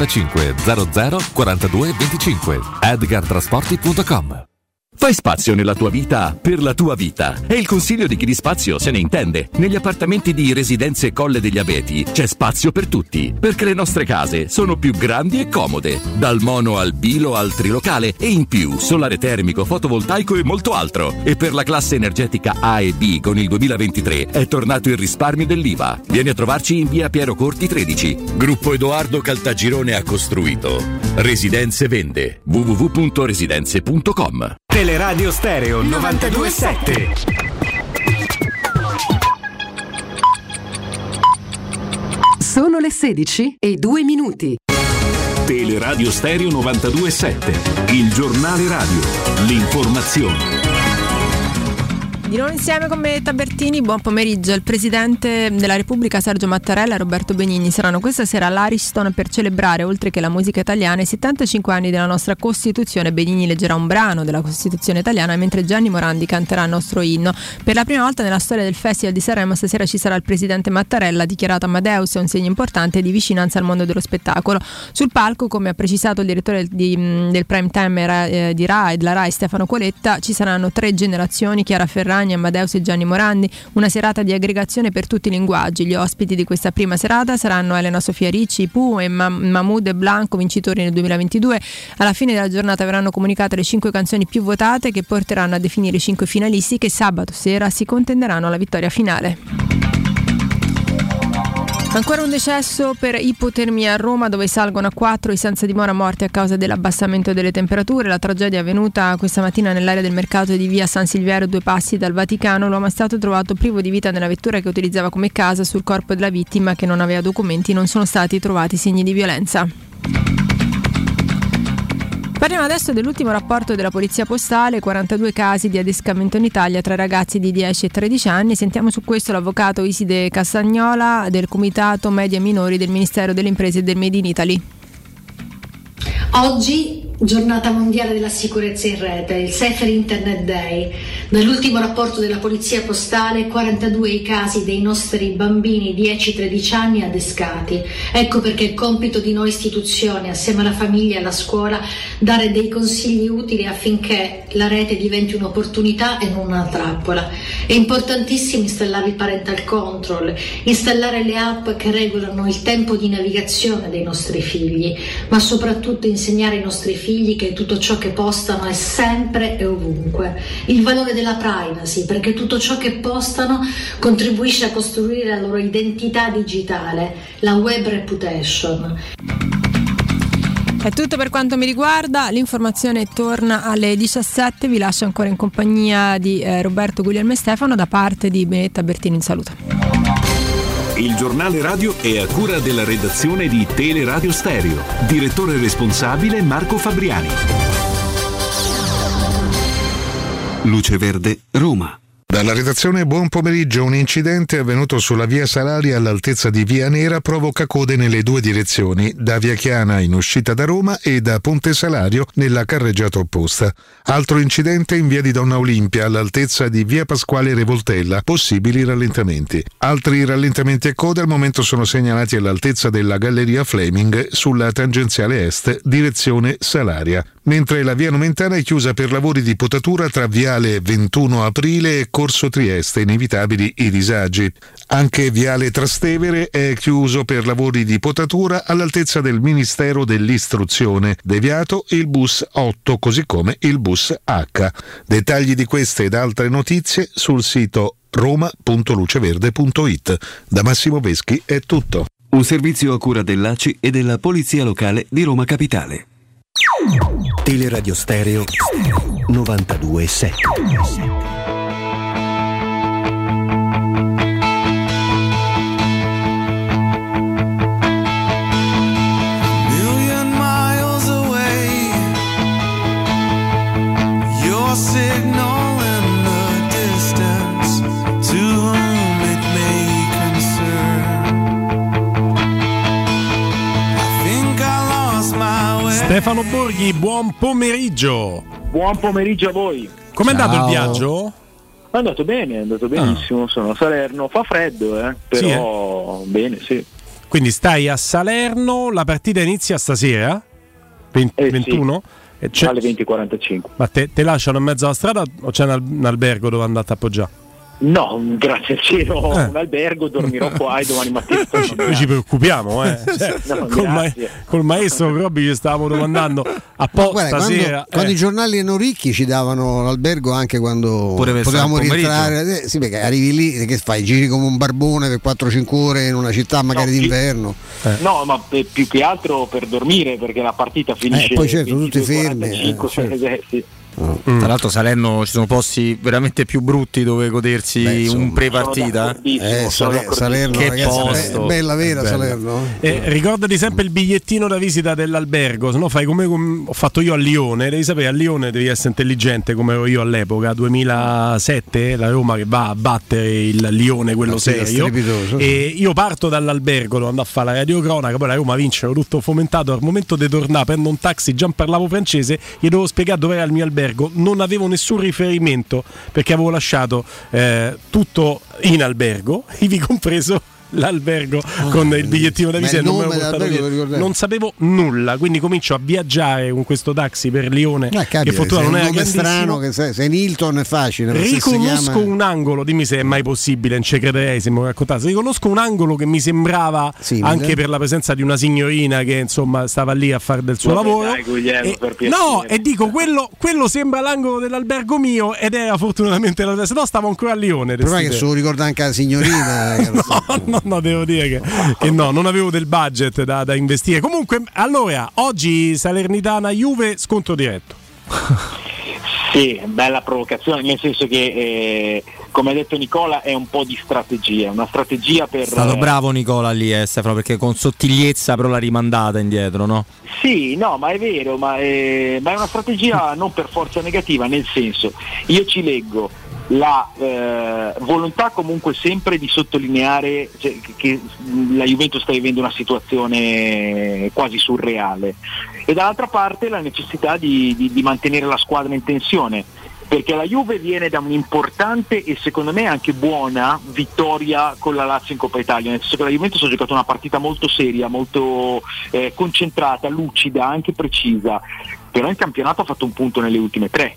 65 00 42 25. edgartrasporti.com. Fai spazio nella tua vita per la tua vita. È il consiglio di chi di spazio se ne intende. Negli appartamenti di Residenze Colle degli Abeti c'è spazio per tutti, perché le nostre case sono più grandi e comode. Dal mono al bilo al trilocale e in più solare termico, fotovoltaico e molto altro. E per la classe energetica A e B con il 2023 è tornato il risparmio dell'IVA. Vieni a trovarci in via Piero Corti 13. Gruppo Edoardo Caltagirone ha costruito. Residenze vende. www.residenze.com. Teleradio Stereo 92.7. Sono le 16:02. Teleradio Stereo 92.7, il giornale radio, l'informazione. Di nuovo insieme con Benedetta Bertini, buon pomeriggio. Il Presidente della Repubblica Sergio Mattarella e Roberto Benigni saranno questa sera all'Ariston per celebrare, oltre che la musica italiana, i 75 anni della nostra Costituzione. Benigni leggerà un brano della Costituzione italiana, mentre Gianni Morandi canterà il nostro inno. Per la prima volta nella storia del Festival di Sanremo stasera ci sarà il Presidente Mattarella, dichiarato Amadeus, è un segno importante di vicinanza al mondo dello spettacolo. Sul palco, come ha precisato il direttore del Prime Time della Rai Stefano Coletta, ci saranno 3 generazioni: Chiara Ferragni, Amadeus e Gianni Morandi, una serata di aggregazione per tutti i linguaggi. Gli ospiti di questa prima serata saranno Elena Sofia Ricci, Pooh e Mahmoud e Blanco, vincitori nel 2022. Alla fine della giornata verranno comunicate le 5 canzoni più votate, che porteranno a definire i 5 finalisti che sabato sera si contenderanno alla vittoria finale. Ancora un decesso per ipotermia a Roma, dove salgono a 4 i senza dimora morti a causa dell'abbassamento delle temperature. La tragedia è avvenuta questa mattina nell'area del mercato di via San Silviero, 2 passi dal Vaticano. L'uomo è stato trovato privo di vita nella vettura che utilizzava come casa. Sul corpo della vittima, che non aveva documenti, non sono stati trovati segni di violenza. Parliamo adesso dell'ultimo rapporto della Polizia Postale: 42 casi di adescamento in Italia tra ragazzi di 10 e 13 anni. Sentiamo su questo l'avvocato Iside Castagnola del Comitato Media Minori del Ministero delle Imprese e del Made in Italy. Oggi, giornata mondiale della sicurezza in rete, il Safer Internet Day. Dall'ultimo rapporto della Polizia Postale, 42 i casi dei nostri bambini 10-13 anni adescati. Ecco perché è compito di noi istituzioni, assieme alla famiglia e alla scuola, dare dei consigli utili affinché la rete diventi un'opportunità e non una trappola. È importantissimo installare il parental control, installare le app che regolano il tempo di navigazione dei nostri figli, ma soprattutto insegnare ai nostri figli che tutto ciò che postano è sempre e ovunque. Il valore della privacy, perché tutto ciò che postano contribuisce a costruire la loro identità digitale, la web reputation. È tutto per quanto mi riguarda, l'informazione torna alle 17, vi lascio ancora in compagnia di Roberto Guglielmo e Stefano. Da parte di Benedetta Bertini, un saluto. Il giornale radio è a cura della redazione di Teleradio Stereo. Direttore responsabile Marco Fabriani. Luce Verde, Roma. Dalla redazione buon pomeriggio. Un incidente avvenuto sulla via Salaria all'altezza di via Nera provoca code nelle due direzioni, da via Chiana in uscita da Roma e da Ponte Salario nella carreggiata opposta. Altro incidente in via di Donna Olimpia all'altezza di via Pasquale Revoltella, possibili rallentamenti. Altri rallentamenti e code al momento sono segnalati all'altezza della Galleria Fleming sulla tangenziale est direzione Salaria, mentre la via Nomentana è chiusa per lavori di potatura tra viale 21 aprile e Corso Trieste, inevitabili i disagi. Anche viale Trastevere è chiuso per lavori di potatura all'altezza del Ministero dell'Istruzione, deviato il bus 8 così come il bus H. Dettagli di queste ed altre notizie sul sito roma.luceverde.it. Da Massimo Veschi è tutto. Un servizio a cura dell'ACI e della Polizia Locale di Roma Capitale. Teleradio Stereo 92.7. Signal in the distance, to whom it may concern. I think I lost my way. Stefano Borghi, buon pomeriggio. Buon pomeriggio a voi. Com'è andato il viaggio? È andato bene, è andato benissimo. Sono a Salerno, fa freddo, però sì, bene, sì. Quindi stai a Salerno, la partita inizia stasera? 21? Sì. Alle 20:45. Ma te lasciano in mezzo alla strada o c'è un albergo dove andate a appoggiare? No, grazie al cielo, un albergo, dormirò qua e domani mattina. Noi ci preoccupiamo, Cioè, no, col maestro Robby ci stavamo domandando stasera. Quando i giornali erano ricchi ci davano l'albergo anche quando potevamo rientrare. Sì, perché arrivi lì, che fai? Giri come un barbone per 4-5 ore in una città magari d'inverno. No, ma più che altro per dormire, perché la partita finisce. Poi certo, tutti fermi. 45, sì. Tra l'altro Salerno ci sono posti veramente più brutti dove godersi un pre-partita. Salerno, che ragazzi, posto. È bella vera Salerno. Ricordati sempre il bigliettino da visita dell'albergo, se no fai come ho fatto io a Lione. Devi sapere, a Lione devi essere intelligente come ero io all'epoca, 2007, la Roma che va a battere il Lione, quello serio, e io parto dall'albergo, devo andare a fare la radiocronaca, poi la Roma vince, ero tutto fomentato. Al momento di tornare prendo un taxi, già parlavo francese, gli devo spiegare dove era il mio albergo. Non avevo nessun riferimento perché avevo lasciato tutto in albergo, ivi compreso l'albergo con il bigliettino da visita. Non sapevo nulla, quindi comincio a viaggiare con questo taxi per Lione, che fortuna non era strano, che sei in Hilton, è facile. Riconosco un angolo, dimmi se è mai possibile, non ci crederei se mi raccontassi. Riconosco un angolo che mi sembrava simile, anche per la presenza di una signorina che insomma stava lì a fare del suo lavoro. Dai, Guglielmo, e dico quello sembra l'angolo dell'albergo mio, ed era fortunatamente la se no stavo ancora a Lione. Però è che se lo ricorda anche la signorina. No, devo dire che no, non avevo del budget da investire. Comunque, allora, oggi Salernitana Juve, scontro diretto. Sì, bella provocazione, nel senso che come ha detto Nicola è un po' di strategia, una strategia per... È stato bravo Nicola lì, Stefano, perché con sottigliezza però l'ha rimandata indietro, no? Sì, no, ma è vero, ma è una strategia non per forza negativa, nel senso, io ci leggo la volontà comunque sempre di sottolineare che la Juventus sta vivendo una situazione quasi surreale, e dall'altra parte la necessità di mantenere la squadra in tensione, perché la Juve viene da un'importante e secondo me anche buona vittoria con la Lazio in Coppa Italia, nel senso che la Juventus ha giocato una partita molto seria, molto concentrata, lucida, anche precisa, però in campionato ha fatto un punto nelle ultime 3.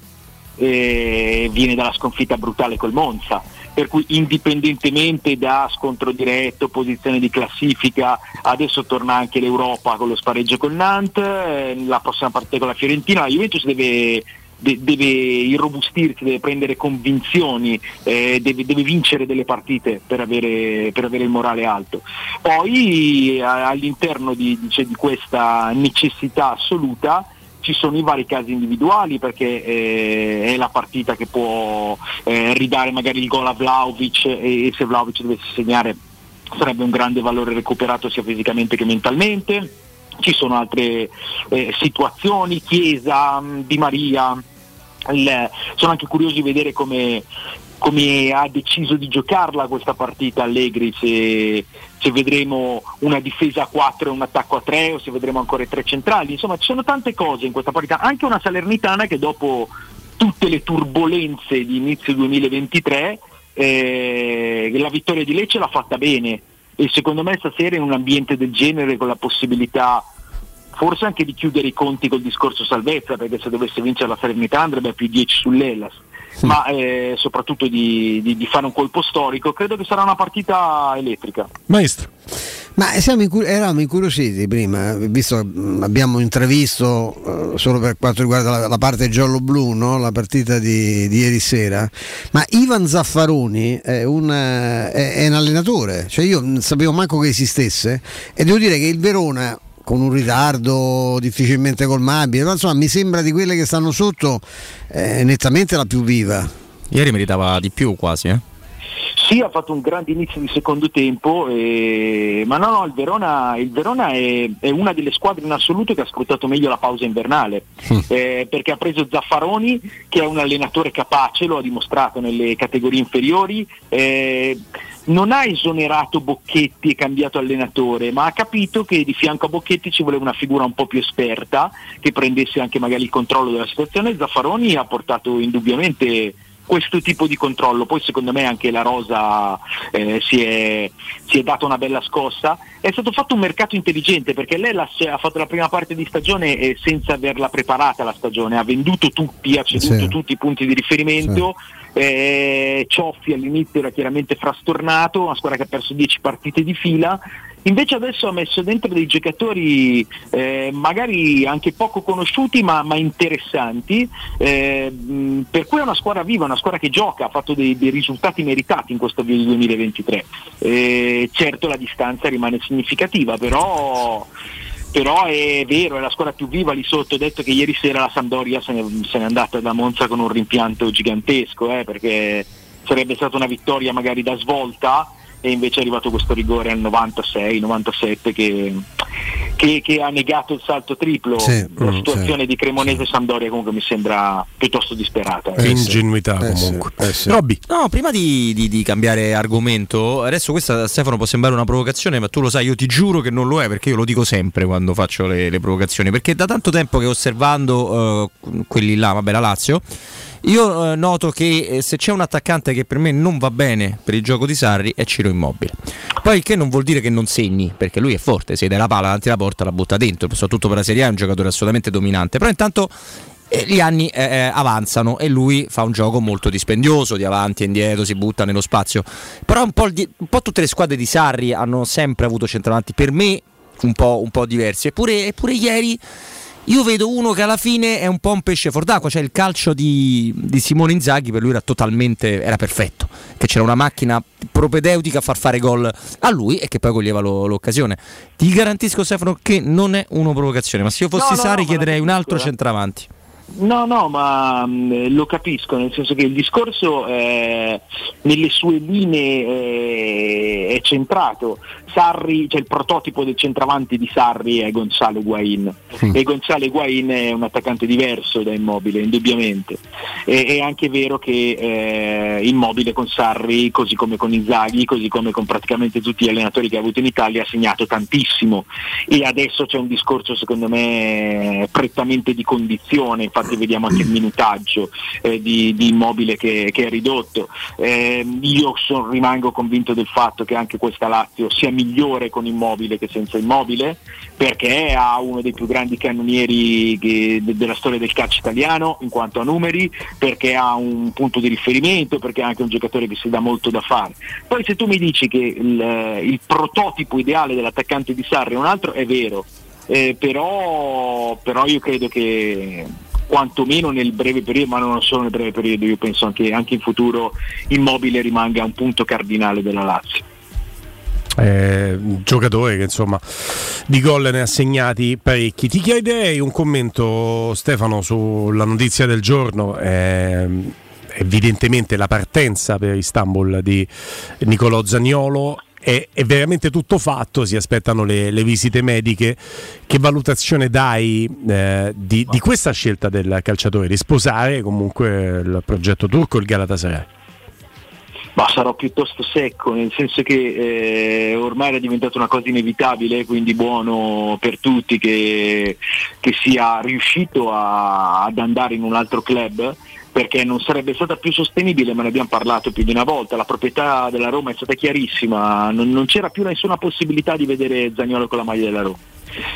Viene dalla sconfitta brutale col Monza, per cui indipendentemente da scontro diretto, posizione di classifica, adesso torna anche l'Europa con lo spareggio con Nantes, la prossima partita con la Fiorentina. La Juventus deve irrobustirsi, deve prendere convinzioni, deve vincere delle partite per avere il morale alto. Poi all'interno di questa necessità assoluta ci sono i vari casi individuali, perché è la partita che può ridare magari il gol a Vlahovic, e se Vlahovic dovesse segnare sarebbe un grande valore recuperato sia fisicamente che mentalmente. Ci sono altre situazioni, Chiesa, Di Maria, sono anche curioso di vedere come ha deciso di giocarla questa partita Allegri, se vedremo una difesa a 4 e un attacco a 3 o se vedremo ancora i 3 centrali. Insomma, ci sono tante cose in questa partita, anche una Salernitana che dopo tutte le turbolenze di inizio 2023 la vittoria di Lecce l'ha fatta bene, e secondo me stasera in un ambiente del genere, con la possibilità forse anche di chiudere i conti col discorso salvezza, perché se dovesse vincere la Salernitana andrebbe a più 10 sull'Hellas, ma soprattutto di fare un colpo storico, credo che sarà una partita elettrica. Maestro. Ma eravamo incuriositi prima, visto che abbiamo intravisto solo per quanto riguarda la parte giallo-blu, no? La partita di ieri sera, ma Ivan Zaffaroni è un allenatore, cioè io non sapevo manco che esistesse, e devo dire che il Verona, con un ritardo difficilmente colmabile, ma insomma mi sembra di quelle che stanno sotto nettamente la più viva. Ieri meritava di più quasi, Sì, ha fatto un grande inizio di secondo tempo, ma no, il Verona è una delle squadre in assoluto che ha sfruttato meglio la pausa invernale, perché ha preso Zaffaroni, che è un allenatore capace, lo ha dimostrato nelle categorie inferiori, non ha esonerato Bocchetti e cambiato allenatore, ma ha capito che di fianco a Bocchetti ci voleva una figura un po' più esperta, che prendesse anche magari il controllo della situazione. Zaffaroni ha portato indubbiamente questo tipo di controllo. Poi secondo me anche la rosa si è data una bella scossa. È stato fatto un mercato intelligente, perché lei ha fatto la prima parte di stagione senza averla preparata la stagione, ha venduto tutti, ha ceduto tutti i punti di riferimento. Cioffi all'inizio era chiaramente frastornato, una squadra che ha perso 10 partite di fila. Invece adesso ha messo dentro dei giocatori magari anche poco conosciuti ma interessanti, per cui è una squadra viva, una squadra che gioca, ha fatto dei risultati meritati in questo 2023. Certo la distanza rimane significativa, però è vero, è la squadra più viva lì sotto. Ho detto che ieri sera la Sampdoria se n'è andata da Monza con un rimpianto gigantesco, perché sarebbe stata una vittoria magari da svolta, e invece è arrivato questo rigore al 96-97 che ha negato il salto triplo. La situazione di Cremonese e Sampdoria comunque mi sembra piuttosto disperata. Che ingenuità comunque. Robby. No, prima di cambiare argomento, adesso questa, Stefano, può sembrare una provocazione, ma tu lo sai, io ti giuro che non lo è, perché io lo dico sempre quando faccio le provocazioni, perché da tanto tempo che osservando quelli là, la Lazio, io noto che se c'è un attaccante che per me non va bene per il gioco di Sarri è Ciro Immobile. Poi il che non vuol dire che non segni, perché lui è forte, se dai la palla davanti alla porta la butta dentro, soprattutto per la Serie A è un giocatore assolutamente dominante, però intanto gli anni avanzano e lui fa un gioco molto dispendioso, di avanti e indietro, si butta nello spazio. Però un po' tutte le squadre di Sarri hanno sempre avuto centravanti per me un po' diversi, eppure ieri io vedo uno che alla fine è un po' un pesce fuor d'acqua, cioè il calcio di Simone Inzaghi per lui era perfetto, che c'era una macchina propedeutica a far fare gol a lui e che poi coglieva l'occasione. Ti garantisco, Stefano, che non è una provocazione, ma se io fossi Sarri chiederei un altro centravanti. No, ma lo capisco, nel senso che il discorso nelle sue linee è centrato. Sarri, cioè il prototipo del centravanti di Sarri è Gonzalo Higuaín, e Gonzalo Higuaín è un attaccante diverso da Immobile, indubbiamente. È anche vero che Immobile con Sarri, così come con Inzaghi, così come con praticamente tutti gli allenatori che ha avuto in Italia, ha segnato tantissimo, e adesso c'è un discorso secondo me prettamente di condizione. Infatti vediamo anche il minutaggio di Immobile che è ridotto. Io rimango convinto del fatto che anche questa Lazio sia migliore con Immobile che senza Immobile, perché ha uno dei più grandi cannonieri della storia del calcio italiano in quanto a numeri, perché ha un punto di riferimento, perché è anche un giocatore che si dà molto da fare. Poi se tu mi dici che il prototipo ideale dell'attaccante di Sarri è un altro, è vero, però io credo che quantomeno nel breve periodo, ma non solo nel breve periodo, io penso anche in futuro Immobile rimanga un punto cardinale della Lazio. Giocatore che insomma di gol ne ha segnati parecchi. Ti chiederei un commento, Stefano, sulla notizia del giorno. Evidentemente la partenza per Istanbul di Nicolò Zaniolo è veramente tutto fatto, si aspettano le visite mediche. Che valutazione dai di questa scelta del calciatore di sposare comunque il progetto turco, il Galatasaray? Ma sarò piuttosto secco, nel senso che ormai era diventata una cosa inevitabile, quindi buono per tutti che sia riuscito ad andare in un altro club, perché non sarebbe stata più sostenibile, ma ne abbiamo parlato più di una volta. La proprietà della Roma è stata chiarissima, non c'era più nessuna possibilità di vedere Zaniolo con la maglia della Roma.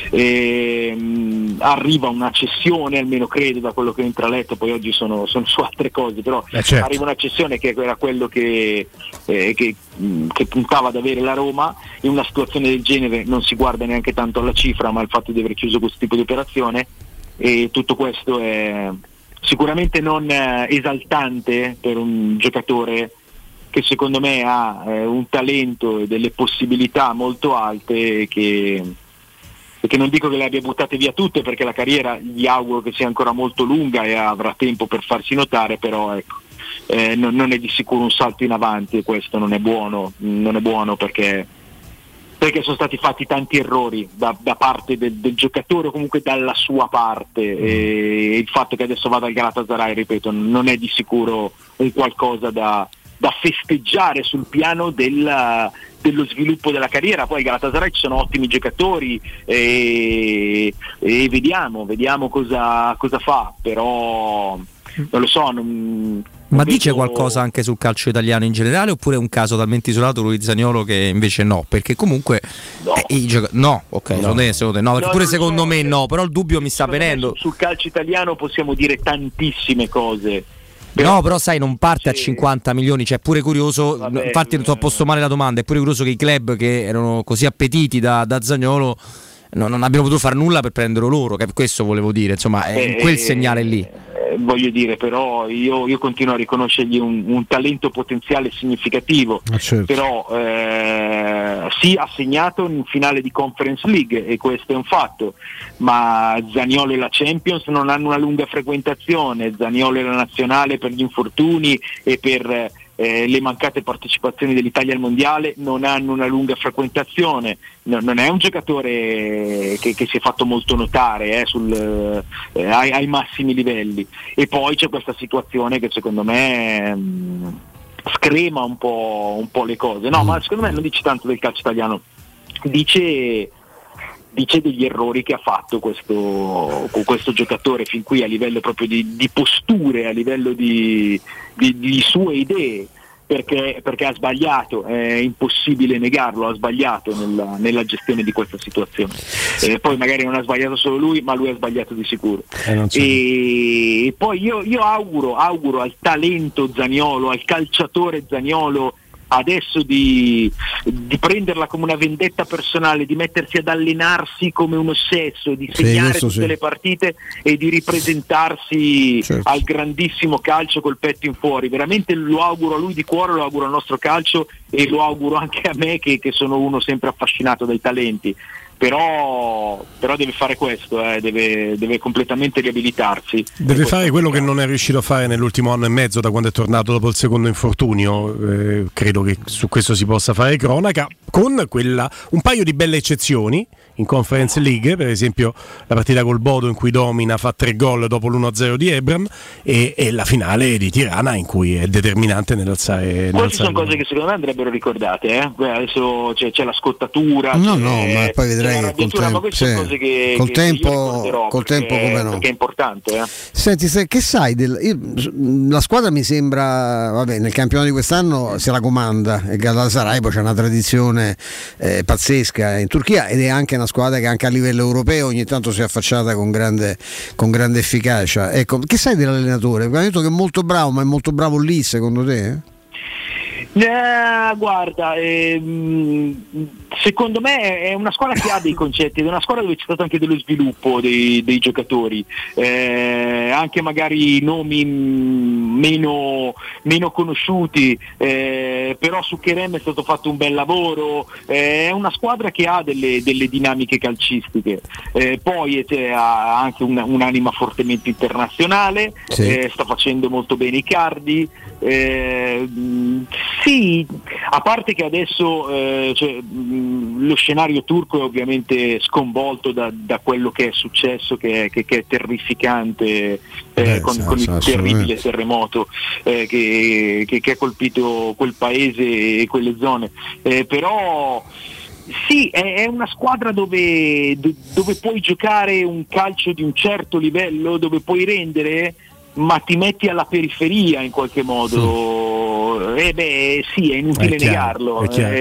Arriva una cessione, almeno credo da quello che ho intraletto, poi oggi sono su altre cose, però certo. Arriva una cessione che era quello che puntava ad avere la Roma. In una situazione del genere non si guarda neanche tanto alla cifra, ma al fatto di aver chiuso questo tipo di operazione, e tutto questo è sicuramente non esaltante per un giocatore che secondo me ha un talento e delle possibilità molto alte, che non dico che le abbia buttate via tutte, perché la carriera gli auguro che sia ancora molto lunga e avrà tempo per farsi notare, però ecco, non è di sicuro un salto in avanti, e questo non è buono perché sono stati fatti tanti errori da parte del giocatore, o comunque dalla sua parte, e il fatto che adesso vada al Galatasaray, ripeto, non è di sicuro un qualcosa da festeggiare sul piano dello sviluppo della carriera. Poi al Galatasaray ci sono ottimi giocatori e vediamo cosa fa, però non lo so. Ma dice qualcosa anche sul calcio italiano in generale, oppure è un caso talmente isolato lui Zaniolo che invece no? Perché comunque no, perché pure secondo me no, però il dubbio mi sta venendo. Sul calcio italiano possiamo dire tantissime cose. No, però sai, non parte a 50 milioni, cioè è pure curioso, infatti non ti ho posto male la domanda, è pure curioso che i club che erano così appetiti da Zaniolo non abbiano potuto fare nulla per prenderlo loro, che questo volevo dire, insomma, è quel segnale lì. Voglio dire, però io continuo a riconoscergli un talento potenziale significativo, certo. Però sì, ha segnato in finale di Conference League, e questo è un fatto, ma Zaniolo e la Champions non hanno una lunga frequentazione. Zaniolo e la nazionale, per gli infortuni e per le mancate partecipazioni dell'Italia al mondiale, non hanno una lunga frequentazione. Non è un giocatore che si è fatto molto notare ai massimi livelli, e poi c'è questa situazione che secondo me screma un po' le cose. No, ma secondo me non dice tanto del calcio italiano, dice degli errori che ha fatto questo giocatore fin qui, a livello proprio di posture, a livello di sue idee, perché ha sbagliato, è impossibile negarlo, ha sbagliato nella gestione di questa situazione. Poi magari non ha sbagliato solo lui, ma lui ha sbagliato di sicuro. E poi io auguro al talento Zaniolo, al calciatore Zaniolo, adesso di prenderla come una vendetta personale, di mettersi ad allenarsi come un ossesso, di segnare tutte le partite e di ripresentarsi al grandissimo calcio col petto in fuori. Veramente lo auguro a lui di cuore, lo auguro al nostro calcio, e lo auguro anche a me che sono uno sempre affascinato dai talenti. Però deve fare questo, deve completamente riabilitarsi. Deve fare quello che non è riuscito a fare nell'ultimo anno e mezzo, da quando è tornato dopo il secondo infortunio. Credo che su questo si possa fare cronaca, con un paio di belle eccezioni in Conference League, per esempio la partita col Bodo in cui domina, fa 3 gol dopo l'1-0 di Ebram, e la finale di Tirana in cui è determinante nell'alzare. Queste sono cose che secondo me andrebbero ricordate. Adesso c'è la scottatura, ma poi vedrai che col tempo come no, perché è importante. Senti, che sai la squadra mi sembra, nel campionato di quest'anno se la comanda, e Galatasaray poi c'è una tradizione pazzesca in Turchia, ed è anche una squadra che anche a livello europeo ogni tanto si è affacciata con grande efficacia. Ecco, che sai dell'allenatore? Hai detto che è molto bravo, ma è molto bravo lì secondo te? Guarda, secondo me è una squadra che ha dei concetti, ed è una squadra dove c'è stato anche dello sviluppo dei giocatori, anche magari nomi meno conosciuti, però su Kerem è stato fatto un bel lavoro. È una squadra che ha delle dinamiche calcistiche, poi ha anche un'anima fortemente internazionale, sta facendo molto bene Icardi. Sì, a parte che adesso lo scenario turco è ovviamente sconvolto da quello che è successo, che è terrificante, con il terribile terremoto che ha colpito quel paese e quelle zone, però sì, è una squadra dove puoi giocare un calcio di un certo livello, dove puoi rendere, ma ti metti alla periferia in qualche modo. Sì, è inutile negarlo.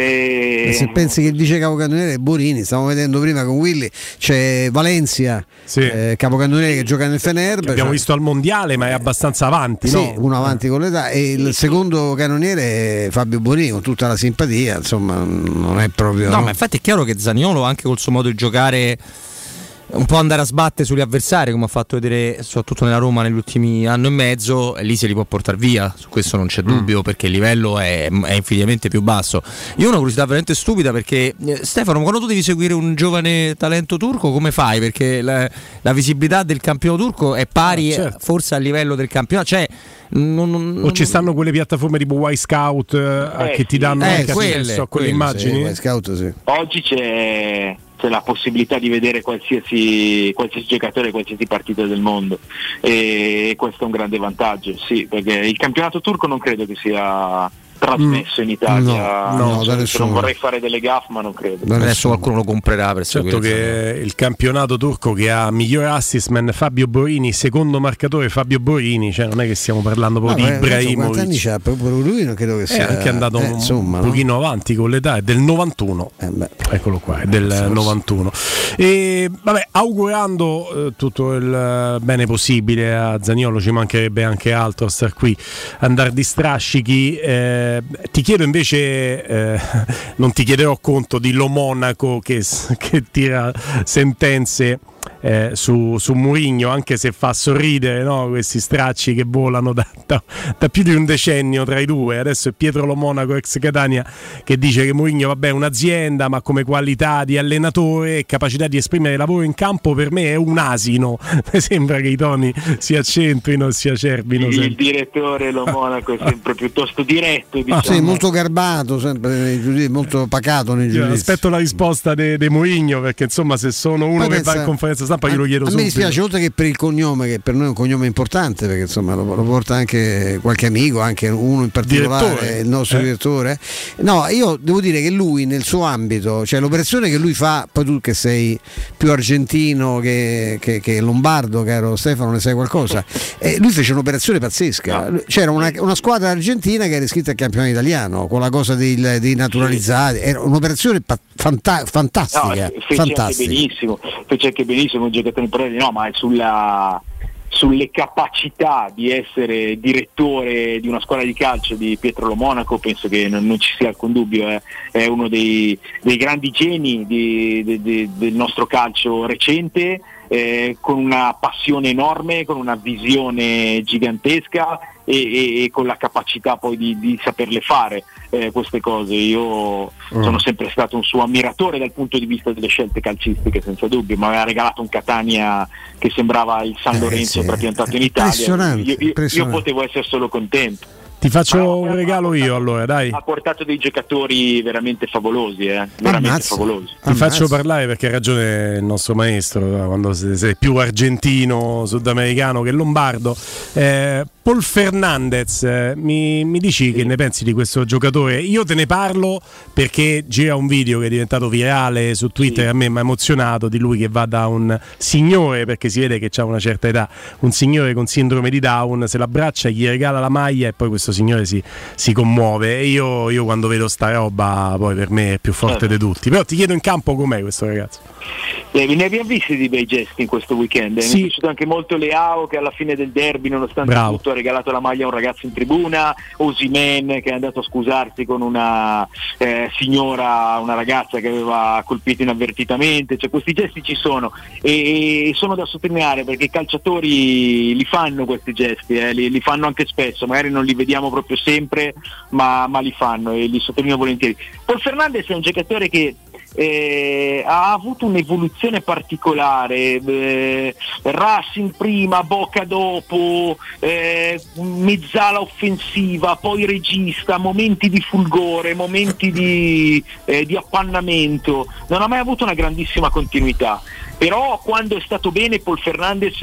Se pensi che dice capocannoniere è Borini, stiamo vedendo prima con Willy, c'è Valencia, capocannoniere che gioca nel Fenerbahce. Abbiamo visto al mondiale, ma è abbastanza avanti, sì, no? Uno avanti con l'età, e il secondo cannoniere è Fabio Borini, con tutta la simpatia, insomma, non è proprio. No, ma infatti è chiaro che Zaniolo, anche col suo modo di giocare, un po' andare a sbattere sugli avversari, come ha fatto vedere soprattutto nella Roma negli ultimi anno e mezzo, e lì se li può portare via, su questo non c'è dubbio, perché il livello è infinitamente più basso. Io ho una curiosità veramente stupida, perché Stefano, quando tu devi seguire un giovane talento turco, come fai? Perché la visibilità del campionato turco è pari forse al livello del campionato, cioè o ci stanno quelle piattaforme tipo Y Scout che ti danno anche accesso a quelle immagini? Y Scout, sì. Oggi c'è la possibilità di vedere qualsiasi giocatore, qualsiasi partita del mondo, e questo è un grande vantaggio, sì, perché il campionato turco non credo che sia trasmesso in Italia. No, non vorrei fare delle gaffe, ma non credo. Adesso qualcuno lo comprerà per certo che il campionato turco, che ha miglior assistman Fabio Borini, secondo marcatore Fabio Borini, cioè non è che stiamo parlando proprio di Ibrahimovic. Quanti anni c'ha? Proprio lui non credo che sia. È anche andato un pochino avanti con l'età, è del 91. Eccolo qua, è del 91. E vabbè, augurando tutto il bene possibile a Zaniolo, ci mancherebbe anche altro a star qui, andare di strascichi. Ti chiedo invece, non ti chiederò conto di Lo Monaco che tira sentenze su Mourinho, anche se fa sorridere, no? Questi stracci che volano da più di un decennio tra i due. Adesso è Pietro Lo Monaco, ex Catania, che dice che Mourinho, vabbè, è un'azienda, ma come qualità di allenatore e capacità di esprimere lavoro in campo per me è un asino. Mi sembra che i toni si accentuino e si acerbino. Il direttore Lo Monaco è sempre piuttosto diretto, diciamo. Sì, molto garbato, sempre molto pacato nei giudizi. Aspetto la risposta di Mourinho, perché insomma, se sono uno che va in conferenza stampa glielo chiedo subito. A me dispiace, oltre che per il cognome, che per noi è un cognome importante, perché insomma lo porta anche qualche amico, anche uno in particolare, direttore. Il nostro direttore. No, io devo dire che lui nel suo ambito, cioè l'operazione che lui fa, poi tu che sei più argentino che lombardo, caro Stefano, ne sai qualcosa, lui fece un'operazione pazzesca. C'era una squadra argentina che era iscritta al campionato italiano, con la cosa dei naturalizzati, era un'operazione fantastica. Fece anche benissimo un giocatore importante, no, ma è sulle capacità di essere direttore di una squadra di calcio di Pietro Lo Monaco, penso che non ci sia alcun dubbio, è uno dei grandi geni del nostro calcio recente, con una passione enorme, con una visione gigantesca e con la capacità poi di saperle fare queste cose. Io sono sempre stato un suo ammiratore dal punto di vista delle scelte calcistiche, senza dubbio. Mi aveva regalato un Catania che sembrava il San Lorenzo trapiantato in Italia. Io potevo essere solo contento. Ti faccio un regalo io, allora, dai. Ha portato dei giocatori veramente favolosi, veramente favolosi. Ti faccio parlare, perché ha ragione il nostro maestro, quando sei più argentino, sudamericano che lombardo. Paul Fernandez, mi dici che ne pensi di questo giocatore? Io te ne parlo perché gira un video che è diventato virale su Twitter, a me mi ha emozionato, di lui che va da un signore, perché si vede che ha una certa età, un signore con sindrome di Down, se l'abbraccia, gli regala la maglia e poi questo signore si commuove. E io quando vedo sta roba, poi per me è più forte di tutti. Però ti chiedo, in campo com'è questo ragazzo? Ne abbiamo visti di bei gesti in questo weekend. Mi è piaciuto anche molto Leao, che alla fine del derby, nonostante tutto, ha regalato la maglia a un ragazzo in tribuna. Osimhen, che è andato a scusarsi con una signora, una ragazza che aveva colpito inavvertitamente. Cioè, questi gesti ci sono e sono da sottolineare, perché i calciatori li fanno questi gesti, li fanno anche spesso, magari non li vediamo proprio sempre, ma li fanno e li sottolineo volentieri. Paul Fernandez è un giocatore che ha avuto un'evoluzione particolare, Racing prima, Boca dopo, mezzala offensiva, poi regista, momenti di fulgore, momenti di appannamento, non ha mai avuto una grandissima continuità. Però quando è stato bene Paul Fernandes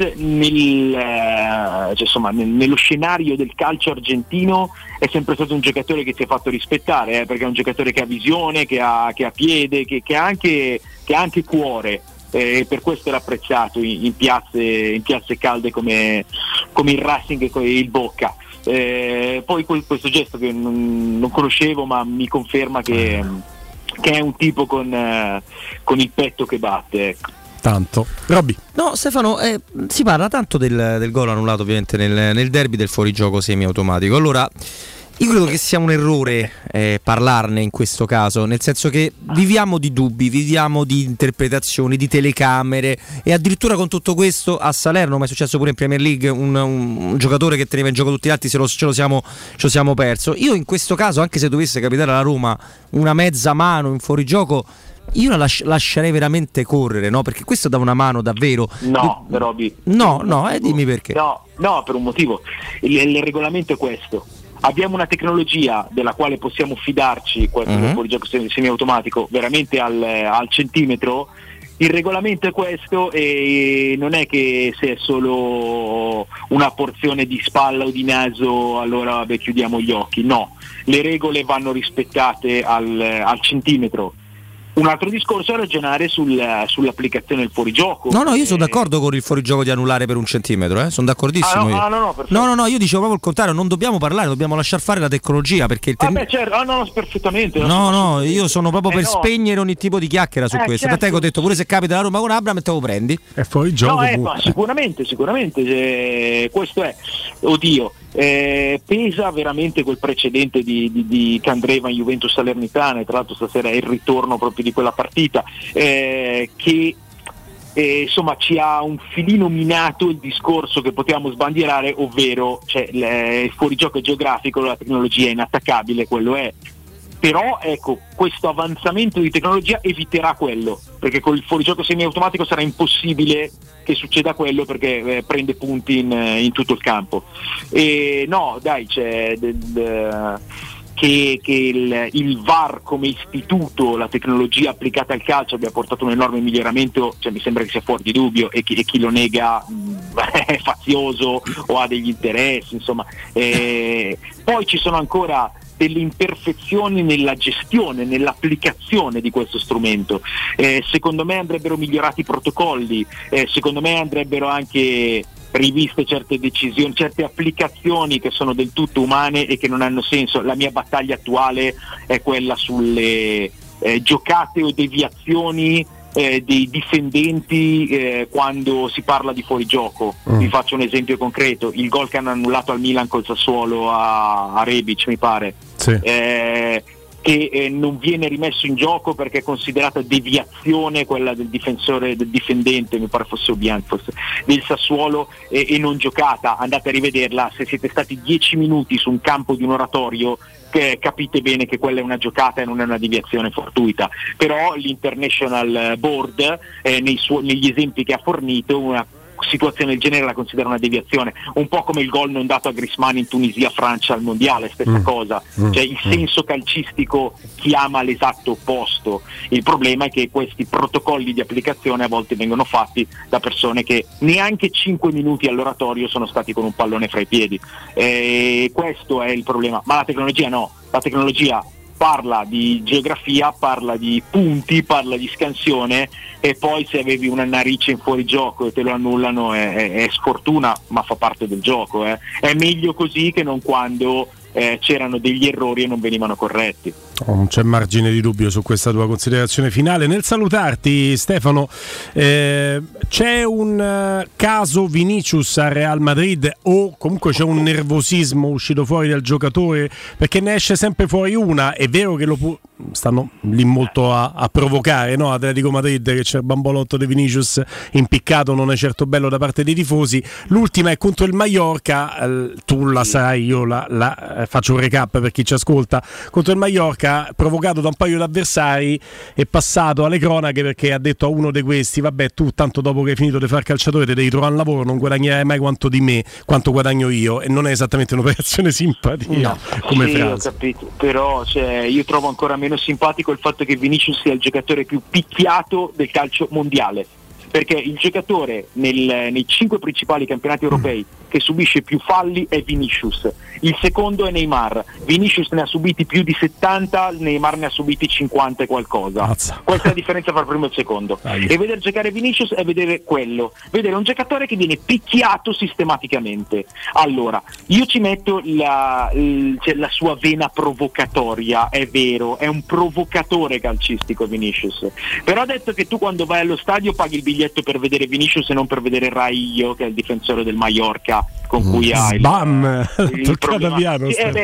nello scenario del calcio argentino è sempre stato un giocatore che si è fatto rispettare, perché è un giocatore che ha visione, che ha piede, che ha anche cuore, e per questo era apprezzato in piazze calde come il Racing e il Boca. Poi questo gesto che non conoscevo, ma mi conferma che è un tipo con il petto che batte, ecco. Tanto. Robby. No, Stefano, si parla tanto del gol annullato ovviamente nel derby, del fuorigioco semiautomatico. Allora, io credo che sia un errore parlarne in questo caso, nel senso che viviamo di dubbi, viviamo di interpretazioni, di telecamere, e addirittura con tutto questo a Salerno, ma è successo pure in Premier League, un giocatore che teneva in gioco tutti gli altri ce lo siamo perso. Io in questo caso, anche se dovesse capitare alla Roma una mezza mano in fuorigioco, io la lascerei veramente correre, no? Perché questo dà una mano davvero. No, Roby. No, dimmi perché. No, per un motivo. Il regolamento è questo. Abbiamo una tecnologia della quale possiamo fidarci, questo del fuorigioco semiautomatico, veramente al centimetro. Il regolamento è questo, e non è che se è solo una porzione di spalla o di naso allora chiudiamo gli occhi. No, le regole vanno rispettate al centimetro. Un altro discorso è ragionare sull'applicazione del fuorigioco. No, io sono d'accordo con il fuorigioco di annullare per un centimetro, sono d'accordissimo. No, io dicevo proprio il contrario, non dobbiamo parlare, dobbiamo lasciar fare la tecnologia, perché certo, perfettamente. No, io sono proprio per spegnere ogni tipo di chiacchiera su questo. Certo. Tant'è che ho detto, pure se capita la Roma con Abraham, te lo prendi. È fuorigioco. Ma sicuramente, questo è, oddio. Pesa veramente quel precedente di Candreva in Juventus Salernitana, e tra l'altro stasera è il ritorno proprio di quella partita, che insomma ci ha un filino minato il discorso che potevamo sbandierare, ovvero il fuorigioco è geografico, la tecnologia è inattaccabile, quello è. Però ecco, questo avanzamento di tecnologia eviterà quello, perché con il fuorigioco semiautomatico sarà impossibile che succeda quello, perché prende punti in tutto il campo. E no, dai, c'è che il VAR come istituto, la tecnologia applicata al calcio abbia portato un enorme miglioramento, mi sembra che sia fuori di dubbio, e chi lo nega è fazioso o ha degli interessi, insomma. Poi ci sono ancora delle imperfezioni nella gestione, nell'applicazione di questo strumento. Secondo me andrebbero migliorati i protocolli, secondo me andrebbero anche riviste certe decisioni, certe applicazioni che sono del tutto umane e che non hanno senso. La mia battaglia attuale è quella sulle giocate o deviazioni dei difendenti quando si parla di fuorigioco. Vi faccio un esempio concreto: il gol che hanno annullato al Milan col Sassuolo a Rebic, mi pare, sì. Che non viene rimesso in gioco perché è considerata deviazione quella del difendente, mi pare fosse Obianco, del Sassuolo, e non giocata. Andate a rivederla, se siete stati 10 minuti su un campo di un oratorio capite bene che quella è una giocata e non è una deviazione fortuita. Però l'International Board negli esempi che ha fornito, una situazione del genere la considera una deviazione, un po' come il gol non dato a Griezmann in Tunisia-Francia al mondiale, stessa cosa. Cioè il senso calcistico chiama l'esatto opposto. Il problema è che questi protocolli di applicazione a volte vengono fatti da persone che neanche 5 minuti all'oratorio sono stati con un pallone fra i piedi, questo è il problema. Ma la tecnologia no, la tecnologia parla di geografia, parla di punti, parla di scansione, e poi se avevi una narice in fuorigioco e te lo annullano è sfortuna, ma fa parte del gioco. È meglio così che non quando c'erano degli errori e non venivano corretti. Non c'è margine di dubbio su questa tua considerazione finale. Nel salutarti, Stefano, c'è C'è un caso Vinicius al Real Madrid o comunque c'è un nervosismo uscito fuori dal giocatore, perché ne esce sempre fuori una? È vero che stanno lì molto a provocare, no? Atletico Madrid, che c'è il bambolotto di Vinicius impiccato, non è certo bello da parte dei tifosi. L'ultima è contro il Mallorca, tu la sai, io la faccio un recap per chi ci ascolta. Contro il Mallorca, provocato da un paio di avversari, è passato alle cronache perché ha detto a uno di questi: vabbè, tu tanto dopo che hai finito di fare calciatore ti devi trovare un lavoro, non guadagnerai mai quanto di me, quanto guadagno io. E non è esattamente un'operazione simpatia, come frase. Ho capito, però io trovo ancora meno simpatico il fatto che Vinicius sia il giocatore più picchiato del calcio mondiale, perché il giocatore nei 5 principali campionati europei che subisce più falli è Vinicius, il secondo è Neymar. Vinicius ne ha subiti più di 70, Neymar ne ha subiti 50 e qualcosa. Questa è la differenza tra il primo e il secondo. E vedere giocare Vinicius è vedere vedere un giocatore che viene picchiato sistematicamente. Allora, io ci metto la sua vena provocatoria, è vero, è un provocatore calcistico Vinicius, però ha detto che tu quando vai allo stadio paghi il biglietto per vedere Vinicius e non per vedere Raillo, che è il difensore del Mallorca, con cui ha il problema.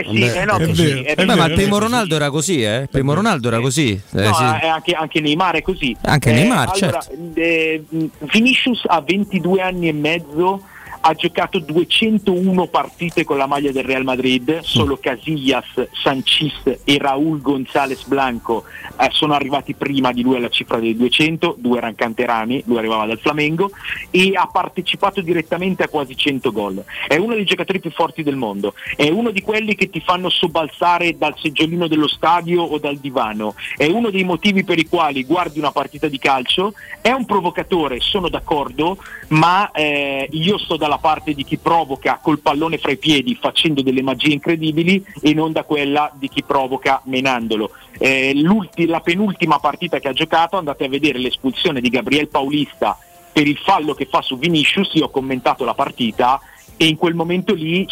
Ma il primo Ronaldo era così, il primo Ronaldo era così. No, sì. Anche Neymar è così. Anche Neymar, allora, certo. Vinicius ha 22 anni e mezzo, ha giocato 201 partite con la maglia del Real Madrid, solo Casillas, Sanchis e Raúl González Blanco sono arrivati prima di lui alla cifra dei 200, 2 erano canterani, lui arrivava dal Flamengo, e ha partecipato direttamente a quasi 100 gol. È uno dei giocatori più forti del mondo, è uno di quelli che ti fanno sobbalzare dal seggiolino dello stadio o dal divano, è uno dei motivi per i quali guardi una partita di calcio. È un provocatore, sono d'accordo, ma io sto dalla parte di chi provoca col pallone fra i piedi facendo delle magie incredibili e non da quella di chi provoca menandolo. La penultima partita che ha giocato, andate a vedere l'espulsione di Gabriel Paulista per il fallo che fa su Vinicius. Io ho commentato la partita e in quel momento lì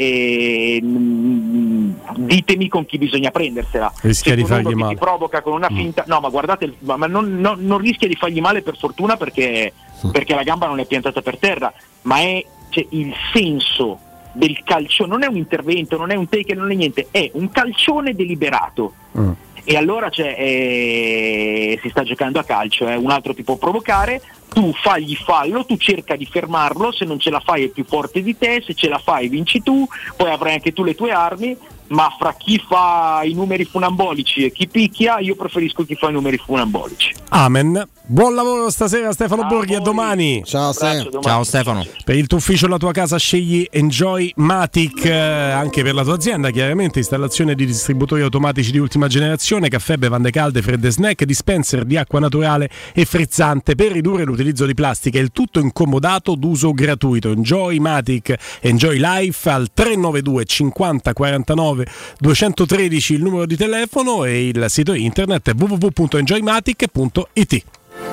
ditemi con chi bisogna prendersela. Rischia di fargli male. Ti provoca con una finta, no, ma guardate, ma non rischia di fargli male, per fortuna, perché la gamba non è piantata per terra, ma è il senso del calcio, non è un intervento, non è un take, non è niente, è un calcione deliberato. E allora si sta giocando a calcio, un altro ti può provocare, tu fagli fallo, tu cerca di fermarlo, se non ce la fai è più forte di te, se ce la fai vinci tu, poi avrai anche tu le tue armi. Ma fra chi fa i numeri funambolici e chi picchia, io preferisco chi fa i numeri funambolici. Amen. Buon lavoro stasera Stefano Borghi, a domani. Ciao Stefano. Per il tuo ufficio, la tua casa, scegli Enjoy Matic, anche per la tua azienda chiaramente, installazione di distributori automatici di ultima generazione, caffè, bevande calde, fredde, snack, dispenser di acqua naturale e frizzante per ridurre l'utilizzo di plastica, il tutto incomodato d'uso gratuito. Enjoy Matic, Enjoy Life al 392 50 49 213 il numero di telefono e il sito internet www.enjoymatic.it.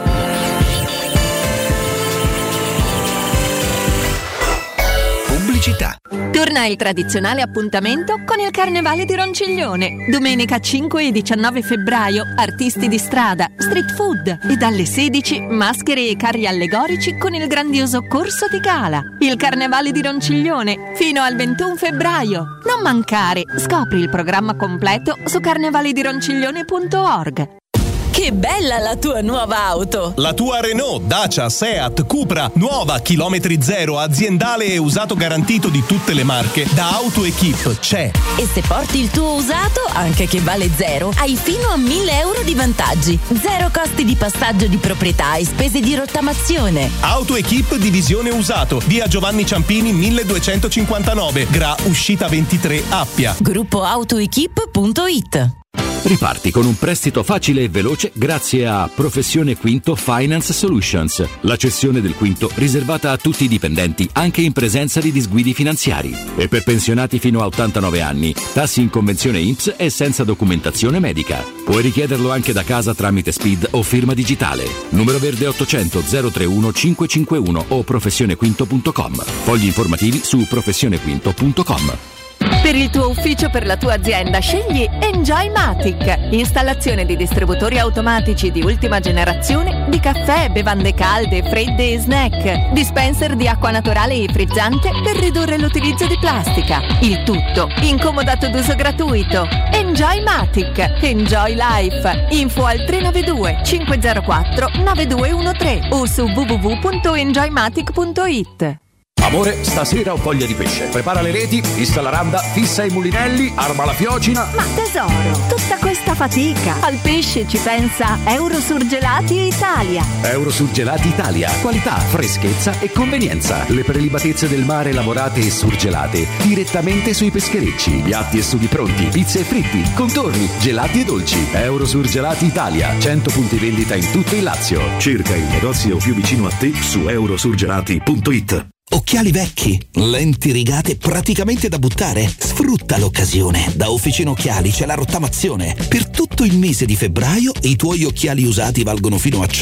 Pubblicità. Torna il tradizionale appuntamento con il Carnevale di Ronciglione. Domenica 5 e 19 febbraio, artisti di strada, street food e dalle 16 maschere e carri allegorici con il grandioso corso di gala. Il Carnevale di Ronciglione fino al 21 febbraio. Non mancare, scopri il programma completo su carnevaledironciglione.org. Che bella la tua nuova auto! La tua Renault, Dacia, Seat, Cupra, nuova, chilometri zero, aziendale e usato garantito di tutte le marche, da AutoEquip c'è. E se porti il tuo usato, anche che vale zero, hai fino a 1.000 euro di vantaggi. Zero costi di passaggio di proprietà e spese di rottamazione. AutoEquip Divisione Usato, via Giovanni Ciampini 1259, Gra Uscita 23 Appia. Gruppo AutoEquip.it. Riparti con un prestito facile e veloce grazie a Professione Quinto Finance Solutions, la cessione del quinto riservata a tutti i dipendenti anche in presenza di disguidi finanziari, e per pensionati fino a 89 anni, tassi in convenzione INPS e senza documentazione medica. Puoi richiederlo anche da casa tramite SPID o firma digitale. Numero verde 800 031 551 o professionequinto.com. Fogli informativi su professionequinto.com. Per il tuo ufficio, per la tua azienda, scegli Enjoymatic. Installazione di distributori automatici di ultima generazione di caffè, bevande calde, fredde e snack. Dispenser di acqua naturale e frizzante per ridurre l'utilizzo di plastica. Il tutto in comodato d'uso gratuito. Enjoymatic. Enjoy Life. Info al 392 504 9213 o su www.enjoymatic.it. Amore, stasera ho voglia di pesce. Prepara le reti, fissa la randa, fissa i mulinelli, arma la fiocina. Ma tesoro, tutta questa fatica. Al pesce ci pensa Eurosurgelati Italia. Eurosurgelati Italia. Qualità, freschezza e convenienza. Le prelibatezze del mare lavorate e surgelate direttamente sui pescherecci. Piatti e sughi pronti, pizze e fritti, contorni, gelati e dolci. Eurosurgelati Italia. 100 punti vendita in tutto il Lazio. Cerca il negozio più vicino a te su eurosurgelati.it. Occhiali vecchi, lenti rigate praticamente da buttare? Sfrutta l'occasione. Da Officina Occhiali c'è la rottamazione. Per tutto il mese di febbraio i tuoi occhiali usati valgono fino a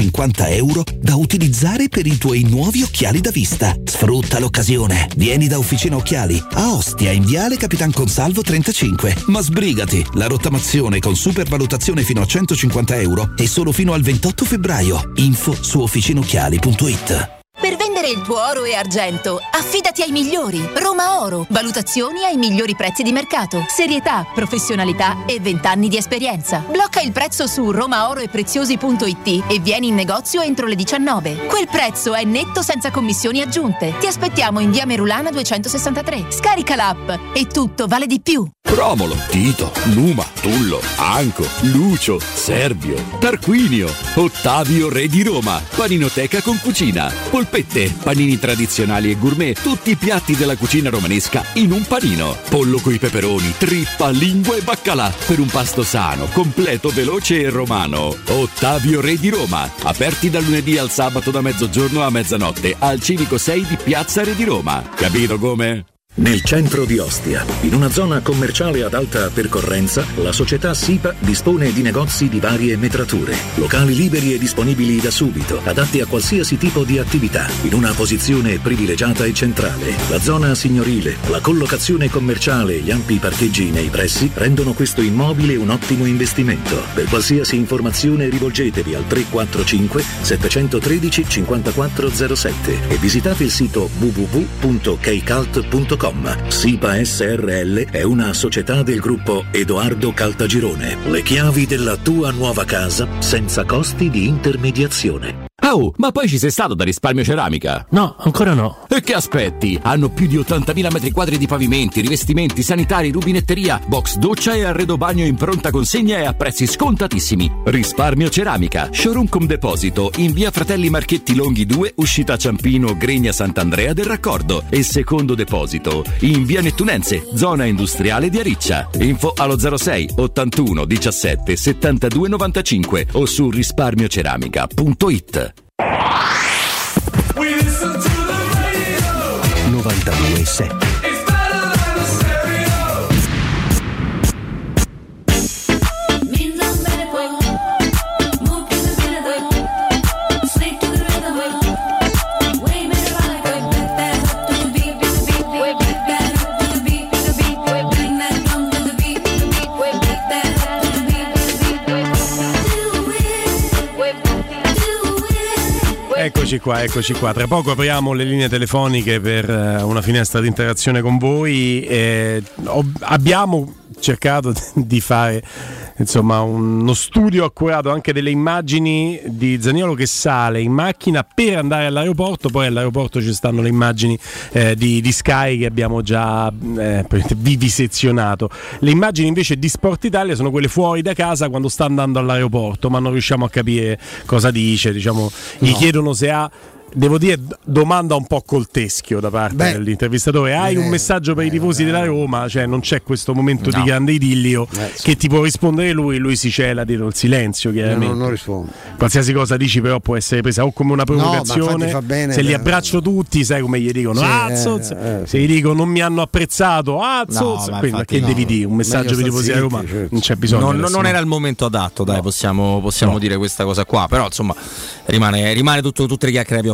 €150 da utilizzare per i tuoi nuovi occhiali da vista. Sfrutta l'occasione. Vieni da Officina Occhiali a Ostia in Viale Capitan Consalvo 35. Ma sbrigati, la rottamazione con supervalutazione fino a €150 è solo fino al 28 febbraio. Info su officinocchiali.it. Per vendere il tuo oro e argento, affidati ai migliori. Roma Oro. Valutazioni ai migliori prezzi di mercato. Serietà, professionalità e 20 anni di esperienza. Blocca il prezzo su romaoroepreziosi.it e vieni in negozio entro le 19. Quel prezzo è netto senza commissioni aggiunte. Ti aspettiamo in via Merulana 263. Scarica l'app e tutto vale di più. Romolo, Tito, Numa, Tullo, Anco, Lucio, Servio, Tarquinio, Ottavio Re di Roma, Paninoteca con cucina, polpette, panini tradizionali e gourmet, tutti i piatti della cucina romanesca in un panino, pollo coi peperoni, trippa, lingua e baccalà, per un pasto sano, completo, veloce e romano. Ottavio Re di Roma, aperti dal lunedì al sabato da mezzogiorno a mezzanotte al Civico 6 di Piazza Re di Roma. Capito come? Nel centro di Ostia, in una zona commerciale ad alta percorrenza, la società SIPA dispone di negozi di varie metrature, locali liberi e disponibili da subito, adatti a qualsiasi tipo di attività, in una posizione privilegiata e centrale. La zona signorile, la collocazione commerciale e gli ampi parcheggi nei pressi rendono questo immobile un ottimo investimento. Per qualsiasi informazione rivolgetevi al 345 713 5407 e visitate il sito www.keicalt.com. SIPA SRL è una società del gruppo Edoardo Caltagirone. Le chiavi della tua nuova casa senza costi di intermediazione. Oh, ma poi ci sei stato da Risparmio Ceramica? No, ancora no. E che aspetti? Hanno più di 80.000 metri quadri di pavimenti, rivestimenti, sanitari, rubinetteria, box doccia e arredo bagno in pronta consegna e a prezzi scontatissimi. Risparmio Ceramica, showroom con deposito in via Fratelli Marchetti Longhi 2, uscita Ciampino, Gregna Sant'Andrea del Raccordo, e secondo deposito in via Nettunense, zona industriale di Ariccia. Info allo 06 81 17 72 95 o su risparmioceramica.it. 92.7. Eccoci qua. Tra poco apriamo le linee telefoniche per una finestra di interazione con voi. Abbiamo cercato di fare insomma uno studio accurato anche delle immagini di Zaniolo che sale in macchina per andare all'aeroporto. Poi all'aeroporto ci stanno le immagini di Sky che abbiamo già vivisezionato. Le immagini invece di Sport Italia sono quelle fuori da casa quando sta andando all'aeroporto, ma non riusciamo a capire cosa dice, diciamo. Gli chiedono se ha, devo dire, domanda un po' col teschio da parte dell'intervistatore. Hai un messaggio per i tifosi della Roma? Cioè non c'è questo momento di grande idillio che ti può rispondere lui si cela dietro il silenzio, chiaramente. Non risponde. Qualsiasi cosa dici però può essere presa o come una provocazione. No, bene, se li abbraccio tutti, sai come gli dicono? Se gli dico non mi hanno apprezzato, quindi che devi dire? Un messaggio per i tifosi della Roma? Certo. Non c'è bisogno. Non era il momento adatto, dai, possiamo dire questa cosa qua, però insomma rimane tutte le chiacchiere che abbiamo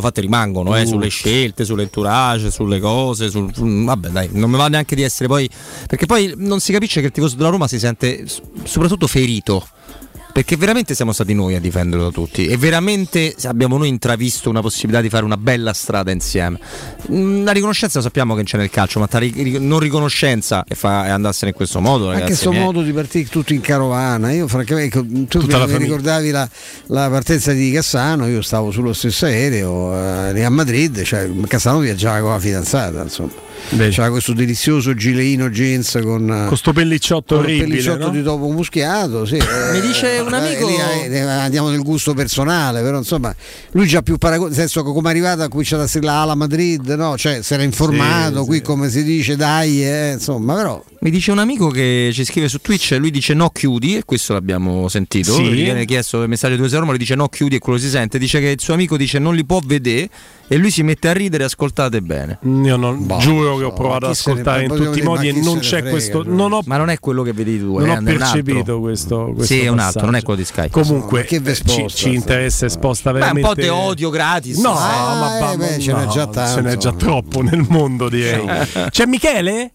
fatte rimangono, sulle scelte, sull'entourage, sulle cose, vabbè dai, non mi va neanche di essere poi, perché poi non si capisce che il tifoso della Roma si sente soprattutto ferito, perché veramente siamo stati noi a difenderlo da tutti e veramente abbiamo noi intravisto una possibilità di fare una bella strada insieme. La riconoscenza lo sappiamo che c'è nel calcio, ma non riconoscenza e andarsene in questo modo, ragazzi. Anche questo modo di partire tutti in carovana, io francamente, tu mi ricordavi la partenza di Cassano, io stavo sullo stesso aereo a Madrid, cioè Cassano viaggiava con la fidanzata, insomma. C'era questo delizioso gileino jeans con sto pellicciotto orribile, pellicciotto, no? Di topo muschiato, sì. Mi dice un amico, andiamo nel gusto personale, però insomma lui già più nel senso che come è arrivato ha cominciato a essere la Madrid, no? Cioè si era informato, qui come si dice dai, insomma, però mi dice un amico che ci scrive su Twitch, lui dice no chiudi, e questo l'abbiamo sentito, gli viene chiesto il messaggio di 2 Roma, lui dice no chiudi e quello si sente, dice che il suo amico dice non li può vedere e lui si mette a ridere, ascoltate bene. Io non giuro che ho provato ad ascoltare in tutti i modi e non c'è questo, ma non è quello che vedi tu, non ho percepito questo sì, è un altro, non è quello di Sky. Comunque ci interessa esposta veramente un po' di odio gratis. No, ce n'è già tanto, ce n'è già troppo nel mondo, direi. C'è Michele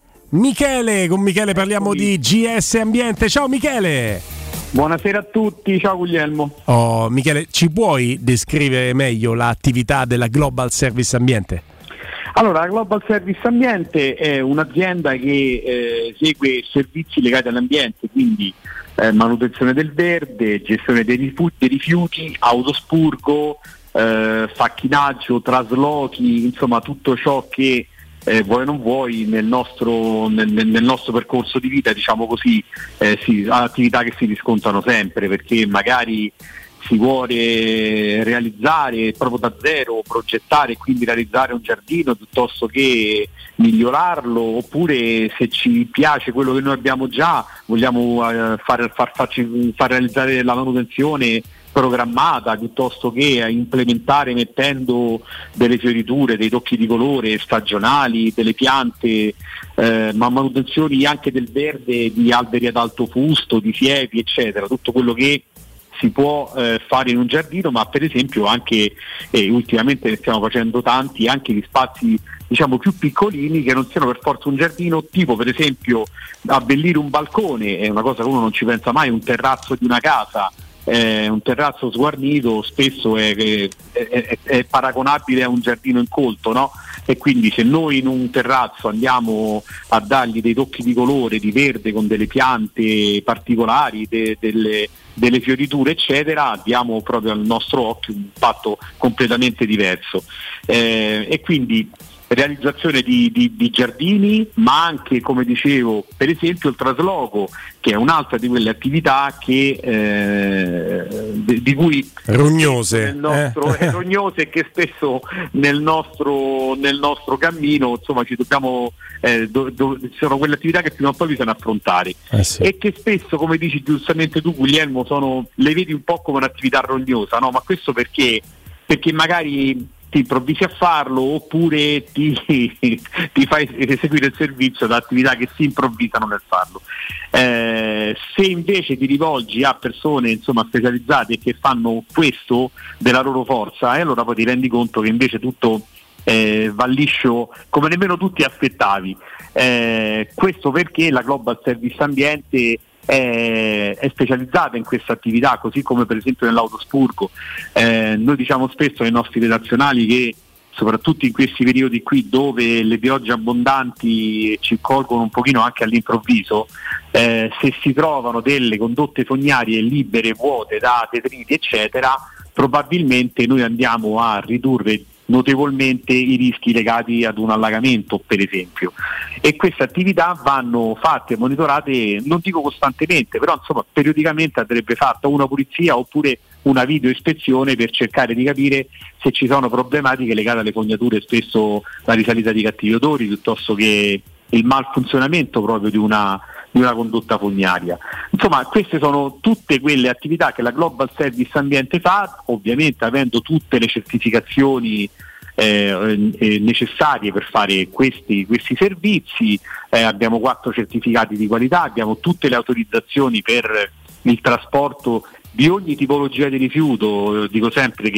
con Michele parliamo di GS Ambiente. Ciao Michele. Buonasera a tutti, ciao Guglielmo. Michele, ci puoi descrivere meglio l'attività della Global Service Ambiente? Allora, la Global Service Ambiente è un'azienda che segue servizi legati all'ambiente, quindi manutenzione del verde, gestione dei rifiuti, autospurgo, facchinaggio, traslochi, insomma tutto ciò che vuoi o non vuoi nel nostro percorso di vita, diciamo così, attività che si riscontrano sempre, perché magari si vuole realizzare proprio da zero, progettare e quindi realizzare un giardino piuttosto che migliorarlo, oppure se ci piace quello che noi abbiamo già vogliamo far realizzare la manutenzione programmata piuttosto che a implementare mettendo delle fioriture, dei tocchi di colore stagionali, delle piante, ma manutenzioni anche del verde, di alberi ad alto fusto, di siepi, eccetera, tutto quello che si può fare in un giardino, ma per esempio anche ultimamente ne stiamo facendo tanti anche di spazi diciamo più piccolini che non siano per forza un giardino, tipo per esempio abbellire un balcone, è una cosa che uno non ci pensa mai, un terrazzo di una casa. Un terrazzo sguarnito spesso è paragonabile a un giardino incolto, no? E quindi se noi in un terrazzo andiamo a dargli dei tocchi di colore, di verde con delle piante particolari, delle fioriture eccetera, diamo proprio al nostro occhio un impatto completamente diverso, e quindi realizzazione di giardini, ma anche, come dicevo, per esempio il trasloco, che è un'altra di quelle attività che di cui rognose rognose, che spesso nel nostro cammino insomma ci dobbiamo sono quelle attività che prima o poi bisogna affrontare, sì. E che spesso, come dici giustamente tu Guglielmo, le vedi un po' come un'attività rognosa, no? Ma questo perché magari ti improvvisi a farlo, oppure ti fai eseguire il servizio da attività che si improvvisano nel farlo. Se invece ti rivolgi a persone insomma specializzate che fanno questo della loro forza, allora poi ti rendi conto che invece tutto va liscio come nemmeno tu ti aspettavi. Questo perché la Global Service Ambiente è specializzata in questa attività, così come per esempio nell'autospurgo. Noi diciamo spesso ai nostri redazionali che soprattutto in questi periodi qui dove le piogge abbondanti ci colgono un pochino anche all'improvviso, se si trovano delle condotte fognarie libere, vuote da detriti eccetera, probabilmente noi andiamo a ridurre notevolmente i rischi legati ad un allagamento, per esempio, e queste attività vanno fatte e monitorate, non dico costantemente, però insomma periodicamente andrebbe fatta una pulizia oppure una video ispezione per cercare di capire se ci sono problematiche legate alle fognature, spesso la risalita di cattivi odori piuttosto che il malfunzionamento proprio di una condotta fognaria. Insomma, queste sono tutte quelle attività che la Global Service Ambiente fa, ovviamente avendo tutte le certificazioni necessarie per fare questi servizi. Abbiamo 4 certificati di qualità, abbiamo tutte le autorizzazioni per il trasporto di ogni tipologia di rifiuto. Dico sempre che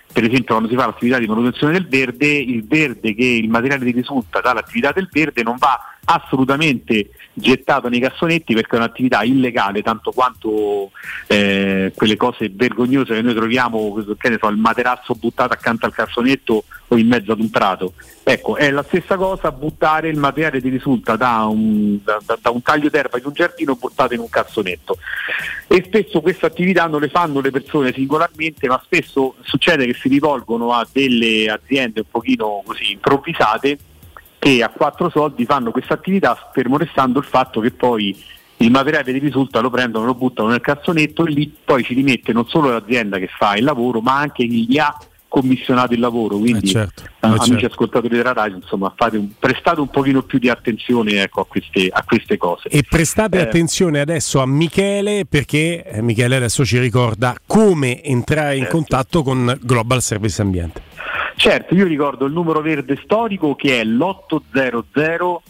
per esempio quando si fa l'attività di manutenzione del verde, il verde che il materiale che risulta dall'attività del verde non va assolutamente gettato nei cassonetti, perché è un'attività illegale tanto quanto quelle cose vergognose che noi troviamo, che ne so, il materasso buttato accanto al cassonetto o in mezzo ad un prato. Ecco, è la stessa cosa buttare il materiale che risulta da un taglio d'erba di un giardino buttato in un cassonetto. E spesso queste attività non le fanno le persone singolarmente, ma spesso succede che si rivolgono a delle aziende un pochino così improvvisate, che a quattro soldi fanno questa attività, fermo restando il fatto che poi il materiale che risulta lo prendono, lo buttano nel cassonetto e lì poi ci rimette non solo l'azienda che fa il lavoro, ma anche chi gli ha commissionato il lavoro. Quindi amici ascoltatori della radio, insomma, prestate un pochino più di attenzione, ecco, a queste cose. E prestate attenzione adesso a Michele, perché Michele adesso ci ricorda come entrare in contatto con Global Service Ambiente. Certo, io ricordo il numero verde storico che è l'800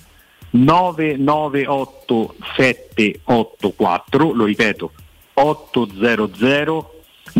998 784, lo ripeto, 800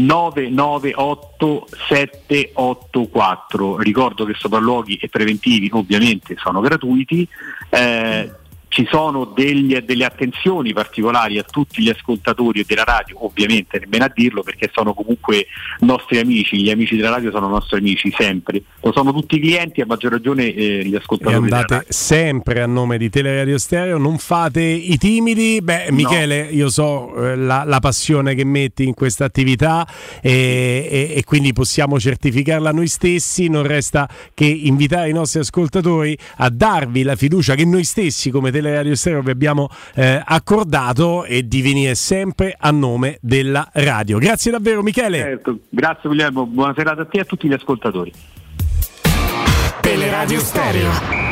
998 784. Ricordo che sopralluoghi e preventivi ovviamente sono gratuiti. Ci sono delle attenzioni particolari a tutti gli ascoltatori della radio, ovviamente nemmeno a dirlo, perché sono comunque nostri amici, gli amici della radio sono nostri amici sempre, lo sono tutti i clienti, a maggior ragione gli ascoltatori. E andate sempre a nome di Teleradio Stereo, non fate i timidi. Michele, io so la passione che metti in questa attività e quindi possiamo certificarla noi stessi, non resta che invitare i nostri ascoltatori a darvi la fiducia che noi stessi come Radio Stereo vi abbiamo accordato, e di venire sempre a nome della radio. Grazie davvero Michele. Certo, grazie Guglielmo, buona serata a te e a tutti gli ascoltatori. Teleradio Stereo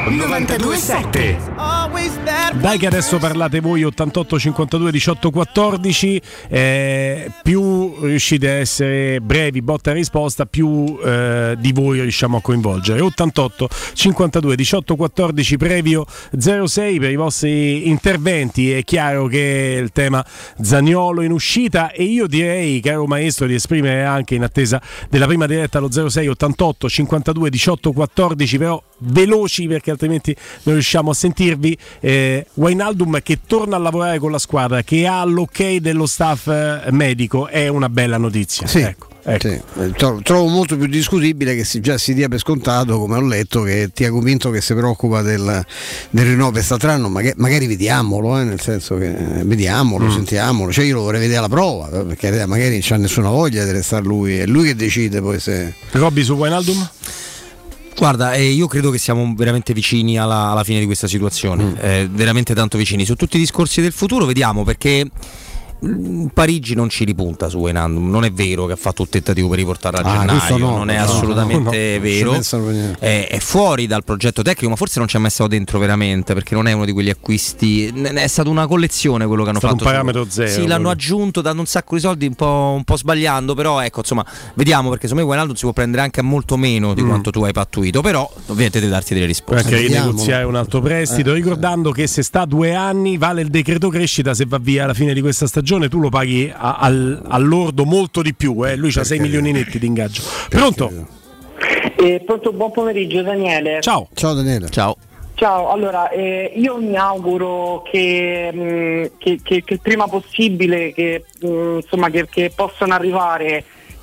92.7. Dai che adesso parlate voi, 88 52 18 14, più riuscite a essere brevi, botta e risposta, più di voi riusciamo a coinvolgere. 88 52 18 14, previo 06 per i vostri interventi. È chiaro che il tema Zaniolo in uscita, e io direi, caro maestro, di esprimere anche, in attesa della prima diretta, lo 06 88 52 18 14, però veloci perché altrimenti non riusciamo a sentirvi. Wijnaldum che torna a lavorare con la squadra, che ha l'ok dello staff medico, è una bella notizia. Sì. Ecco. Sì, trovo molto più discutibile che già si dia per scontato, come ho letto, che ti ha convinto che si preoccupa del rinnovo per quest'altro, magari vediamolo, nel senso che vediamolo, sentiamolo, cioè io lo vorrei vedere alla prova, perché magari non c'ha nessuna voglia di restare lui, è lui che decide poi se. Robby su Wijnaldum? Guarda, io credo che siamo veramente vicini alla fine di questa situazione, veramente tanto vicini. Su tutti i discorsi del futuro vediamo, perché Parigi non ci ripunta su Wijnaldum, non è vero che ha fatto un tentativo per riportarlo a gennaio, non è assolutamente vero, è fuori dal progetto tecnico, ma forse non ci ha messo dentro veramente, perché non è uno di quegli acquisti, è stata una collezione quello che hanno fatto, un parametro zero. Sì, l'hanno aggiunto dando un sacco di soldi, un po' sbagliando, però ecco, insomma, vediamo, perché secondo me Wijnaldum si può prendere anche a molto meno di quanto tu hai pattuito, però ovviamente devi darti delle risposte. Perché rinegoziare un altro prestito, ricordando che se sta 2 anni vale il decreto crescita, se va via alla fine di questa stagione tu lo paghi all'ordo molto di più, lui c'ha 6 milioni netti di ingaggio. Pronto? Pronto, buon pomeriggio Daniele. Ciao Daniele. Ciao. Allora, io mi auguro che prima possibile che possano arrivare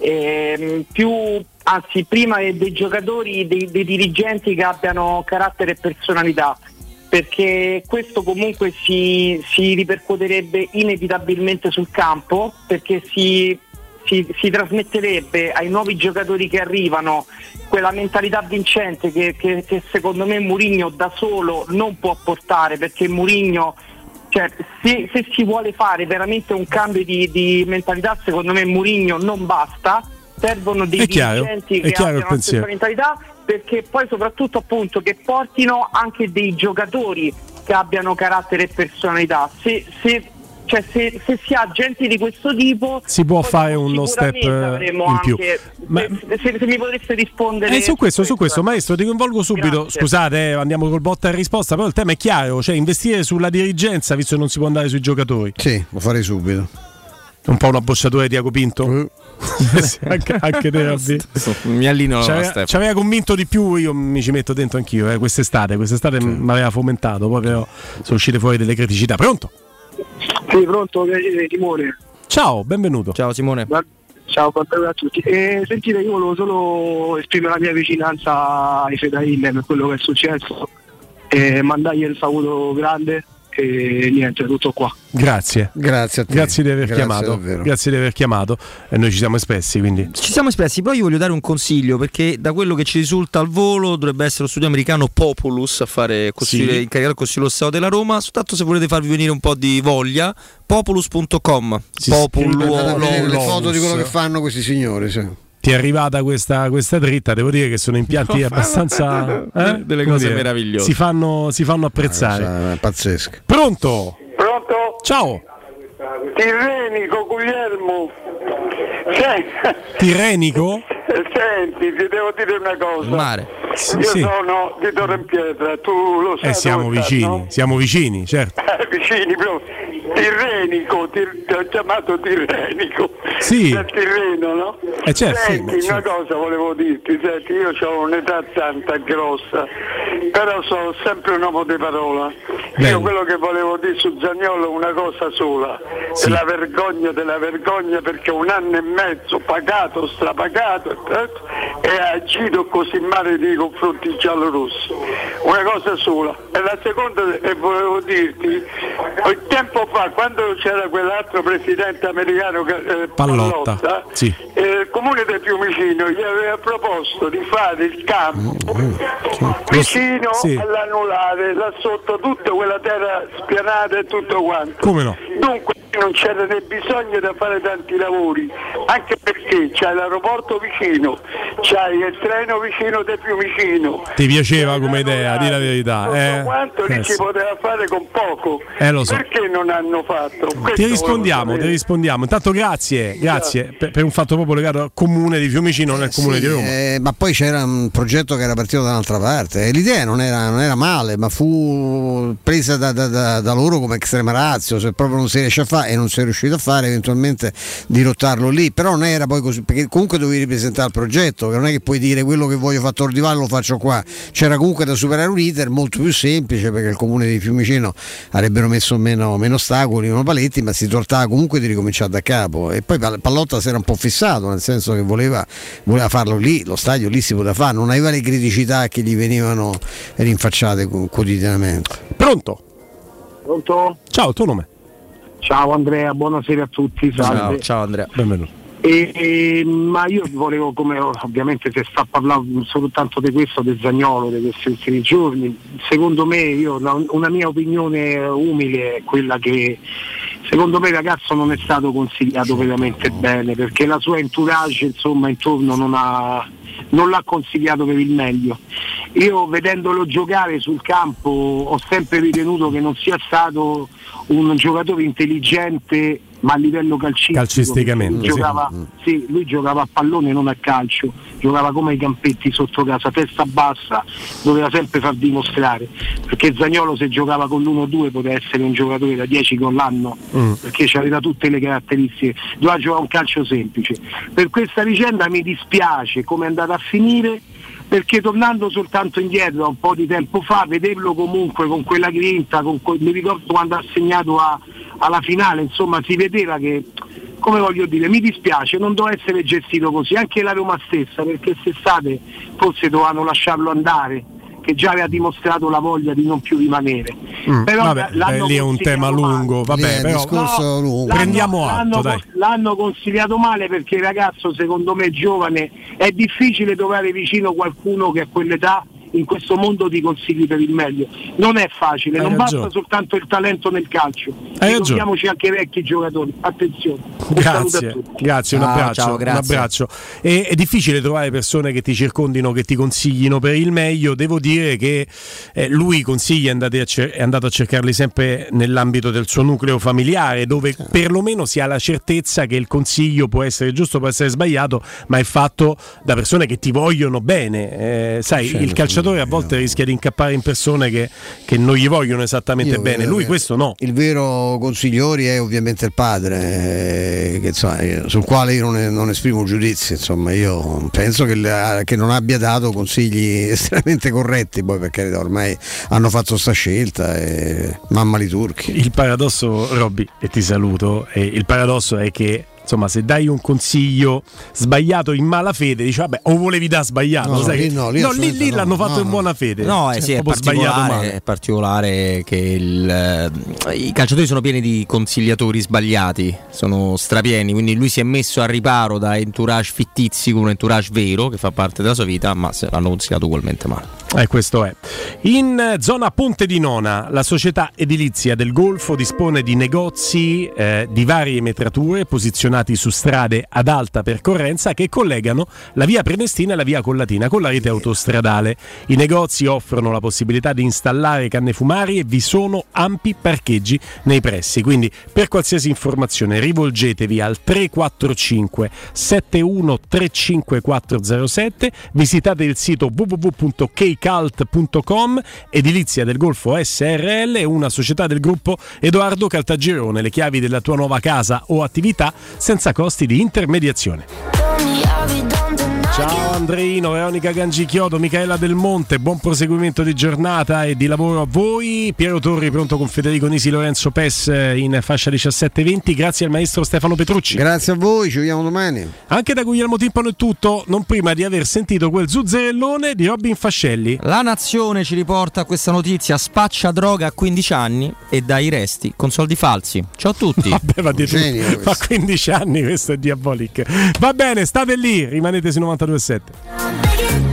prima dei giocatori, dei dirigenti che abbiano carattere e personalità, perché questo comunque si ripercuoterebbe inevitabilmente sul campo, perché si trasmetterebbe ai nuovi giocatori che arrivano quella mentalità vincente che secondo me Mourinho da solo non può portare, perché Mourinho, cioè, se si vuole fare veramente un cambio di mentalità, secondo me Mourinho non basta, servono dei dirigenti che abbiano la stessa mentalità, perché poi soprattutto appunto che portino anche dei giocatori che abbiano carattere e personalità. Se si ha gente di questo tipo si può fare uno step in più. Se mi potreste rispondere su questo maestro ti coinvolgo subito. Grazie. Scusate, andiamo col botta e risposta, però il tema è chiaro, cioè investire sulla dirigenza visto che non si può andare sui giocatori. Sì, lo farei subito. Un po' una bocciatura di Tiago Pinto? anche te, Robby. Mi allino. Ci aveva convinto di più, io mi ci metto dentro anch'io. Quest'estate mi aveva fomentato, poi però sono uscite fuori delle criticità. Pronto? Sì, pronto, Timone. Ciao, benvenuto. Ciao Simone. Ciao, buongiorno a tutti. Sentite, io volevo solo esprimere la mia vicinanza ai Fedail per quello che è successo e mandargli il saluto grande e niente, tutto qua. Grazie a te. Grazie di aver chiamato. Davvero. Grazie di aver chiamato. E noi ci siamo espressi, quindi. Ci siamo espressi, poi io voglio dare un consiglio, perché da quello che ci risulta al volo dovrebbe essere lo studio americano Populus a fare incaricato il Consiglio Stato della Roma, soltanto se volete farvi venire un po' di voglia, populus.com. Le foto di quello che fanno questi signori, sì. Ti è arrivata questa dritta, devo dire che sono impianti abbastanza delle cose meravigliose. Si fanno apprezzare. È pazzesco. Pronto? Pronto? Ciao. Tirrenico Guglielmo. Tirrenico? Senti, ti devo dire una cosa. Mare. Io sono di Torre in Pietra, tu lo sai. Siamo vicini, certo. Vicini, proprio. Tirrenico, ti ho chiamato Tirrenico. Sì. Del Tirreno, no? Certo. Senti, una cosa volevo dirti, senti, io ho un'età tanta grossa, però sono sempre un uomo di parola. Io quello che volevo dire su Zaniolo è una cosa sola, è la vergogna della vergogna, perché 1 anno e mezzo pagato, strapagato e ha agito così male nei confronti giallorossi. Una cosa sola. E la seconda, volevo dirti, tempo fa, quando c'era quell'altro presidente americano Pallotta, il comune del Fiumicino gli aveva proposto di fare il campo vicino all'anulare, là sotto tutta quella terra spianata e tutto quanto. Come no? Dunque non c'era né bisogno di fare tanti lavori, anche perché c'hai l'aeroporto vicino, c'hai il treno vicino del Fiumicino. Ti piaceva come idea, di la verità. Quanto lì si poteva fare con poco. Lo so. Perché non hanno fatto? Ti rispondiamo. Intanto grazie per un fatto proprio legato al comune di Fiumicino, nel comune di Roma. Ma poi c'era un progetto che era partito da un'altra parte. L'idea non era male, ma fu presa da loro come extrema ratio. Se proprio non si riesce a fare e non si è riuscito a fare, eventualmente dirottarlo lì, però non era poi così, perché comunque dovevi ripresentare il progetto, che non è che puoi dire quello che voglio fare a Tordivalle lo faccio qua. C'era comunque da superare un iter molto più semplice, perché il comune di Fiumicino avrebbero messo meno ostacoli, meno paletti, ma si trattava comunque di ricominciare da capo. E poi Pallotta si era un po' fissato, nel senso che voleva farlo lì, lo stadio lì si poteva fare, non aveva le criticità che gli venivano rinfacciate quotidianamente. Pronto? Ciao, il tuo nome? Ciao Andrea, buonasera a tutti. Salve. Ciao Andrea, benvenuto. Ma io volevo, come ovviamente si sta parlando soltanto di questo, del Zaniolo, di questi ultimi giorni, secondo me, una mia opinione umile è quella che secondo me il ragazzo non è stato consigliato veramente bene, perché la sua entourage intorno non l'ha consigliato per il meglio. Io vedendolo giocare sul campo ho sempre ritenuto che non sia stato un giocatore intelligente, ma a livello calcisticamente lui giocava a pallone, non a calcio, giocava come ai campetti sotto casa, testa bassa, doveva sempre far dimostrare, perché Zaniolo se giocava con l'1-2 poteva essere un giocatore da 10 gol l'anno, perché aveva tutte le caratteristiche, doveva giocare un calcio semplice. Per questa vicenda mi dispiace come è andata a finire, perché tornando soltanto indietro un po' di tempo fa, vederlo comunque con quella grinta, mi ricordo quando ha segnato alla finale, insomma si vedeva che, come voglio dire, mi dispiace, non doveva essere gestito così, anche la Roma stessa, perché quest'estate forse dovevano lasciarlo andare, che già aveva dimostrato la voglia di non più rimanere. Però lì è un tema lungo, discorso lungo. Prendiamo atto, dai. L'hanno consigliato male, perché il ragazzo secondo me giovane, è difficile trovare vicino qualcuno che a quell'età in questo mondo ti consigli per il meglio, non è facile, non basta soltanto il talento nel calcio, ricordiamoci anche i vecchi giocatori, attenzione. Grazie, un abbraccio. È difficile trovare persone che ti circondino, che ti consiglino per il meglio. Devo dire che lui consigli è andato a cercarli sempre nell'ambito del suo nucleo familiare, dove perlomeno si ha la certezza che il consiglio può essere giusto, può essere sbagliato, ma è fatto da persone che ti vogliono bene. Il calciatore calciatore a volte rischia di incappare in persone che non gli vogliono esattamente bene. Lui questo no. Il vero consigliori è ovviamente il padre, che, insomma, sul quale io non esprimo giudizi. Insomma, io penso che non abbia dato consigli estremamente corretti, poi perché ormai hanno fatto sta scelta e mamma li turchi. Il paradosso, Robby, e ti saluto, il paradosso è che insomma, se dai un consiglio sbagliato in malafede, dici vabbè, o volevi da sbagliato, lì l'hanno fatto in buona fede. Sì, è particolare che i calciatori sono pieni di consigliatori sbagliati, sono strapieni, quindi lui si è messo a riparo da entourage fittizi con un entourage vero che fa parte della sua vita, ma se l'hanno consigliato ugualmente male. Questo è. In zona Ponte di Nona, la società edilizia del Golfo dispone di negozi di varie metrature posizionati su strade ad alta percorrenza che collegano la via Prenestina e la via Collatina con la rete autostradale. I negozi offrono la possibilità di installare canne fumari e vi sono ampi parcheggi nei pressi, quindi per qualsiasi informazione rivolgetevi al 345 71 35407, visitate il sito www.kcalt.com. Edilizia del Golfo SRL è una società del gruppo Edoardo Caltagirone, le chiavi della tua nuova casa o attività senza costi di intermediazione. Ciao Andreino, Veronica Gangichiodo, Michaela Del Monte, buon proseguimento di giornata e di lavoro a voi. Piero Torri pronto con Federico Nisi, Lorenzo Pes in fascia 17-20. Grazie al maestro Stefano Petrucci. Grazie a voi, ci vediamo domani. Anche da Guglielmo Timpano è tutto, non prima di aver sentito quel zuzzerellone di Robin Fascelli. La Nazione ci riporta a questa notizia: spaccia droga a 15 anni e dai resti con soldi falsi. Ciao a tutti. Vabbè, va di tutto. A 15 anni questo è diabolic. Va bene, state lì, rimanete su 92.7.